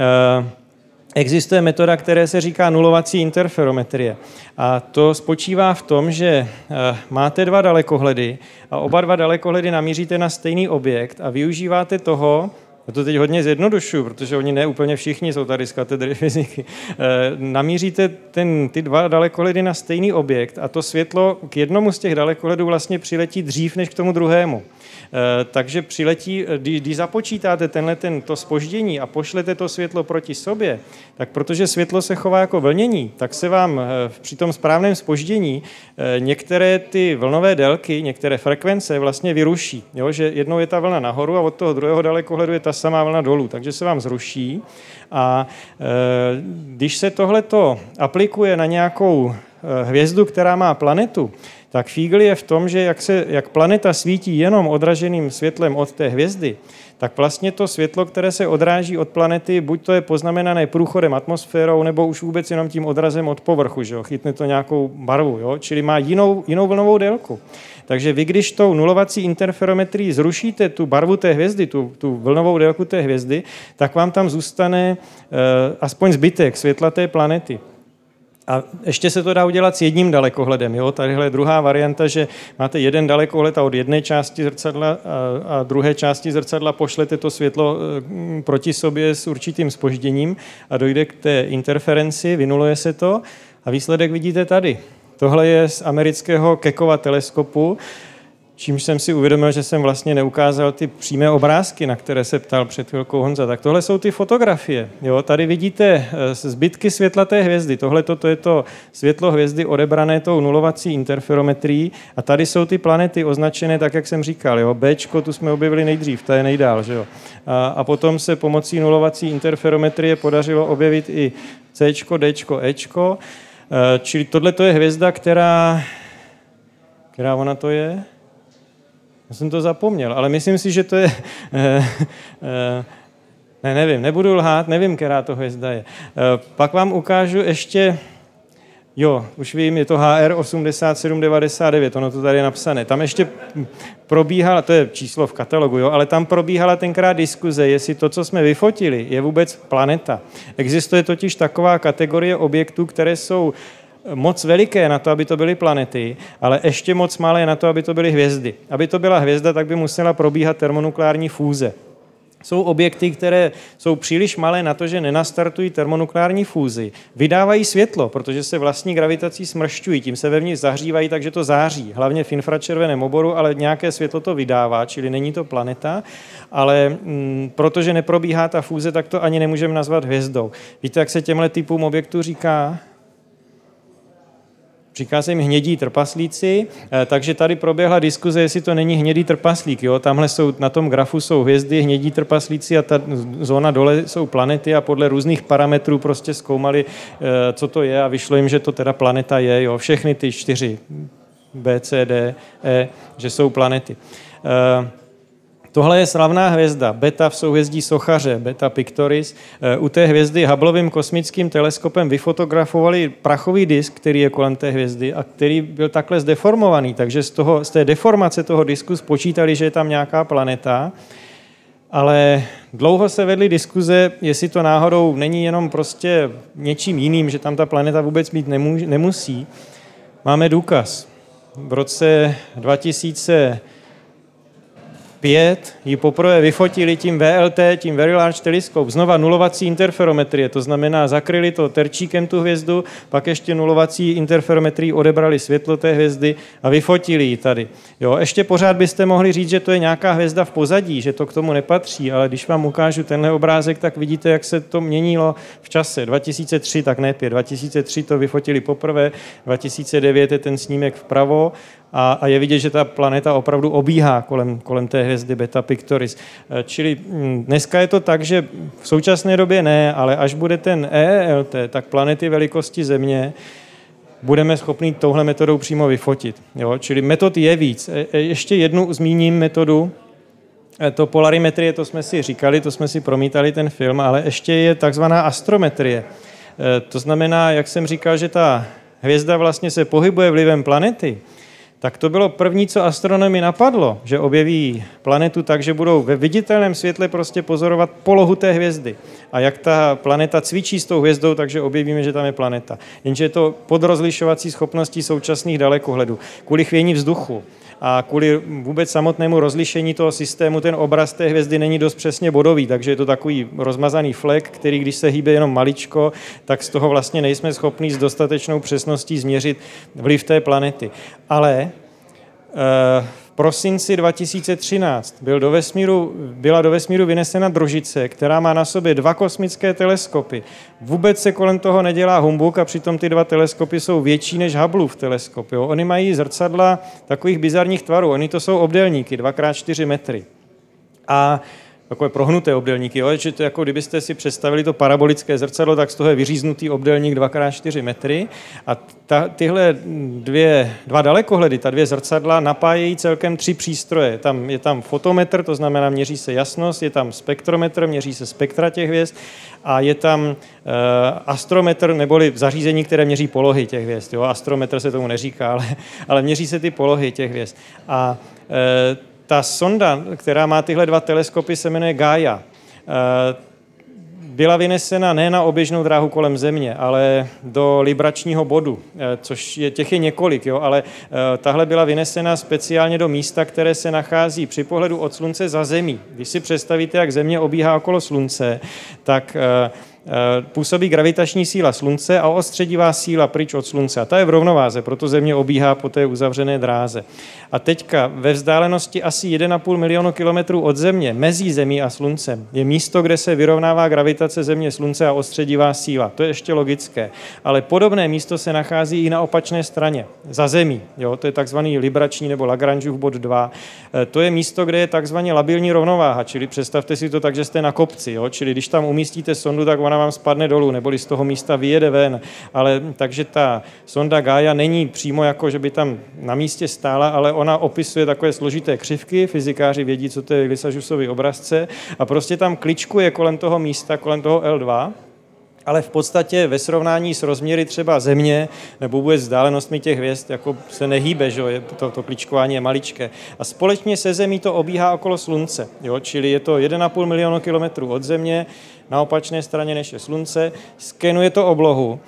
Speaker 2: existuje metoda, která se říká nulovací interferometrie. A to spočívá v tom, že máte dva dalekohledy a oba dva dalekohledy namíříte na stejný objekt a využíváte toho, já to teď hodně zjednodušuju, protože oni ne úplně všichni jsou tady z katedry fyziky, namíříte ty dva dalekohledy na stejný objekt a to světlo k jednomu z těch dalekohledů vlastně přiletí dřív než k tomu druhému. Takže přiletí, když započítáte to zpoždění a pošlete to světlo proti sobě, tak protože světlo se chová jako vlnění, tak se vám při tom správném zpoždění některé ty vlnové délky, některé frekvence vlastně vyruší. Jo? Že jednou je ta vlna nahoru a od toho druhého dalekohledu je ta samá vlna dolů, takže se vám zruší. A když se tohleto aplikuje na nějakou hvězdu, která má planetu, tak fígl je v tom, že jak planeta svítí jenom odraženým světlem od té hvězdy, tak vlastně to světlo, které se odráží od planety, buď to je poznamenané průchodem atmosférou, nebo už vůbec jenom tím odrazem od povrchu, že jo? Chytne to nějakou barvu, jo? Čili má jinou vlnovou délku. Takže vy, když tou nulovací interferometrií zrušíte tu barvu té hvězdy, tu vlnovou délku té hvězdy, tak vám tam zůstane aspoň zbytek světla té planety. A ještě se to dá udělat s jedním dalekohledem. Jo? Tadyhle je druhá varianta, že máte jeden dalekohled a od jedné části zrcadla a druhé části zrcadla pošlete to světlo proti sobě s určitým zpožděním a dojde k té interferenci, vynuluje se to a výsledek vidíte tady. Tohle je z amerického Keckova teleskopu, čímž jsem si uvědomil, že jsem vlastně neukázal ty přímé obrázky, na které se ptal před chvilkou Honza. Tak tohle jsou ty fotografie. Jo, tady vidíte zbytky světla té hvězdy. Tohle to je to světlo hvězdy odebrané tou nulovací interferometrií a tady jsou ty planety označené tak, jak jsem říkal. Jo. Bčko tu jsme objevili nejdřív, ta je nejdál. Že jo. A potom se pomocí nulovací interferometrie podařilo objevit i Cčko, Dčko, Ečko. Čili tohle to je hvězda, která ona to je? Já jsem to zapomněl, ale myslím si, že to je... nevím, nebudu lhát, nevím, která to hvězda je. Pak vám ukážu ještě... Jo, už vím, je to HR 8799, ono to tady je napsané. Tam ještě probíhala, to je číslo v katalogu, jo, ale tam probíhala tenkrát diskuze, jestli to, co jsme vyfotili, je vůbec planeta. Existuje totiž taková kategorie objektů, které jsou moc veliké na to, aby to byly planety, ale ještě moc malé na to, aby to byly hvězdy. Aby to byla hvězda, tak by musela probíhat termonukleární fúze. jsou objekty, které jsou příliš malé na to, že nenastartují termonukleární fúzi. Vydávají světlo, protože se vlastní gravitací smršťují, tím se vevnitř zahřívají, takže to září. Hlavně v infračerveném oboru, ale nějaké světlo to vydává, čili není to planeta, ale protože neprobíhá ta fúze, tak to ani nemůžeme nazvat hvězdou. Víte, jak se těmhle typům objektů říká? Říká se jim hnědí trpaslíci, takže tady proběhla diskuze, jestli to není hnědý trpaslík. Jo? Tamhle jsou, na tom grafu jsou hvězdy, hnědí trpaslíci a ta zóna dole jsou planety a podle různých parametrů prostě zkoumali, co to je a vyšlo jim, že to teda planeta je. Jo? Všechny ty 4, B, C, D, E, že jsou planety. Tohle je slavná hvězda, Beta v souhvězdí Sochaře, Beta Pictoris. U té hvězdy Hubbleovým kosmickým teleskopem vyfotografovali prachový disk, který je kolem té hvězdy a který byl takhle zdeformovaný, takže z té deformace toho disku spočítali, že je tam nějaká planeta, ale dlouho se vedly diskuze, jestli to náhodou není jenom prostě něčím jiným, že tam ta planeta vůbec být nemusí. Máme důkaz. V roce 2005 ji poprvé vyfotili tím VLT, tím Very Large Telescope, znova nulovací interferometrie, to znamená zakryli to terčíkem tu hvězdu, pak ještě nulovací interferometrii odebrali světlo té hvězdy a vyfotili ji tady. Jo, ještě pořád byste mohli říct, že to je nějaká hvězda v pozadí, že to k tomu nepatří, ale když vám ukážu tenhle obrázek, tak vidíte, jak se to měnilo v čase. 2003, tak ne 5, 2003 to vyfotili poprvé, 2009 je ten snímek vpravo, a je vidět, že ta planeta opravdu obíhá kolem té hvězdy Beta Pictoris. Čili dneska je to tak, že v současné době ne, ale až bude ten EELT, tak planety velikosti Země budeme schopni touhle metodou přímo vyfotit. Jo? Čili metod je víc. Ještě jednu zmíním metodu, to polarimetrie, to jsme si říkali, to jsme si promítali ten film, ale ještě je takzvaná astrometrie. To znamená, jak jsem říkal, že ta hvězda vlastně se pohybuje vlivem planety, tak to bylo první, co astronomy napadlo, že objeví planetu tak, že budou ve viditelném světle prostě pozorovat polohu té hvězdy. A jak ta planeta cvičí s tou hvězdou, takže objevíme, že tam je planeta. Jenže je to podrozlišovací schopností současných dalekohledů. Kvůli chvění vzduchu a kvůli vůbec samotnému rozlišení toho systému ten obraz té hvězdy není dost přesně bodový, takže je to takový rozmazaný flek, který když se hýbe jenom maličko, tak z toho vlastně nejsme schopni s dostatečnou přesností změřit vliv té planety. Ale v prosinci 2013 byla do vesmíru vynesena družice, která má na sobě 2 kosmické teleskopy. Vůbec se kolem toho nedělá humbuk a přitom ty 2 teleskopy jsou větší než Hubbleův teleskop. Jo? Oni mají zrcadla takových bizarních tvarů. Oni to jsou obdélníky, 2x4 metry. A takové prohnuté obdélníky, jo? Že to jako kdybyste si představili to parabolické zrcadlo, tak z toho je vyříznutý obdélník 2x4 metry a tyhle 2 dalekohledy, ta 2 zrcadla napájejí celkem 3 přístroje. Je tam fotometr, to znamená měří se jasnost, je tam spektrometr, měří se spektra těch hvězd a je tam astrometr, neboli zařízení, které měří polohy těch hvězd. Jo? Astrometr se tomu neříká, ale měří se ty polohy těch hvězd. A ta sonda, která má tyhle 2 teleskopy, se jmenuje Gaia. Byla vynesena ne na oběžnou dráhu kolem Země, ale do libračního bodu, což těch je několik, jo, ale tahle byla vynesena speciálně do místa, které se nachází při pohledu od Slunce za Zemí. Když si představíte, jak Země obíhá okolo Slunce, tak působí gravitační síla Slunce a ostředivá síla pryč od Slunce. A ta je v rovnováze, proto Země obíhá po té uzavřené dráze. A teďka ve vzdálenosti asi 1,5 milionu kilometrů od Země, mezi Zemí a Sluncem, je místo, kde se vyrovnává gravitace Země, Slunce a ostředivá síla. To je ještě logické. Ale podobné místo se nachází i na opačné straně, za Zemí. Jo? To je takzvaný librační nebo Lagrangeův bod 2. To je místo, kde je takzvaně labilní rovnováha, čili představte si to tak, že jste na kopci. Jo? Čili když tam umístíte sondu, tak ona vám spadne dolů, neboli z toho místa vyjede ven. Ale takže ta sonda Gaia není přímo jako, že by tam na místě stála, ale ona opisuje takové složité křivky, fyzikáři vědí, co to je Lissajusovy obrazce a prostě tam kličkuje kolem toho místa, kolem toho L2, ale v podstatě ve srovnání s rozměry třeba Země nebo vůbec vzdálenostmi těch hvězd jako se nehýbe, že to kličkování je maličké. A společně se Zemí to obíhá okolo Slunce, jo? Čili je to 1,5 milionu kilometrů od Země, na opačné straně než je Slunce, skenuje to oblohu.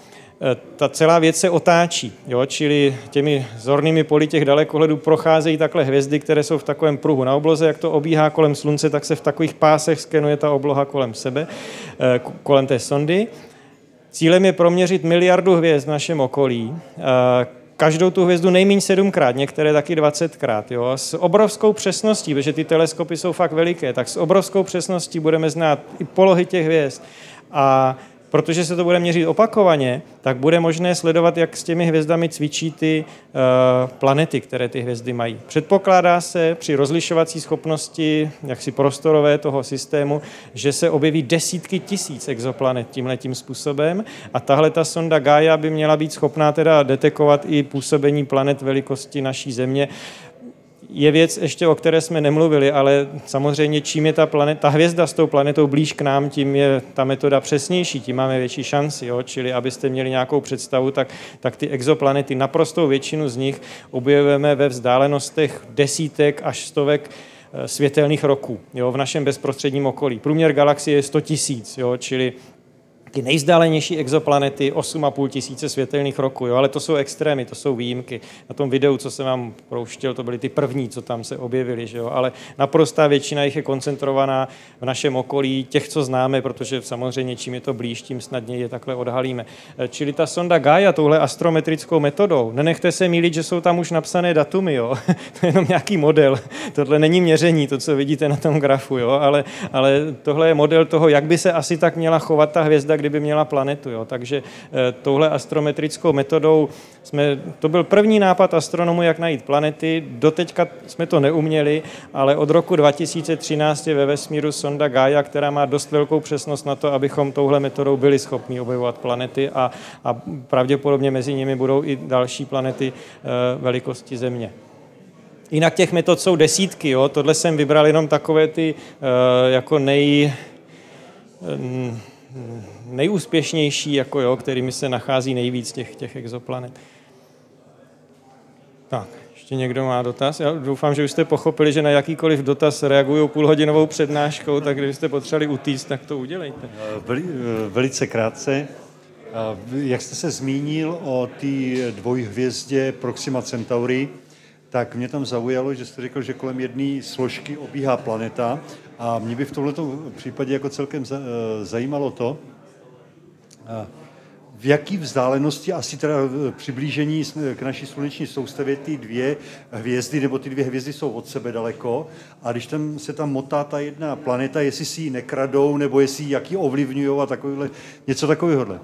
Speaker 2: ta celá věc se otáčí, jo? Čili těmi zornými poli těch dalekohledů procházejí takhle hvězdy, které jsou v takovém pruhu na obloze, jak to obíhá kolem Slunce, tak se v takových pásech skenuje ta obloha kolem sebe, kolem té sondy. Cílem je proměřit miliardu hvězd v našem okolí, každou tu hvězdu nejméně 7krát, některé taky 20krát. Jo? S obrovskou přesností, protože ty teleskopy jsou fakt veliké, tak s obrovskou přesností budeme znát i polohy těch hvězd. A protože se to bude měřit opakovaně, tak bude možné sledovat, jak s těmi hvězdami cvičí ty planety, které ty hvězdy mají. Předpokládá se při rozlišovací schopnosti jaksi prostorové toho systému, že se objeví desítky tisíc exoplanet tímhletím způsobem a tahle ta sonda Gaia by měla být schopná teda detekovat i působení planet velikosti naší Země. Je věc ještě, o které jsme nemluvili, ale samozřejmě čím je ta hvězda s tou planetou blíž k nám, tím je ta metoda přesnější, tím máme větší šanci. Jo? Čili abyste měli nějakou představu, tak ty exoplanety, naprostou většinu z nich objevujeme ve vzdálenostech desítek až stovek světelných roků, jo? V našem bezprostředním okolí. Průměr galaxie je 100 000, čili ty nejvzdálenější exoplanety 8,5 tisíce světelných roků, jo? Ale to jsou extrémy, to jsou výjimky. Na tom videu, co jsem vám pouštěl, to byly ty první, co tam se objevily, že jo? Ale naprostá většina jich je koncentrovaná v našem okolí, těch, co známe, protože samozřejmě čím je to blíž, tím snadněji je takhle odhalíme. Čili ta sonda Gaia touhle astrometrickou metodou, nenechte se mýlit, že jsou tam už napsané datumy, jo? To je jenom nějaký model. Tohle není měření, to, co vidíte na tom grafu, jo? Ale tohle je model toho, jak by se asi tak měla chovat ta hvězda, kdyby měla planetu. Jo. Takže touhle astrometrickou metodou to byl první nápad astronomů, jak najít planety. Doteďka jsme to neuměli, ale od roku 2013 je ve vesmíru sonda Gaia, která má dost velkou přesnost na to, abychom touhle metodou byli schopni objevovat planety a pravděpodobně mezi nimi budou i další planety velikosti Země. Jinak těch metod jsou desítky. Jo. Tohle jsem vybral jenom takové ty jako nejúspěšnější, kterými se nachází nejvíc těch exoplanet. Tak, ještě někdo má dotaz? Já doufám, že už jste pochopili, že na jakýkoliv dotaz reagují půlhodinovou přednáškou, tak kdybyste potřebovali utíct, tak to udělejte.
Speaker 8: Velice krátce. Jak jste se zmínil o té dvojhvězdě Proxima Centauri, tak mě tam zaujalo, že jste řekl, že kolem jedné složky obíhá planeta a mě by v tomto případě jako celkem zajímalo to, v jaký vzdálenosti, asi teda přiblížení k naší sluneční soustavě, ty dvě hvězdy, nebo ty dvě hvězdy jsou od sebe daleko a když se tam motá ta jedna planeta, jestli si ji nekradou, nebo jestli jak ji ovlivňují a takovýhle, něco takovéhohle.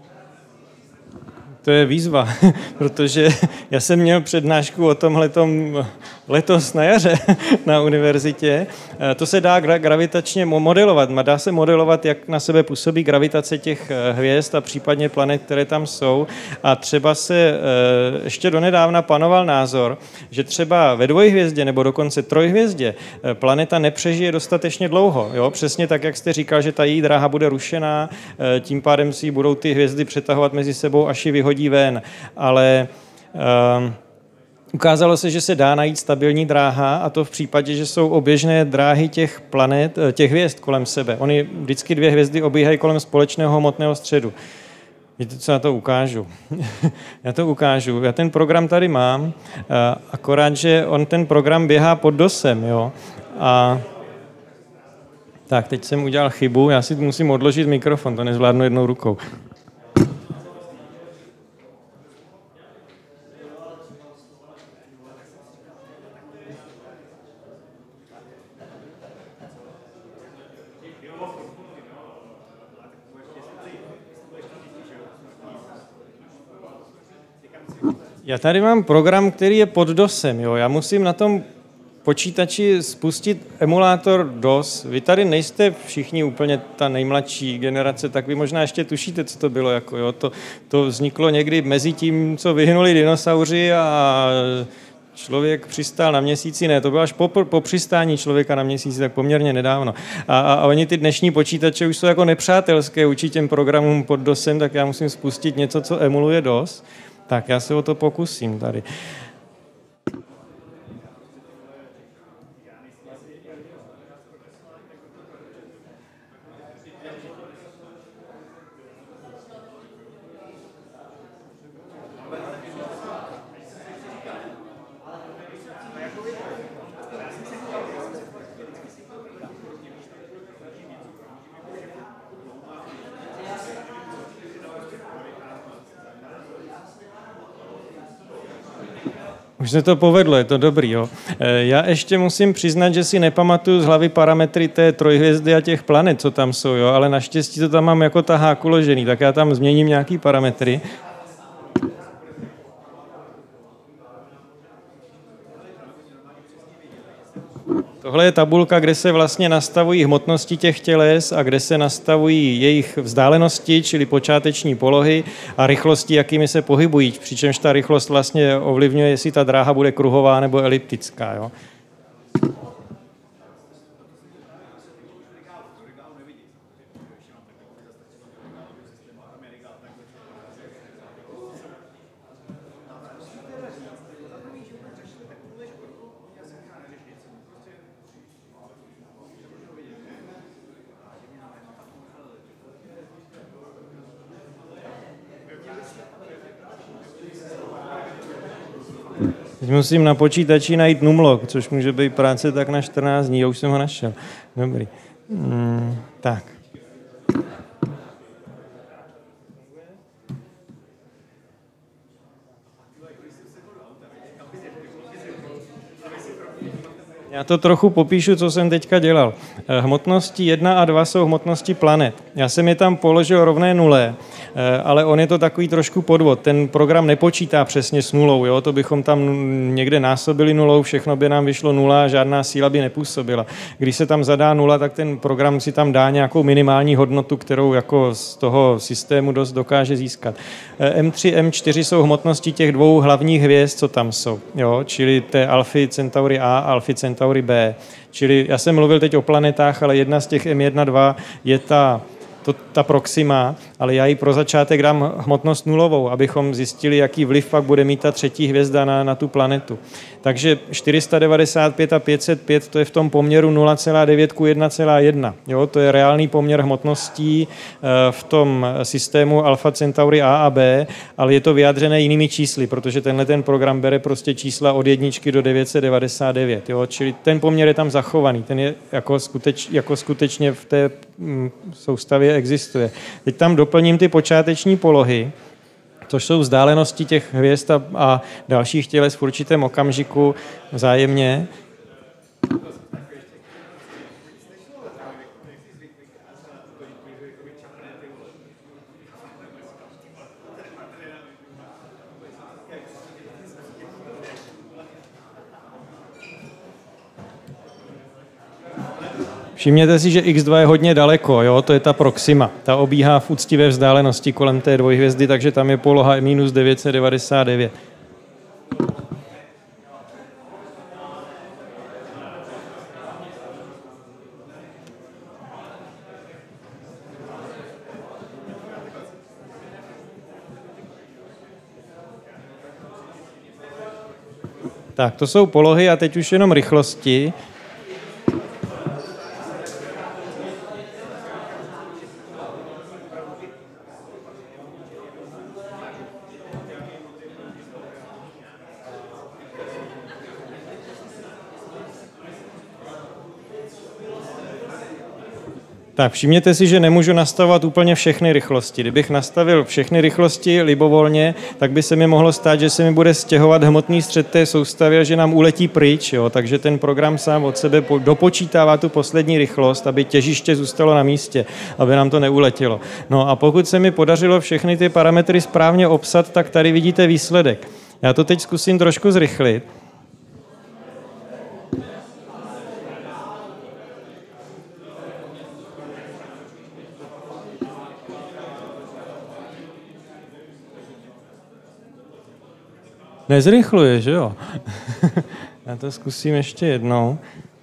Speaker 2: To je výzva, protože já jsem měl přednášku o tomhletom letos na jaře na univerzitě. To se dá gravitačně modelovat. Dá se modelovat, jak na sebe působí gravitace těch hvězd a případně planet, které tam jsou. A třeba se ještě donedávna panoval názor, že třeba ve dvojhvězdě nebo dokonce trojhvězdě planeta nepřežije dostatečně dlouho. Jo? Přesně tak, jak jste říkal, že ta její dráha bude rušená, tím pádem si budou ty hvězdy přetahovat mezi sebou, až ji vyhodí ven. Ale ukázalo se, že se dá najít stabilní dráha a to v případě, že jsou oběžné dráhy těch planet, těch hvězd kolem sebe. Ony vždycky dvě hvězdy obíhají kolem společného hmotného středu. Víte, co já to ukážu? Já to ukážu. Já ten program tady mám, akorát, že on ten program běhá pod DOSem, jo. A tak, teď jsem udělal chybu, já si musím odložit mikrofon, to nezvládnu jednou rukou. Já tady mám program, který je pod DOSem. Jo. Já musím na tom počítači spustit emulátor DOS. Vy tady nejste všichni úplně ta nejmladší generace, tak vy možná ještě tušíte, co to bylo. Jako, jo. To vzniklo někdy mezi tím, co vyhnuli dinosauři a člověk přistál na Měsíci. Ne, to bylo až po přistání člověka na Měsíci, tak poměrně nedávno. A oni ty dnešní počítače už jsou jako nepřátelské vůči těm programům pod DOSem, tak já musím spustit něco, co emuluje DOS. Tak já se o to pokusím tady. Už se to povedlo, je to dobrý, jo. Já ještě musím přiznat, že si nepamatuju z hlavy parametry té trojhvězdy a těch planet, co tam jsou, jo, ale naštěstí to tam mám jako tahák uložený, tak já tam změním nějaký parametry. Tohle je tabulka, kde se vlastně nastavují hmotnosti těch těles a kde se nastavují jejich vzdálenosti, čili počáteční polohy a rychlosti, jakými se pohybují, přičemž ta rychlost vlastně ovlivňuje, jestli ta dráha bude kruhová nebo eliptická. Jo? Teď musím na počítači najít numlog, což může být práce tak na 14 dní, já už jsem ho našel. Dobrý. Tak. Já to trochu popíšu, co jsem teďka dělal. Hmotnosti 1 a 2 jsou hmotnosti planet. Já jsem je tam položil rovné nule, ale on je to takový trošku podvod. Ten program nepočítá přesně s nulou, jo? To bychom tam někde násobili nulou, všechno by nám vyšlo nula a žádná síla by nepůsobila. Když se tam zadá nula, tak ten program si tam dá nějakou minimální hodnotu, kterou jako z toho systému dost dokáže získat. M3, M4 jsou hmotnosti těch dvou hlavních hvězd, co tam jsou, jo? Čili té Alfy Centauri A a Alfy Centauri B. Čili já jsem mluvil teď o planetách, ale jedna z těch M1, 2 je ta Proxima, ale já ji pro začátek dám hmotnost nulovou, abychom zjistili, jaký vliv pak bude mít ta třetí hvězda na tu planetu. Takže 495 a 505 to je v tom poměru 0,9 k 1,1. Jo, to je reálný poměr hmotností v tom systému Alpha Centauri A a B, ale je to vyjádřené jinými čísly, protože ten program bere prostě čísla od 1 do 999. Jo, čili ten poměr je tam zachovaný, ten je jako skutečně v té soustavě existuje. Teď tam doplním ty počáteční polohy, což jsou vzdálenosti těch hvězd a dalších těles v určitém okamžiku vzájemně. Všimněte si, že X2 je hodně daleko, jo? To je ta Proxima. Ta obíhá v úctivé vzdálenosti kolem té dvojhvězdy, takže tam je poloha minus 999. Tak, to jsou polohy a teď už jenom rychlosti. Tak, všimněte si, že nemůžu nastavovat úplně všechny rychlosti. Kdybych nastavil všechny rychlosti libovolně, tak by se mi mohlo stát, že se mi bude stěhovat hmotný střed té soustavy a že nám uletí pryč. Jo? Takže ten program sám od sebe dopočítává tu poslední rychlost, aby těžiště zůstalo na místě, aby nám to neuletělo. No a pokud se mi podařilo všechny ty parametry správně obsat, tak tady vidíte výsledek. Já to teď zkusím trošku zrychlit. Nezrychluje, že jo? Já to zkusím ještě jednou.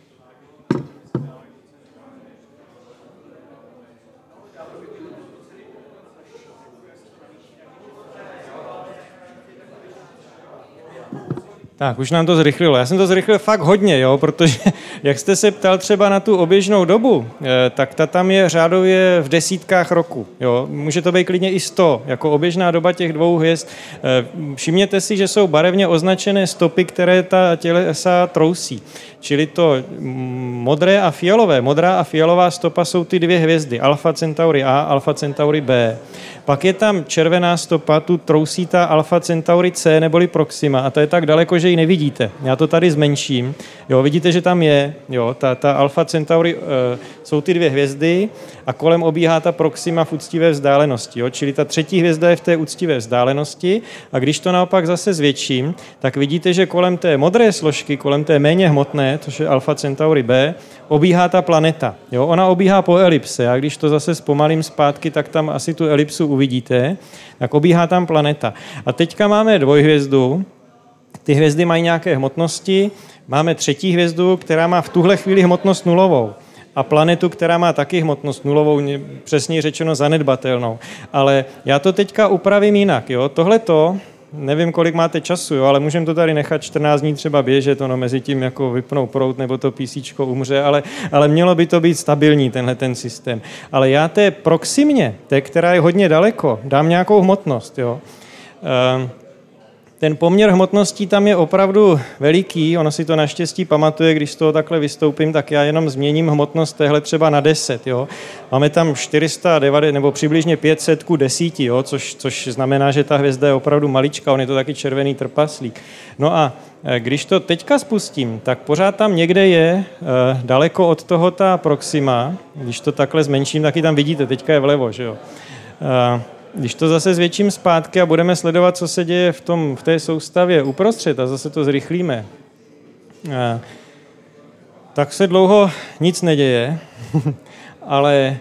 Speaker 2: Tak, už nám to zrychlilo. Já jsem to zrychlil fakt hodně, jo, protože jak jste se ptal třeba na tu oběžnou dobu, tak ta tam je řádově v desítkách roků. Jo. Může to být klidně i 100, jako oběžná doba těch dvou hvězd. Všimněte si, že jsou barevně označené stopy, které ta tělesa trousí. Čili to modré a fialové. Modrá a fialová stopa jsou ty dvě hvězdy, Alpha Centauri A, Alpha Centauri B. Pak je tam červená stopa, tu trousí ta Alpha Centauri C neboli Proxima a ta je tak daleko, že ji nevidíte. Já to tady zmenším. Jo, vidíte, že tam je. Jo, ta Alpha Centauri jsou ty dvě hvězdy a kolem obíhá ta Proxima v úctivé vzdálenosti. Jo, čili ta třetí hvězda je v té úctivé vzdálenosti a když to naopak zase zvětším, tak vidíte, že kolem té modré složky, kolem té méně hmotné, což je Alpha Centauri B, obíhá ta planeta. Jo, ona obíhá po elipse a když to zase zpomalím zpátky, tak tam asi tu elipsu uvidíte, tak obíhá tam planeta. A teďka máme dvojhvězdu, ty hvězdy mají nějaké hmotnosti, máme třetí hvězdu, která má v tuhle chvíli hmotnost nulovou a planetu, která má taky hmotnost nulovou, přesně řečeno zanedbatelnou. Ale já to teďka upravím jinak. Jo? Tohleto, nevím, kolik máte času, jo, ale můžeme to tady nechat 14 dní třeba běžet, ono mezi tím jako vypnou proud nebo to písíčko umře, ale mělo by to být stabilní, tenhle ten systém. Ale já té Proximě, té, která je hodně daleko, dám nějakou hmotnost. Jo. Ten poměr hmotností tam je opravdu veliký, ono si to naštěstí pamatuje, když z toho takhle vystoupím, tak já jenom změním hmotnost téhle třeba na 10. Jo. Máme tam 490 nebo přibližně 500 ku 10, jo, což znamená, že ta hvězda je opravdu malička, on je to taky červený trpaslík. No a když to teďka spustím, tak pořád tam někde je daleko od toho ta Proxima, když to takhle zmenším, tak ji tam vidíte, teďka je vlevo, že jo. Když to zase zvětším zpátky a budeme sledovat, co se děje v té soustavě uprostřed a zase to zrychlíme, tak se dlouho nic neděje, ale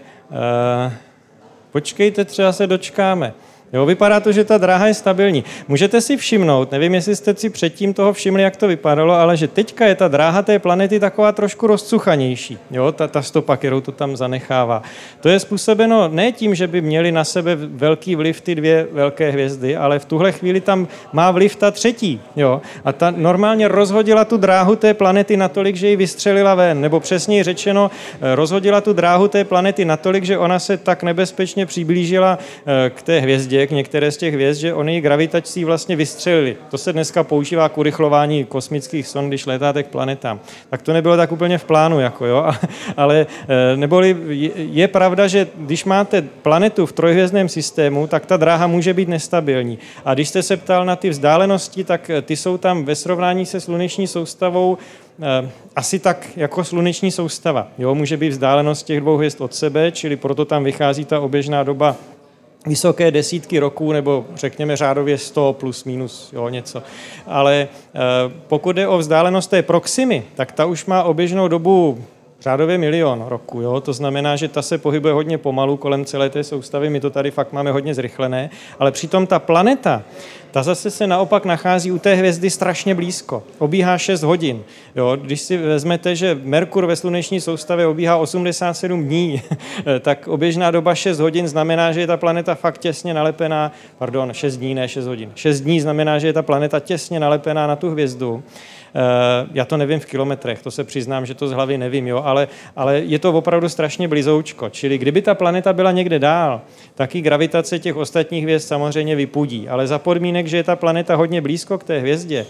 Speaker 2: počkejte, třeba se dočkáme. Jo, vypadá to, že ta dráha je stabilní. Můžete si všimnout, nevím, jestli jste si předtím toho všimli, jak to vypadalo, ale že teďka je ta dráha té planety taková trošku rozcuchanější. Jo, ta stopa, kterou to tam zanechává. To je způsobeno ne tím, že by měli na sebe velký vliv ty dvě velké hvězdy, ale v tuhle chvíli tam má vliv ta třetí. Jo, a ta normálně rozhodila tu dráhu té planety natolik, že ji vystřelila ven, nebo přesněji řečeno, rozhodila tu dráhu té planety natolik, že ona se tak nebezpečně přiblížila k té hvězdě, k některé z těch hvězd, že oni gravitací vlastně vystřelili. To se dneska používá k urychlování kosmických sond, když letáte k planetám. Tak to nebylo tak úplně v plánu, jako jo, ale neboli je pravda, že když máte planetu v trojhvězdném systému, tak ta dráha může být nestabilní. A když jste se ptal na ty vzdálenosti, tak ty jsou tam ve srovnání se sluneční soustavou asi tak jako sluneční soustava. Jo, může být vzdálenost těch dvou hvězd od sebe, čili proto tam vychází ta oběžná doba vysoké desítky roků, nebo řekněme řádově 100 plus minus, jo, něco. Ale pokud jde o vzdálenost té Proximy, tak ta už má oběžnou dobu řádově 1 000 000 roků. Jo? To znamená, že ta se pohybuje hodně pomalu kolem celé té soustavy, my to tady fakt máme hodně zrychlené, ale přitom ta planeta, ta zase se naopak nachází u té hvězdy strašně blízko. Obíhá 6 hodin. Jo? Když si vezmete, že Merkur ve sluneční soustavě obíhá 87 dní, tak oběžná doba 6 hodin znamená, že je ta planeta fakt těsně nalepená, 6 dní, ne 6 hodin. 6 dní znamená, že je ta planeta těsně nalepená na tu hvězdu. Já to nevím v kilometrech, to se přiznám, že to z hlavy nevím, jo, ale je to opravdu strašně blízoučko. Čili kdyby ta planeta byla někde dál, tak i gravitace těch ostatních hvězd samozřejmě vypudí. Ale za podmínek, že je ta planeta hodně blízko k té hvězdě,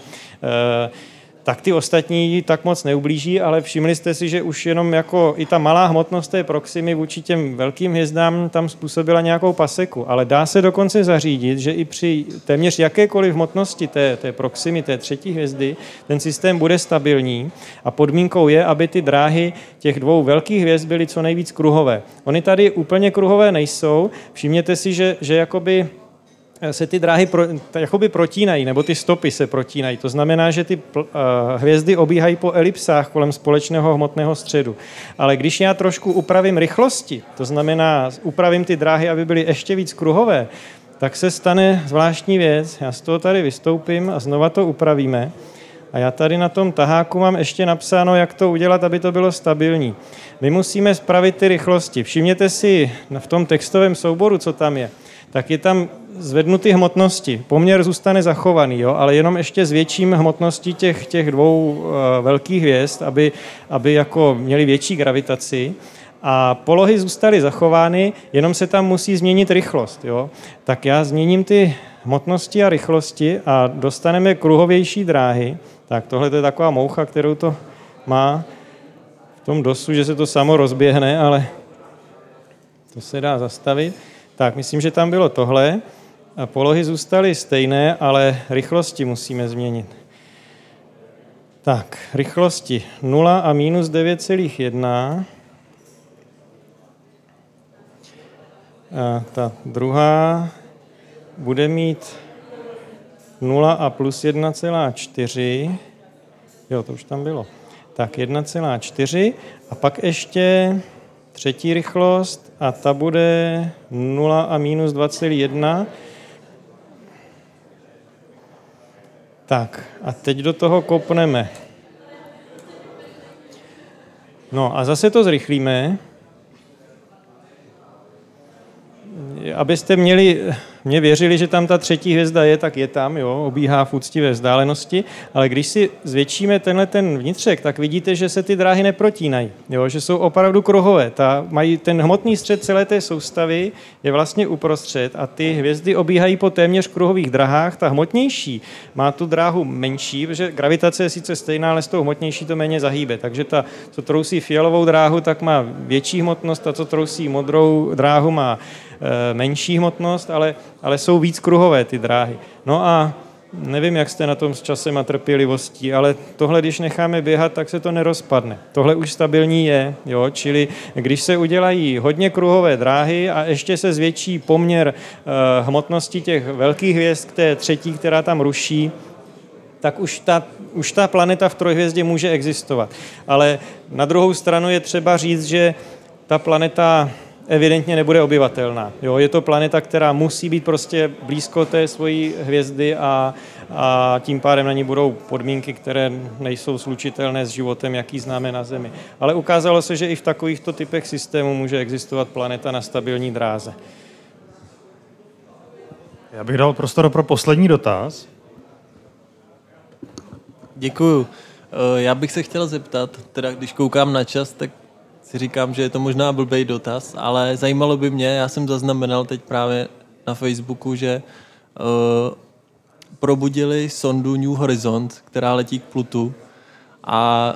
Speaker 2: tak ty ostatní tak moc neublíží, ale všimli jste si, že už jenom jako i ta malá hmotnost té Proximy vůči těm velkým hvězdám tam způsobila nějakou paseku. Ale dá se dokonce zařídit, že i při téměř jakékoliv hmotnosti té Proximy, té třetí hvězdy, ten systém bude stabilní a podmínkou je, aby ty dráhy těch dvou velkých hvězd byly co nejvíc kruhové. Ony tady úplně kruhové nejsou. Všimněte si, že jakoby se ty dráhy jakoby protínají, nebo ty stopy se protínají. To znamená, že ty hvězdy obíhají po elipsách kolem společného hmotného středu. Ale když já trošku upravím rychlosti, to znamená, upravím ty dráhy, aby byly ještě víc kruhové, tak se stane zvláštní věc. Já z toho tady vystoupím a znova to upravíme. A já tady na tom taháku mám ještě napsáno, jak to udělat, aby to bylo stabilní. My musíme spravit ty rychlosti. Všimněte si v tom textovém souboru, co tam je, tak je tam zvednutý hmotnosti. Poměr zůstane zachovaný, jo, ale jenom ještě zvětším hmotnosti těch dvou velkých hvězd, aby jako měli větší gravitaci. A polohy zůstaly zachovány, jenom se tam musí změnit rychlost. Jo. Tak já změním ty hmotnosti a rychlosti a dostaneme kruhovější dráhy. Tak tohle je taková moucha, kterou to má v tom DOSu, že se to samo rozběhne, ale to se dá zastavit. Tak, myslím, že tam bylo tohle. Polohy zůstaly stejné, ale rychlosti musíme změnit. Tak, rychlosti 0 a minus 9,1. A ta druhá bude mít 0 a plus 1,4. Jo, to už tam bylo. Tak 1,4 a pak ještě třetí rychlost a ta bude 0 a minus 2,1. Tak a teď do toho kopneme. No a zase to zrychlíme. Abyste mě věřili, že tam ta třetí hvězda je, tak je tam, jo, obíhá v úctivé vzdálenosti, ale když si zvětšíme ten vnitřek, tak vidíte, že se ty dráhy neprotínají, jo, že jsou opravdu kruhové. Mají ten hmotný střed celé té soustavy je vlastně uprostřed a ty hvězdy obíhají po téměř kruhových drahách. Ta hmotnější má tu dráhu menší, protože gravitace je sice stejná, ale s tou hmotnější to méně zahýbe. Takže ta, co trousí fialovou dráhu, tak má větší hmotnost, a co trousí modrou dráhu, má menší hmotnost, ale jsou víc kruhové ty dráhy. No a nevím, jak jste na tom s časem a trpělivostí, ale tohle, když necháme běhat, tak se to nerozpadne. Tohle už stabilní je, jo? Čili když se udělají hodně kruhové dráhy a ještě se zvětší poměr hmotnosti těch velkých hvězd k té třetí, která tam ruší, tak už ta planeta v trojhvězdě může existovat. Ale na druhou stranu je třeba říct, že ta planeta evidentně nebude obyvatelná. Jo, je to planeta, která musí být prostě blízko té svojí hvězdy a tím pádem na ní budou podmínky, které nejsou slučitelné s životem, jaký známe na Zemi. Ale ukázalo se, že i v takovýchto typech systémů může existovat planeta na stabilní dráze.
Speaker 1: Já bych dal prostor pro poslední dotaz.
Speaker 9: Děkuju. Já bych se chtěl zeptat, teda když koukám na čas, tak si říkám, že je to možná blbej dotaz, ale zajímalo by mě, já jsem zaznamenal teď právě na Facebooku, že probudili sondu New Horizons, která letí k Plutu a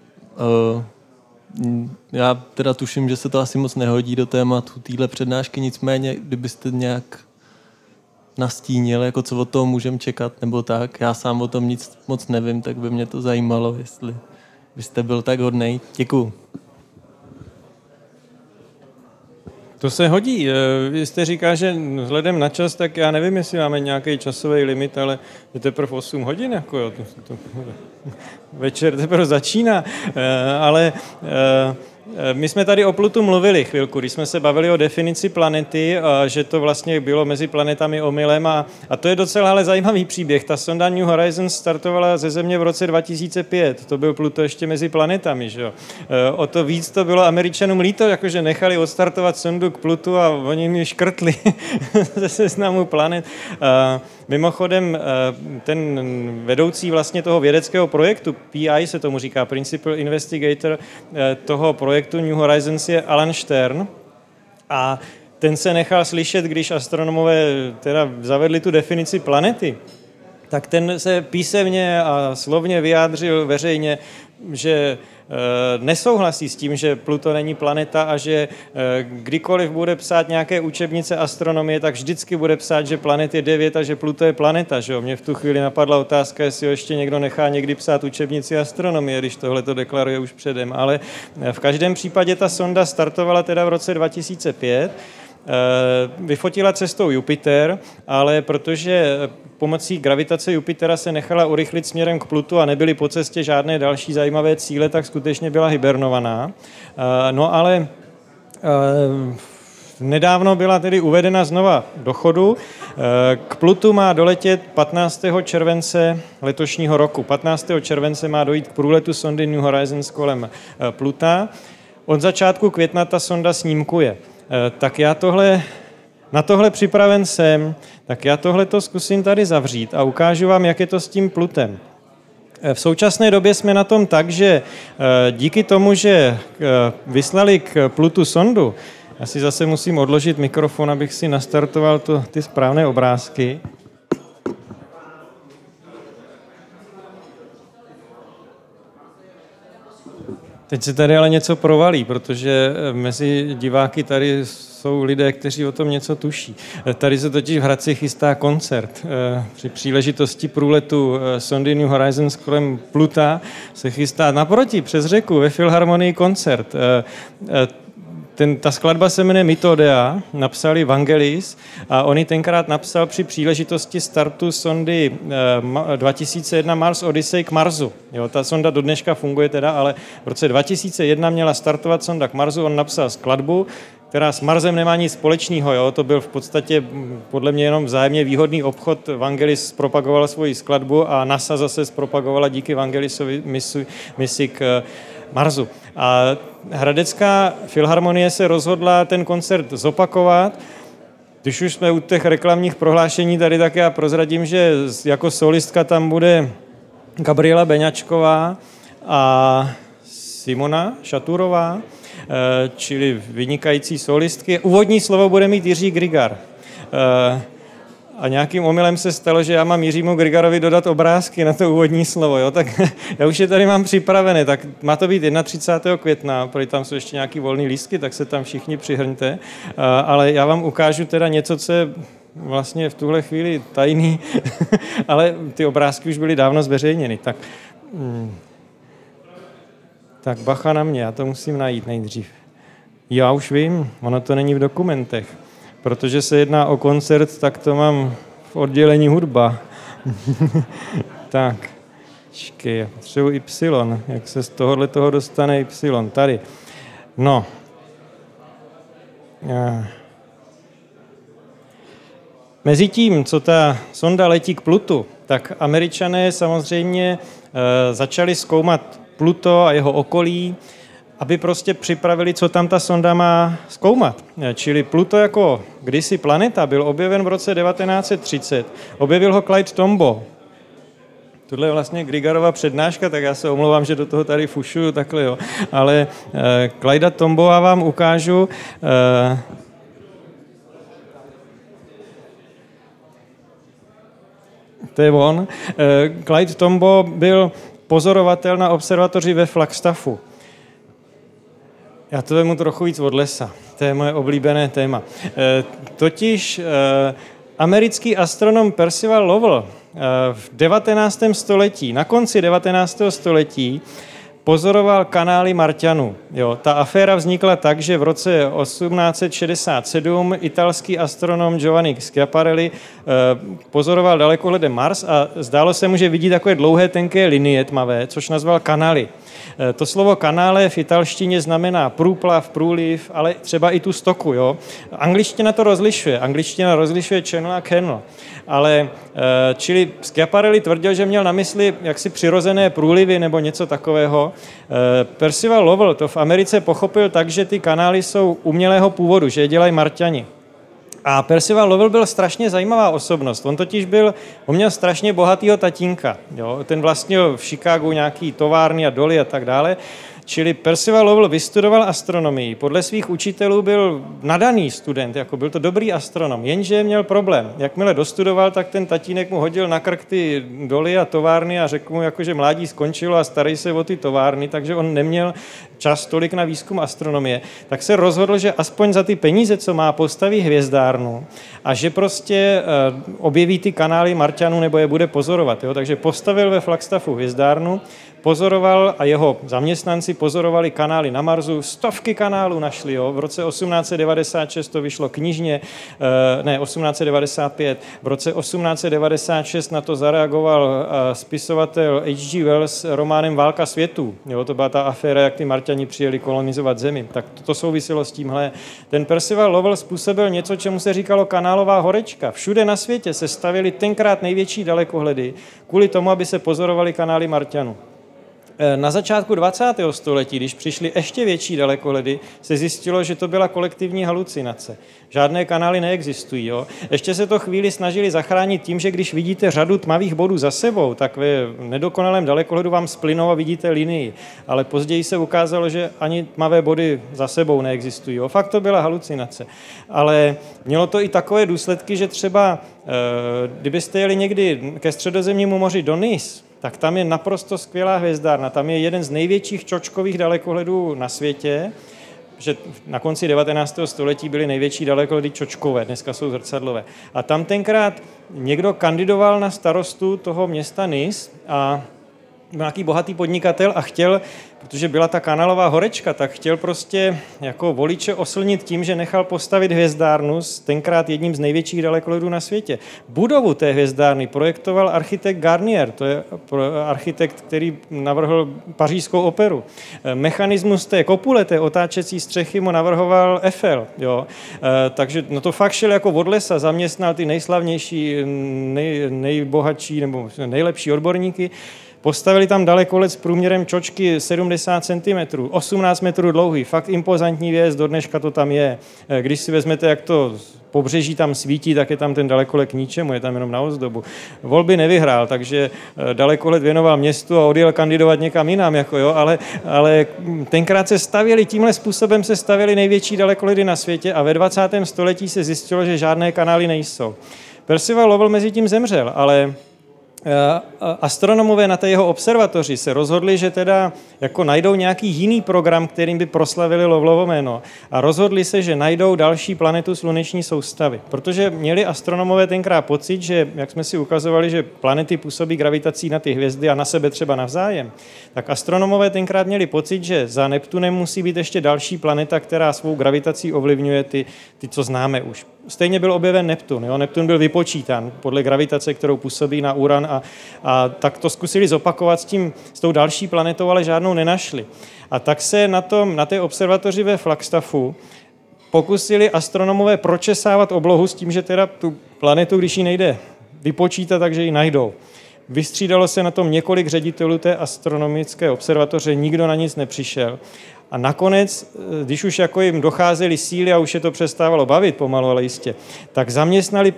Speaker 9: já teda tuším, že se to asi moc nehodí do tématu téhle přednášky, nicméně, kdybyste nějak nastínil, jako co od toho můžeme čekat, nebo tak, já sám o tom nic moc nevím, tak by mě to zajímalo, jestli byste byl tak hodnej. Děkuju.
Speaker 2: To se hodí. Vy jste říká, že vzhledem na čas, tak já nevím, jestli máme nějaký časový limit, ale je teprve 8 hodin, jako jo, večer teprve začíná, ale my jsme tady o Plutu mluvili chvilku, když jsme se bavili o definici planety, že to vlastně bylo mezi planetami omylem a to je docela ale zajímavý příběh. Ta sonda New Horizons startovala ze Země v roce 2005, to byl Pluto ještě mezi planetami, že jo. O to víc to bylo Američanům líto, jakože nechali odstartovat sondu k Plutu a oni mě škrtli ze seznamu planet. Mimochodem, ten vedoucí vlastně toho vědeckého projektu, PI se tomu říká, Principal Investigator toho projektu New Horizons je Alan Stern a ten se nechal slyšet, když astronomové teda zavedli tu definici planety, tak ten se písemně a slovně vyjádřil veřejně, že nesouhlasí s tím, že Pluto není planeta a že kdykoliv bude psát nějaké učebnice astronomie, tak vždycky bude psát, že planet je 9 a že Pluto je planeta. Že jo? Mně v tu chvíli napadla otázka, jestli ho ještě někdo nechá někdy psát učebnici astronomie, když tohle to deklaruje už předem. Ale v každém případě ta sonda startovala teda v roce 2005, vyfotila cestou Jupiter, ale protože pomocí gravitace Jupitera se nechala urychlit směrem k Plutu a nebyly po cestě žádné další zajímavé cíle, tak skutečně byla hibernovaná. No ale nedávno byla tedy uvedena znova do chodu. K Plutu má doletět 15. července letošního roku. 15. července má dojít k průletu sondy New Horizons kolem Pluta. Od začátku května ta sonda snímkuje. Tak já na tohle připraven jsem, tak já tohle to zkusím tady zavřít a ukážu vám, jak je to s tím Plutem. V současné době jsme na tom tak, že díky tomu, že vyslali k Plutu sondu, já si zase musím odložit mikrofon, abych si nastartoval ty správné obrázky. Teď se tady ale něco provalí, protože mezi diváky tady jsou lidé, kteří o tom něco tuší. Tady se totiž v Hradci chystá koncert. Při příležitosti průletu sondy New Horizons kolem Pluta se chystá naproti přes řeku ve Filharmonii koncert. Ta skladba se jmenuje Mythodea, napsali Vangelis a on ji tenkrát napsal při příležitosti startu sondy 2001 Mars Odyssey k Marsu. Jo, ta sonda do dneška funguje teda, ale v roce 2001 měla startovat sonda k Marsu, on napsal skladbu, která s Marsem nemá nic společného. Jo? To byl v podstatě podle mě jenom vzájemně výhodný obchod. Vangelis propagoval svoji skladbu a NASA zase zpropagovala díky Vangelisovi misi k Marsu. A Hradecká filharmonie se rozhodla ten koncert zopakovat. Když už jsme u těch reklamních prohlášení tady, tak já prozradím, že jako solistka tam bude Gabriela Beňačková a Simona Šaturová, čili vynikající solistky. Úvodní slovo bude mít Jiří Grigar. A nějakým omylem se stalo, že já mám Jiřímu Grigarovi dodat obrázky na to úvodní slovo. Jo? Tak já už je tady mám připravené. Tak má to být 31. května, protože tam jsou ještě nějaký volný lístky, tak se tam všichni přihrňte. Ale já vám ukážu teda něco, co je vlastně v tuhle chvíli tajný, ale ty obrázky už byly dávno zveřejněny. Tak bacha na mě, já to musím najít nejdřív. Já už vím, ono to není v dokumentech. Protože se jedná o koncert, tak to mám v oddělení hudba. Tak, počkej, potřebuji Y. Jak se z toho dostane Y? Tady. No. Mezitím, co ta sonda letí k Plutu, tak Američané samozřejmě začali zkoumat Pluto a jeho okolí, aby prostě připravili, co tam ta sonda má zkoumat. Čili Pluto jako kdysi planeta byl objeven v roce 1930. Objevil ho Clyde Tombaugh. Tohle je vlastně Grigarova přednáška, tak já se omlouvám, že do toho tady fušuju takhle, jo. Ale Clyda Tombaugha vám ukážu. To je on. Clyde Tombaugh byl pozorovatel na observatoři ve Flagstaffu. Já to vemu trochu víc od lesa. To je moje oblíbené téma. Totiž americký astronom Percival Lowell v 19. století, na konci 19. století, pozoroval kanály Marťanů. Jo, ta aféra vznikla tak, že v roce 1867 italský astronom Giovanni Schiaparelli pozoroval dalekohledem Mars a zdálo se mu, že vidí takové dlouhé, tenké linie tmavé, což nazval kanály. To slovo kanále v italštině znamená průplav, průliv, ale třeba i tu stoku. Jo? Angličtina to rozlišuje. Angličtina rozlišuje channel a canal. Ale čili Schiaparelli tvrdil, že měl na mysli jaksi přirozené průlivy nebo něco takového. Percival Lowell to v Americe pochopil tak, že ty kanály jsou umělého původu, že je dělají Marťani. A Percival Lowell byl strašně zajímavá osobnost. On měl strašně bohatýho tatínka. Jo? Ten vlastnil v Chicagu nějaký továrny a doly a tak dále. Čili Percival Lowell vystudoval astronomii. Podle svých učitelů byl nadaný student, jako byl to dobrý astronom, jenže měl problém. Jakmile dostudoval, tak ten tatínek mu hodil na krk ty doly a továrny a řekl mu, jako, že mládí skončilo a starej se o ty továrny, takže on neměl čas tolik na výzkum astronomie. Tak se rozhodl, že aspoň za ty peníze, co má, postaví hvězdárnu a že prostě objeví ty kanály Marťanů nebo je bude pozorovat. Jo? Takže postavil ve Flagstaffu hvězdárnu, pozoroval a jeho zaměstnanci pozorovali kanály na Marsu, stovky kanálů našli. Jo. V roce 1896 to vyšlo knižně, 1895. V roce 1896 na to zareagoval spisovatel H.G. Wells románem Válka světů. Jo, to byla ta aféra, jak ty Marťani přijeli kolonizovat Zemi. Tak to souviselo s tímhle. Ten Percival Lowell způsobil něco, čemu se říkalo kanálová horečka. Všude na světě se stavily tenkrát největší dalekohledy kvůli tomu, aby se pozorovaly kanály Marťanů. Na začátku 20. století, když přišly ještě větší dalekohledy, se zjistilo, že to byla kolektivní halucinace. Žádné kanály neexistují. Jo? Ještě se to chvíli snažili zachránit tím, že když vidíte řadu tmavých bodů za sebou, tak ve nedokonalém dalekohledu vám splynou a vidíte linii. Ale později se ukázalo, že ani tmavé body za sebou neexistují. Jo? Fakt to byla halucinace. Ale mělo to i takové důsledky, že třeba Kdybyste jeli někdy ke Středozemnímu moři do Nice, tak tam je naprosto skvělá hvězdárna. Tam je jeden z největších čočkových dalekohledů na světě, že na konci 19. století byly největší dalekohledy čočkové, dneska jsou zrcadlové. A tam tenkrát někdo kandidoval na starostu toho města Nice a nějaký bohatý podnikatel a chtěl, protože byla ta kanálová horečka, tak chtěl prostě jako voliče oslnit tím, že nechal postavit hvězdárnu s tenkrát jedním z největších dalekohledů na světě. Budovu té hvězdárny projektoval architekt Garnier, to je architekt, který navrhl Pařížskou operu. Mechanismus té kopule, té otáčecí střechy mu navrhoval Eiffel. Jo. Takže no to fakt šel jako od lesa, zaměstnal ty nejslavnější, nejbohatší nebo nejlepší odborníky. Postavili tam dalekohled s průměrem čočky 70 cm, 18 metrů dlouhý, fakt impozantní věc, do dneška to tam je. Když si vezmete, jak to pobřeží tam svítí, tak je tam ten dalekohled k ničemu, je tam jenom na ozdobu. Volby nevyhrál, takže dalekohled věnoval městu a odjel kandidovat někam jinam, jako jo, ale tenkrát se stavěli, tímhle způsobem se stavěly největší dalekohledy na světě a ve 20. století se zjistilo, že žádné kanály nejsou. Percival Lowell mezi tím zemřel, ale astronomové na té jeho observatoři se rozhodli, že teda jako najdou nějaký jiný program, kterým by proslavili Lovellovo jméno a rozhodli se, že najdou další planetu sluneční soustavy. Protože měli astronomové tenkrát pocit, že, jak jsme si ukazovali, že planety působí gravitací na ty hvězdy a na sebe třeba navzájem, tak astronomové tenkrát měli pocit, že za Neptunem musí být ještě další planeta, která svou gravitací ovlivňuje ty co známe už. Stejně byl objeven Neptun. Jo? Neptun byl vypočítán podle gravitace, kterou působí na Uran a tak to zkusili zopakovat s tou další planetou, ale žádnou nenašli. A tak se na té observatoři ve Flagstaffu pokusili astronomové pročesávat oblohu s tím, že teda tu planetu, když ji nejde vypočítat, takže ji najdou. Vystřídalo se na tom několik ředitelů té astronomické observatoře, nikdo na nic nepřišel. A nakonec, když už jako jim docházely síly a už je to přestávalo bavit pomalu, ale jistě, tak zaměstnali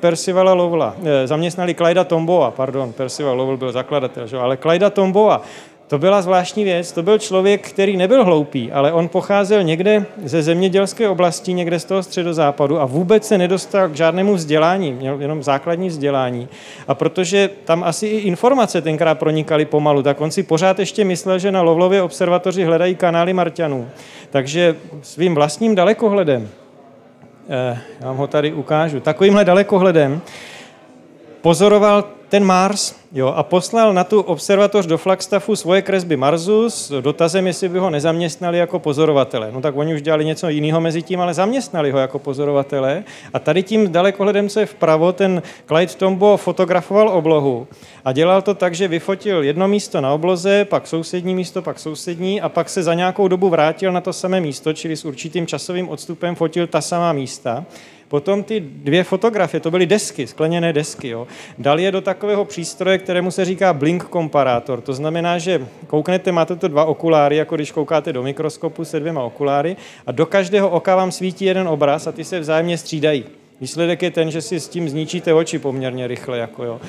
Speaker 2: Clyda Tombaugha, Percival Lowell byl zakladatel, že? Ale Clyda Tombaugha, to byla zvláštní věc, to byl člověk, který nebyl hloupý, ale on pocházel někde ze zemědělské oblasti, někde z toho středozápadu a vůbec se nedostal k žádnému vzdělání, měl jenom základní vzdělání. A protože tam asi i informace tenkrát pronikaly pomalu, tak on si pořád ještě myslel, že na Lowellově observatoři hledají kanály Marťanů. Takže svým vlastním dalekohledem, já vám ho tady ukážu, takovýmhle dalekohledem pozoroval ten Mars, jo, a poslal na tu observatoř do Flagstaffu svoje kresby Marsu s dotazem, jestli by ho nezaměstnali jako pozorovatele. No tak oni už dělali něco jiného mezi tím, ale zaměstnali ho jako pozorovatele. A tady tím dalekohledem, co je vpravo, ten Clyde Tombaugh fotografoval oblohu a dělal to tak, že vyfotil jedno místo na obloze, pak sousední místo, pak sousední a pak se za nějakou dobu vrátil na to samé místo, čili s určitým časovým odstupem fotil ta samá místa. Potom ty dvě fotografie, to byly desky, skleněné desky, jo, dal je do takového přístroje, kterému se říká blink komparátor. To znamená, že kouknete, máte to dva okuláry, jako když koukáte do mikroskopu se dvěma okuláry a do každého oka vám svítí jeden obraz a ty se vzájemně střídají. Výsledek je ten, že si s tím zničíte oči poměrně rychle. Jako jo.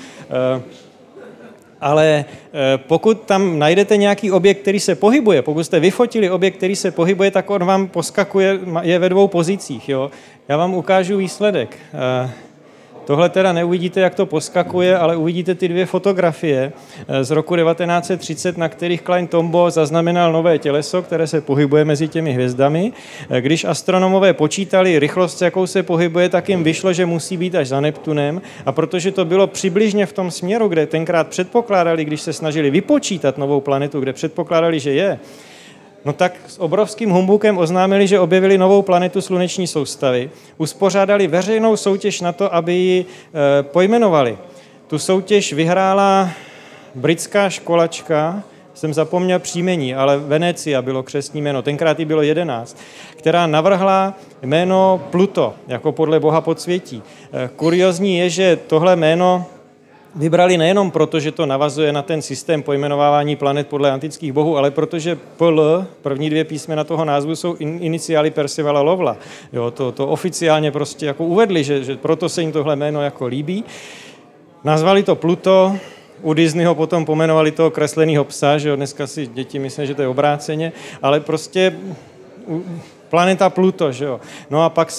Speaker 2: Ale pokud tam najdete nějaký objekt, který se pohybuje, pokud jste vyfotili objekt, který se pohybuje, tak on vám poskakuje, je ve dvou pozicích. Jo? Já vám ukážu výsledek. Tohle teda neuvidíte, jak to poskakuje, ale uvidíte ty dvě fotografie z roku 1930, na kterých Clyde Tombaugh zaznamenal nové těleso, které se pohybuje mezi těmi hvězdami. Když astronomové počítali rychlost, jakou se pohybuje, tak jim vyšlo, že musí být až za Neptunem. A protože to bylo přibližně v tom směru, kde tenkrát předpokládali, když se snažili vypočítat novou planetu, kde předpokládali, že je, no tak s obrovským humbukem oznámili, že objevili novou planetu sluneční soustavy. Uspořádali veřejnou soutěž na to, aby ji pojmenovali. Tu soutěž vyhrála britská školačka, jsem zapomněl příjmení, ale Venecia bylo křestní jméno, tenkrát jí bylo 11, která navrhla jméno Pluto, jako podle boha podsvětí. Kuriozní je, že tohle jméno vybrali nejenom proto, že to navazuje na ten systém pojmenovávání planet podle antických bohů, ale protože PL, první dvě písmena toho názvu, jsou iniciály Percivala Lowella. Jo, to oficiálně prostě jako uvedli, že proto se jim tohle jméno jako líbí. Nazvali to Pluto, u Disneyho potom pomenovali toho kreslenýho psa, že jo, dneska si děti myslí, že to je obráceně, ale prostě planeta Pluto, že jo. No a pak se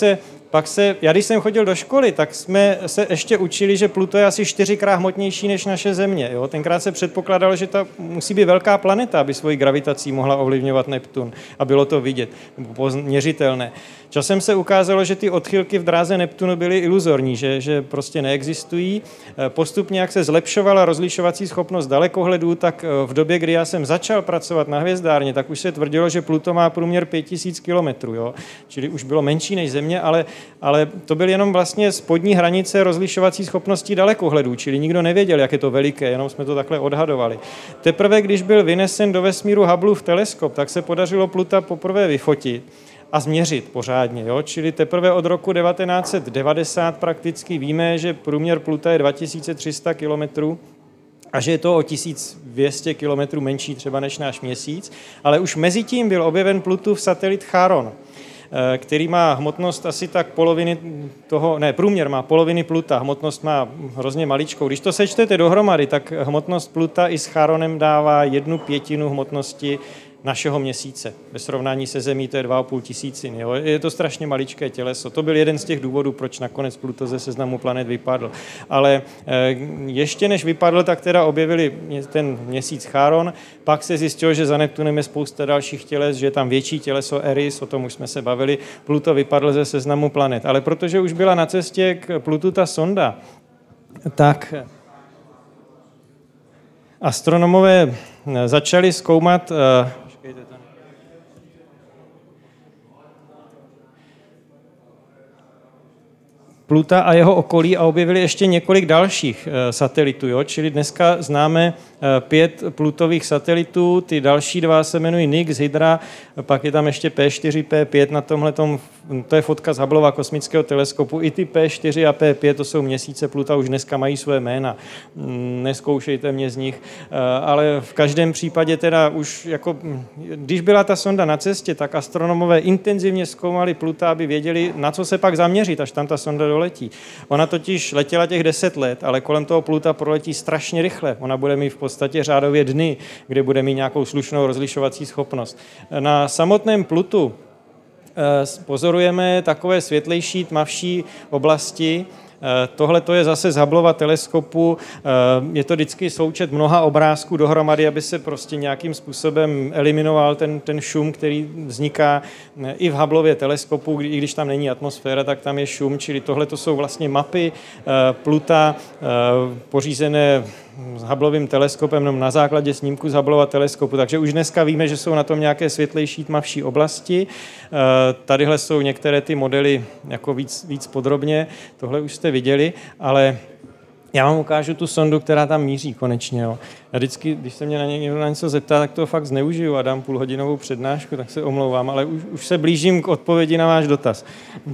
Speaker 2: já když jsem chodil do školy, tak jsme se ještě učili, že Pluto je asi 4krát hmotnější než naše Země. Jo? Tenkrát se předpokládalo, že ta musí být velká planeta, aby svojí gravitací mohla ovlivňovat Neptun a bylo to vidět, měřitelné. Časem se ukázalo, že ty odchylky v dráze Neptunu byly iluzorní, že prostě neexistují. Postupně, jak se zlepšovala rozlišovací schopnost dalekohledů, tak v době, kdy já jsem začal pracovat na hvězdárně, tak už se tvrdilo, že Pluto má průměr 5000 kilometrů, jo? Čili už bylo menší než Země, ale to byl jenom vlastně spodní hranice rozlišovací schopností dalekohledů, čili nikdo nevěděl, jak je to veliké, jenom jsme to takhle odhadovali. Teprve, když byl vynesen do vesmíru Hubbleův teleskop, tak se podařilo Pluta poprvé vyfotit a změřit pořádně. Jo? Čili teprve od roku 1990 prakticky víme, že průměr Pluta je 2300 kilometrů a že je to o 1200 kilometrů menší třeba než náš Měsíc, ale už mezi tím byl objeven Plutův satelit Charon, který má hmotnost asi tak poloviny průměr má poloviny Pluta, hmotnost má hrozně maličkou. Když to sečtete dohromady, tak hmotnost Pluta i s Charonem dává 1/5 hmotnosti našeho Měsíce. Ve srovnání se Zemí to je 2500. Jo? Je to strašně maličké těleso. To byl jeden z těch důvodů, proč nakonec Pluto ze seznamu planet vypadl. Ale ještě než vypadl, tak teda objevili ten Měsíc Charon, pak se zjistilo, že za Neptunem je spousta dalších těles, že je tam větší těleso Eris, o tom už jsme se bavili. Pluto vypadl ze seznamu planet. Ale protože už byla na cestě k Plutu ta sonda, tak astronomové začali zkoumat Pluta a jeho okolí a objevili ještě několik dalších satelitů. Jo? Čili dneska známe 5 Plutových satelitů, ty další 2 se jmenují Nix, Hydra, pak je tam ještě P4, P5 na tomhletom, to je fotka z Hubbleova kosmického teleskopu. I ty P4 a P5, to jsou měsíce Pluta, už dneska mají své jména. Neskoušejte mě z nich, ale v každém případě teda už jako, když byla ta sonda na cestě, tak astronomové intenzivně zkoumali Pluta, aby věděli, na co se pak zaměřit, až tam ta sonda doletí. Ona totiž letěla těch 10 let, ale kolem toho Pluta proletí strašně rychle. Ona bude mít v podstatě řádově dny, kde bude mít nějakou slušnou rozlišovací schopnost. Na samotném Plutu pozorujeme takové světlejší, tmavší oblasti. Tohle to je zase z Hubbleova teleskopu. Je to vždycky součet mnoha obrázků dohromady, aby se prostě nějakým způsobem eliminoval ten šum, který vzniká i v Hubbleově teleskopu, i když tam není atmosféra, tak tam je šum, čili tohle to jsou vlastně mapy Pluta pořízené s Hubbleovým teleskopem na základě snímku z Hubbleova teleskopu. Takže už dneska víme, že jsou na tom nějaké světlejší, tmavší oblasti. Tadyhle jsou některé ty modely jako víc podrobně. Tohle už jste viděli, ale já vám ukážu tu sondu, která tam míří konečně. Jo. Já vždycky, když se mě někdo na něco zeptá, tak to fakt zneužiju a dám půlhodinovou přednášku, tak se omlouvám, ale už se blížím k odpovědi na váš dotaz.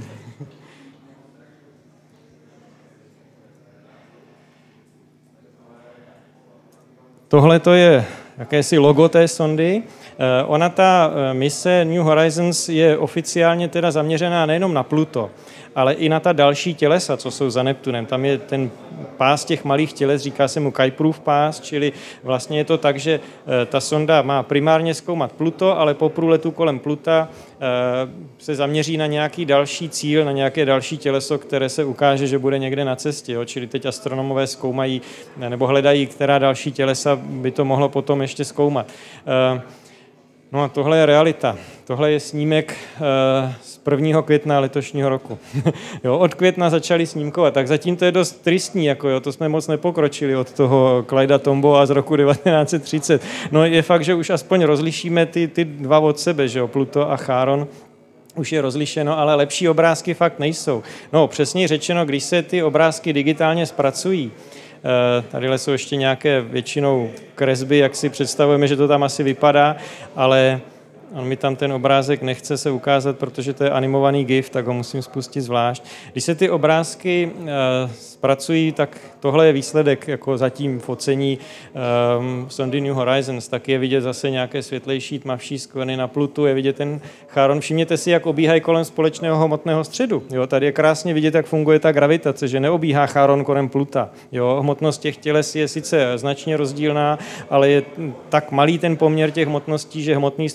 Speaker 2: Tohle to je jakési logo té sondy. Ona, ta mise New Horizons, je oficiálně teda zaměřená nejenom na Pluto, ale i na ta další tělesa, co jsou za Neptunem. Tam je ten pás těch malých těles, říká se mu Kuiperův pás, čili vlastně je to tak, že ta sonda má primárně zkoumat Pluto, ale po průletu kolem Pluta se zaměří na nějaký další cíl, na nějaké další těleso, které se ukáže, že bude někde na cestě. Jo? Čili teď astronomové zkoumají nebo hledají, která další tělesa by to mohlo potom ještě zkoumat. No a tohle je realita. Tohle je snímek z 1. května letošního roku. Jo, od května začali snímkovat, tak zatím to je dost tristní, jako jo, to jsme moc nepokročili od toho Clyda Tombaugha z roku 1930. No je fakt, že už aspoň rozlišíme ty dva od sebe, že jo, Pluto a Charon. Už je rozlišeno, ale lepší obrázky fakt nejsou. No přesněji řečeno, když se ty obrázky digitálně zpracují, tadyhle jsou ještě nějaké většinou kresby, jak si představujeme, že to tam asi vypadá, ale on mi tam ten obrázek nechce se ukázat, protože to je animovaný GIF, tak ho musím spustit zvlášť. Když se ty obrázky zpracují, tak tohle je výsledek jako zatím focení sondy New Horizons, tak je vidět zase nějaké světlejší, tmavší skvrny na Plutu, je vidět ten Charon. Všimněte si, jak obíhají kolem společného hmotného středu. Jo, tady je krásně vidět, jak funguje ta gravitace, že neobíhá Charon kolem Pluta. Jo, hmotnost těch těles je sice značně rozdílná, ale je tak malý ten poměr těch hmotností, že hmotný střed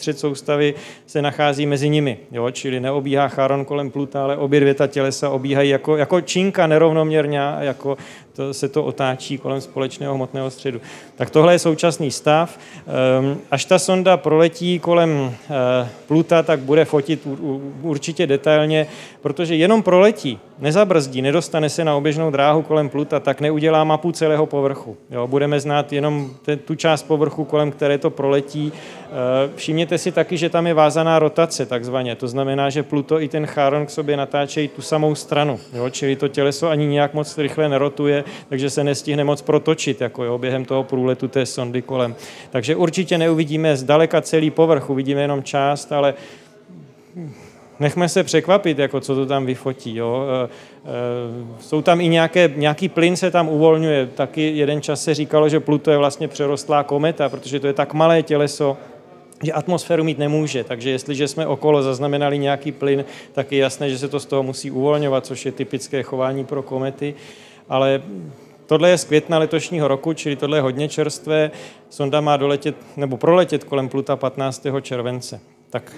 Speaker 2: soustavy se nachází mezi nimi. Jo? Čili neobíhá Charon kolem Pluta, ale obě dvě ta tělesa obíhají jako činka nerovnoměrně, jako se to otáčí kolem společného hmotného středu. Tak tohle je současný stav. Až ta sonda proletí kolem Pluta, tak bude fotit určitě detailně, protože jenom proletí, nezabrzdí, nedostane se na oběžnou dráhu kolem Pluta, tak neudělá mapu celého povrchu. Jo, budeme znát jenom tu část povrchu, kolem které to proletí. Všimněte si taky, že tam je vázaná rotace, takzvaně. To znamená, že Pluto i ten Charon k sobě natáčejí tu samou stranu. Jo, čili to těleso ani nějak moc rychle nerotuje, takže se nestihne moc protočit jako během toho průletu té sondy kolem. Takže určitě neuvidíme zdaleka celý povrch, uvidíme jenom část, ale nechme se překvapit, jako co to tam vyfotí. Jo. Jsou tam i nějaký plyn se tam uvolňuje. Taky jeden čas se říkalo, že Pluto je vlastně přerostlá kometa, protože to je tak malé těleso, že atmosféru mít nemůže. Takže jestliže jsme okolo zaznamenali nějaký plyn, tak je jasné, že se to z toho musí uvolňovat, což je typické chování pro komety. Ale tohle je z května letošního roku, čili tohle je hodně čerstvé. Sonda má proletět kolem Pluta 15. července. Tak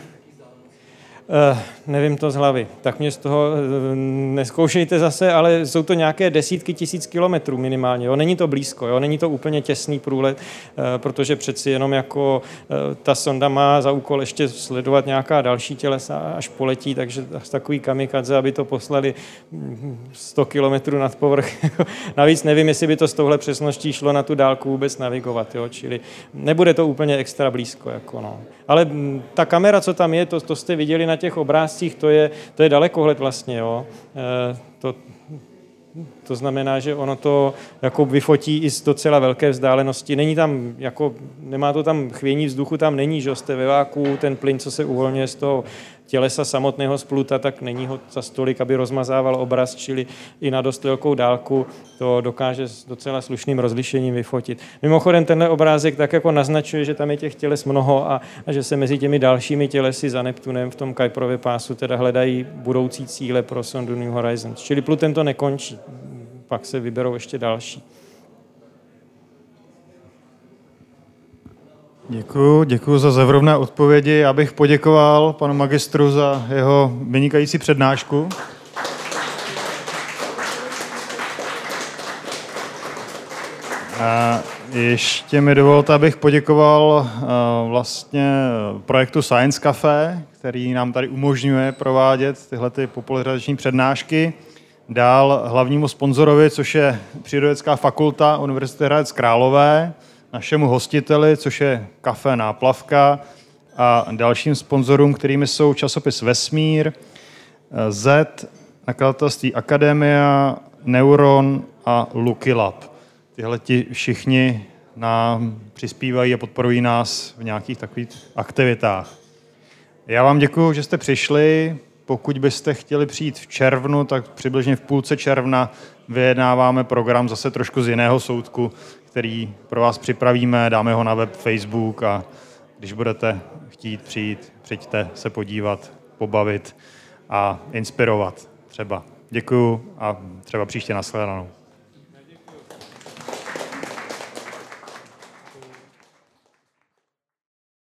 Speaker 2: nevím to z hlavy. Tak mě z toho neskoušejte zase, ale jsou to nějaké desítky tisíc kilometrů minimálně. Jo? Není to blízko, jo? Není to úplně těsný průlet, protože přeci jenom jako ta sonda má za úkol ještě sledovat nějaká další tělesa, až poletí, takže takový kamikadze, aby to poslali 100 kilometrů nad povrch. Navíc nevím, jestli by to s touhle přesností šlo na tu dálku vůbec navigovat, jo? Čili nebude to úplně extra blízko. Jako no. Ale ta kamera, co tam je, to jste viděli na těch obrázcích, to je dalekohled vlastně. Jo. To znamená, že ono to jako vyfotí i z docela velké vzdálenosti. Není tam, nemá to tam chvění vzduchu, tam není, že jste ve váku, ten plyn, co se uvolňuje z toho tělesa samotného z Pluta, tak není ho za stolik, aby rozmazával obraz, čili i na dost velkou dálku to dokáže s docela slušným rozlišením vyfotit. Mimochodem tenhle obrázek tak jako naznačuje, že tam je těch těles mnoho a že se mezi těmi dalšími tělesy za Neptunem v tom Kuiperově pásu teda hledají budoucí cíle pro sondu New Horizons. Čili Plutem to nekončí, pak se vyberou ještě další.
Speaker 1: Děkuji za zevrubné odpovědi. Já bych poděkoval panu magistru za jeho vynikající přednášku. A ještě mi dovolte, abych poděkoval vlastně projektu Science Café, který nám tady umožňuje provádět tyhle popularizační přednášky. Dál hlavnímu sponzorovi, což je Přírodovědecká fakulta Univerzity Hradec Králové, našemu hostiteli, což je Café Náplavka, a dalším sponzorům, kterými jsou časopis Vesmír, Z, nakladatelství Akademia, Neuron a Lucky Lab. Tyhle všichni nám přispívají a podporují nás v nějakých takových aktivitách. Já vám děkuji, že jste přišli. Pokud byste chtěli přijít v červnu, tak přibližně v půlce června vyjednáváme program zase trošku z jiného soudku, který pro vás připravíme, dáme ho na web, Facebook a když budete chtít přijít, přijďte se podívat, pobavit a inspirovat třeba. Děkuju a třeba příště nashledanou.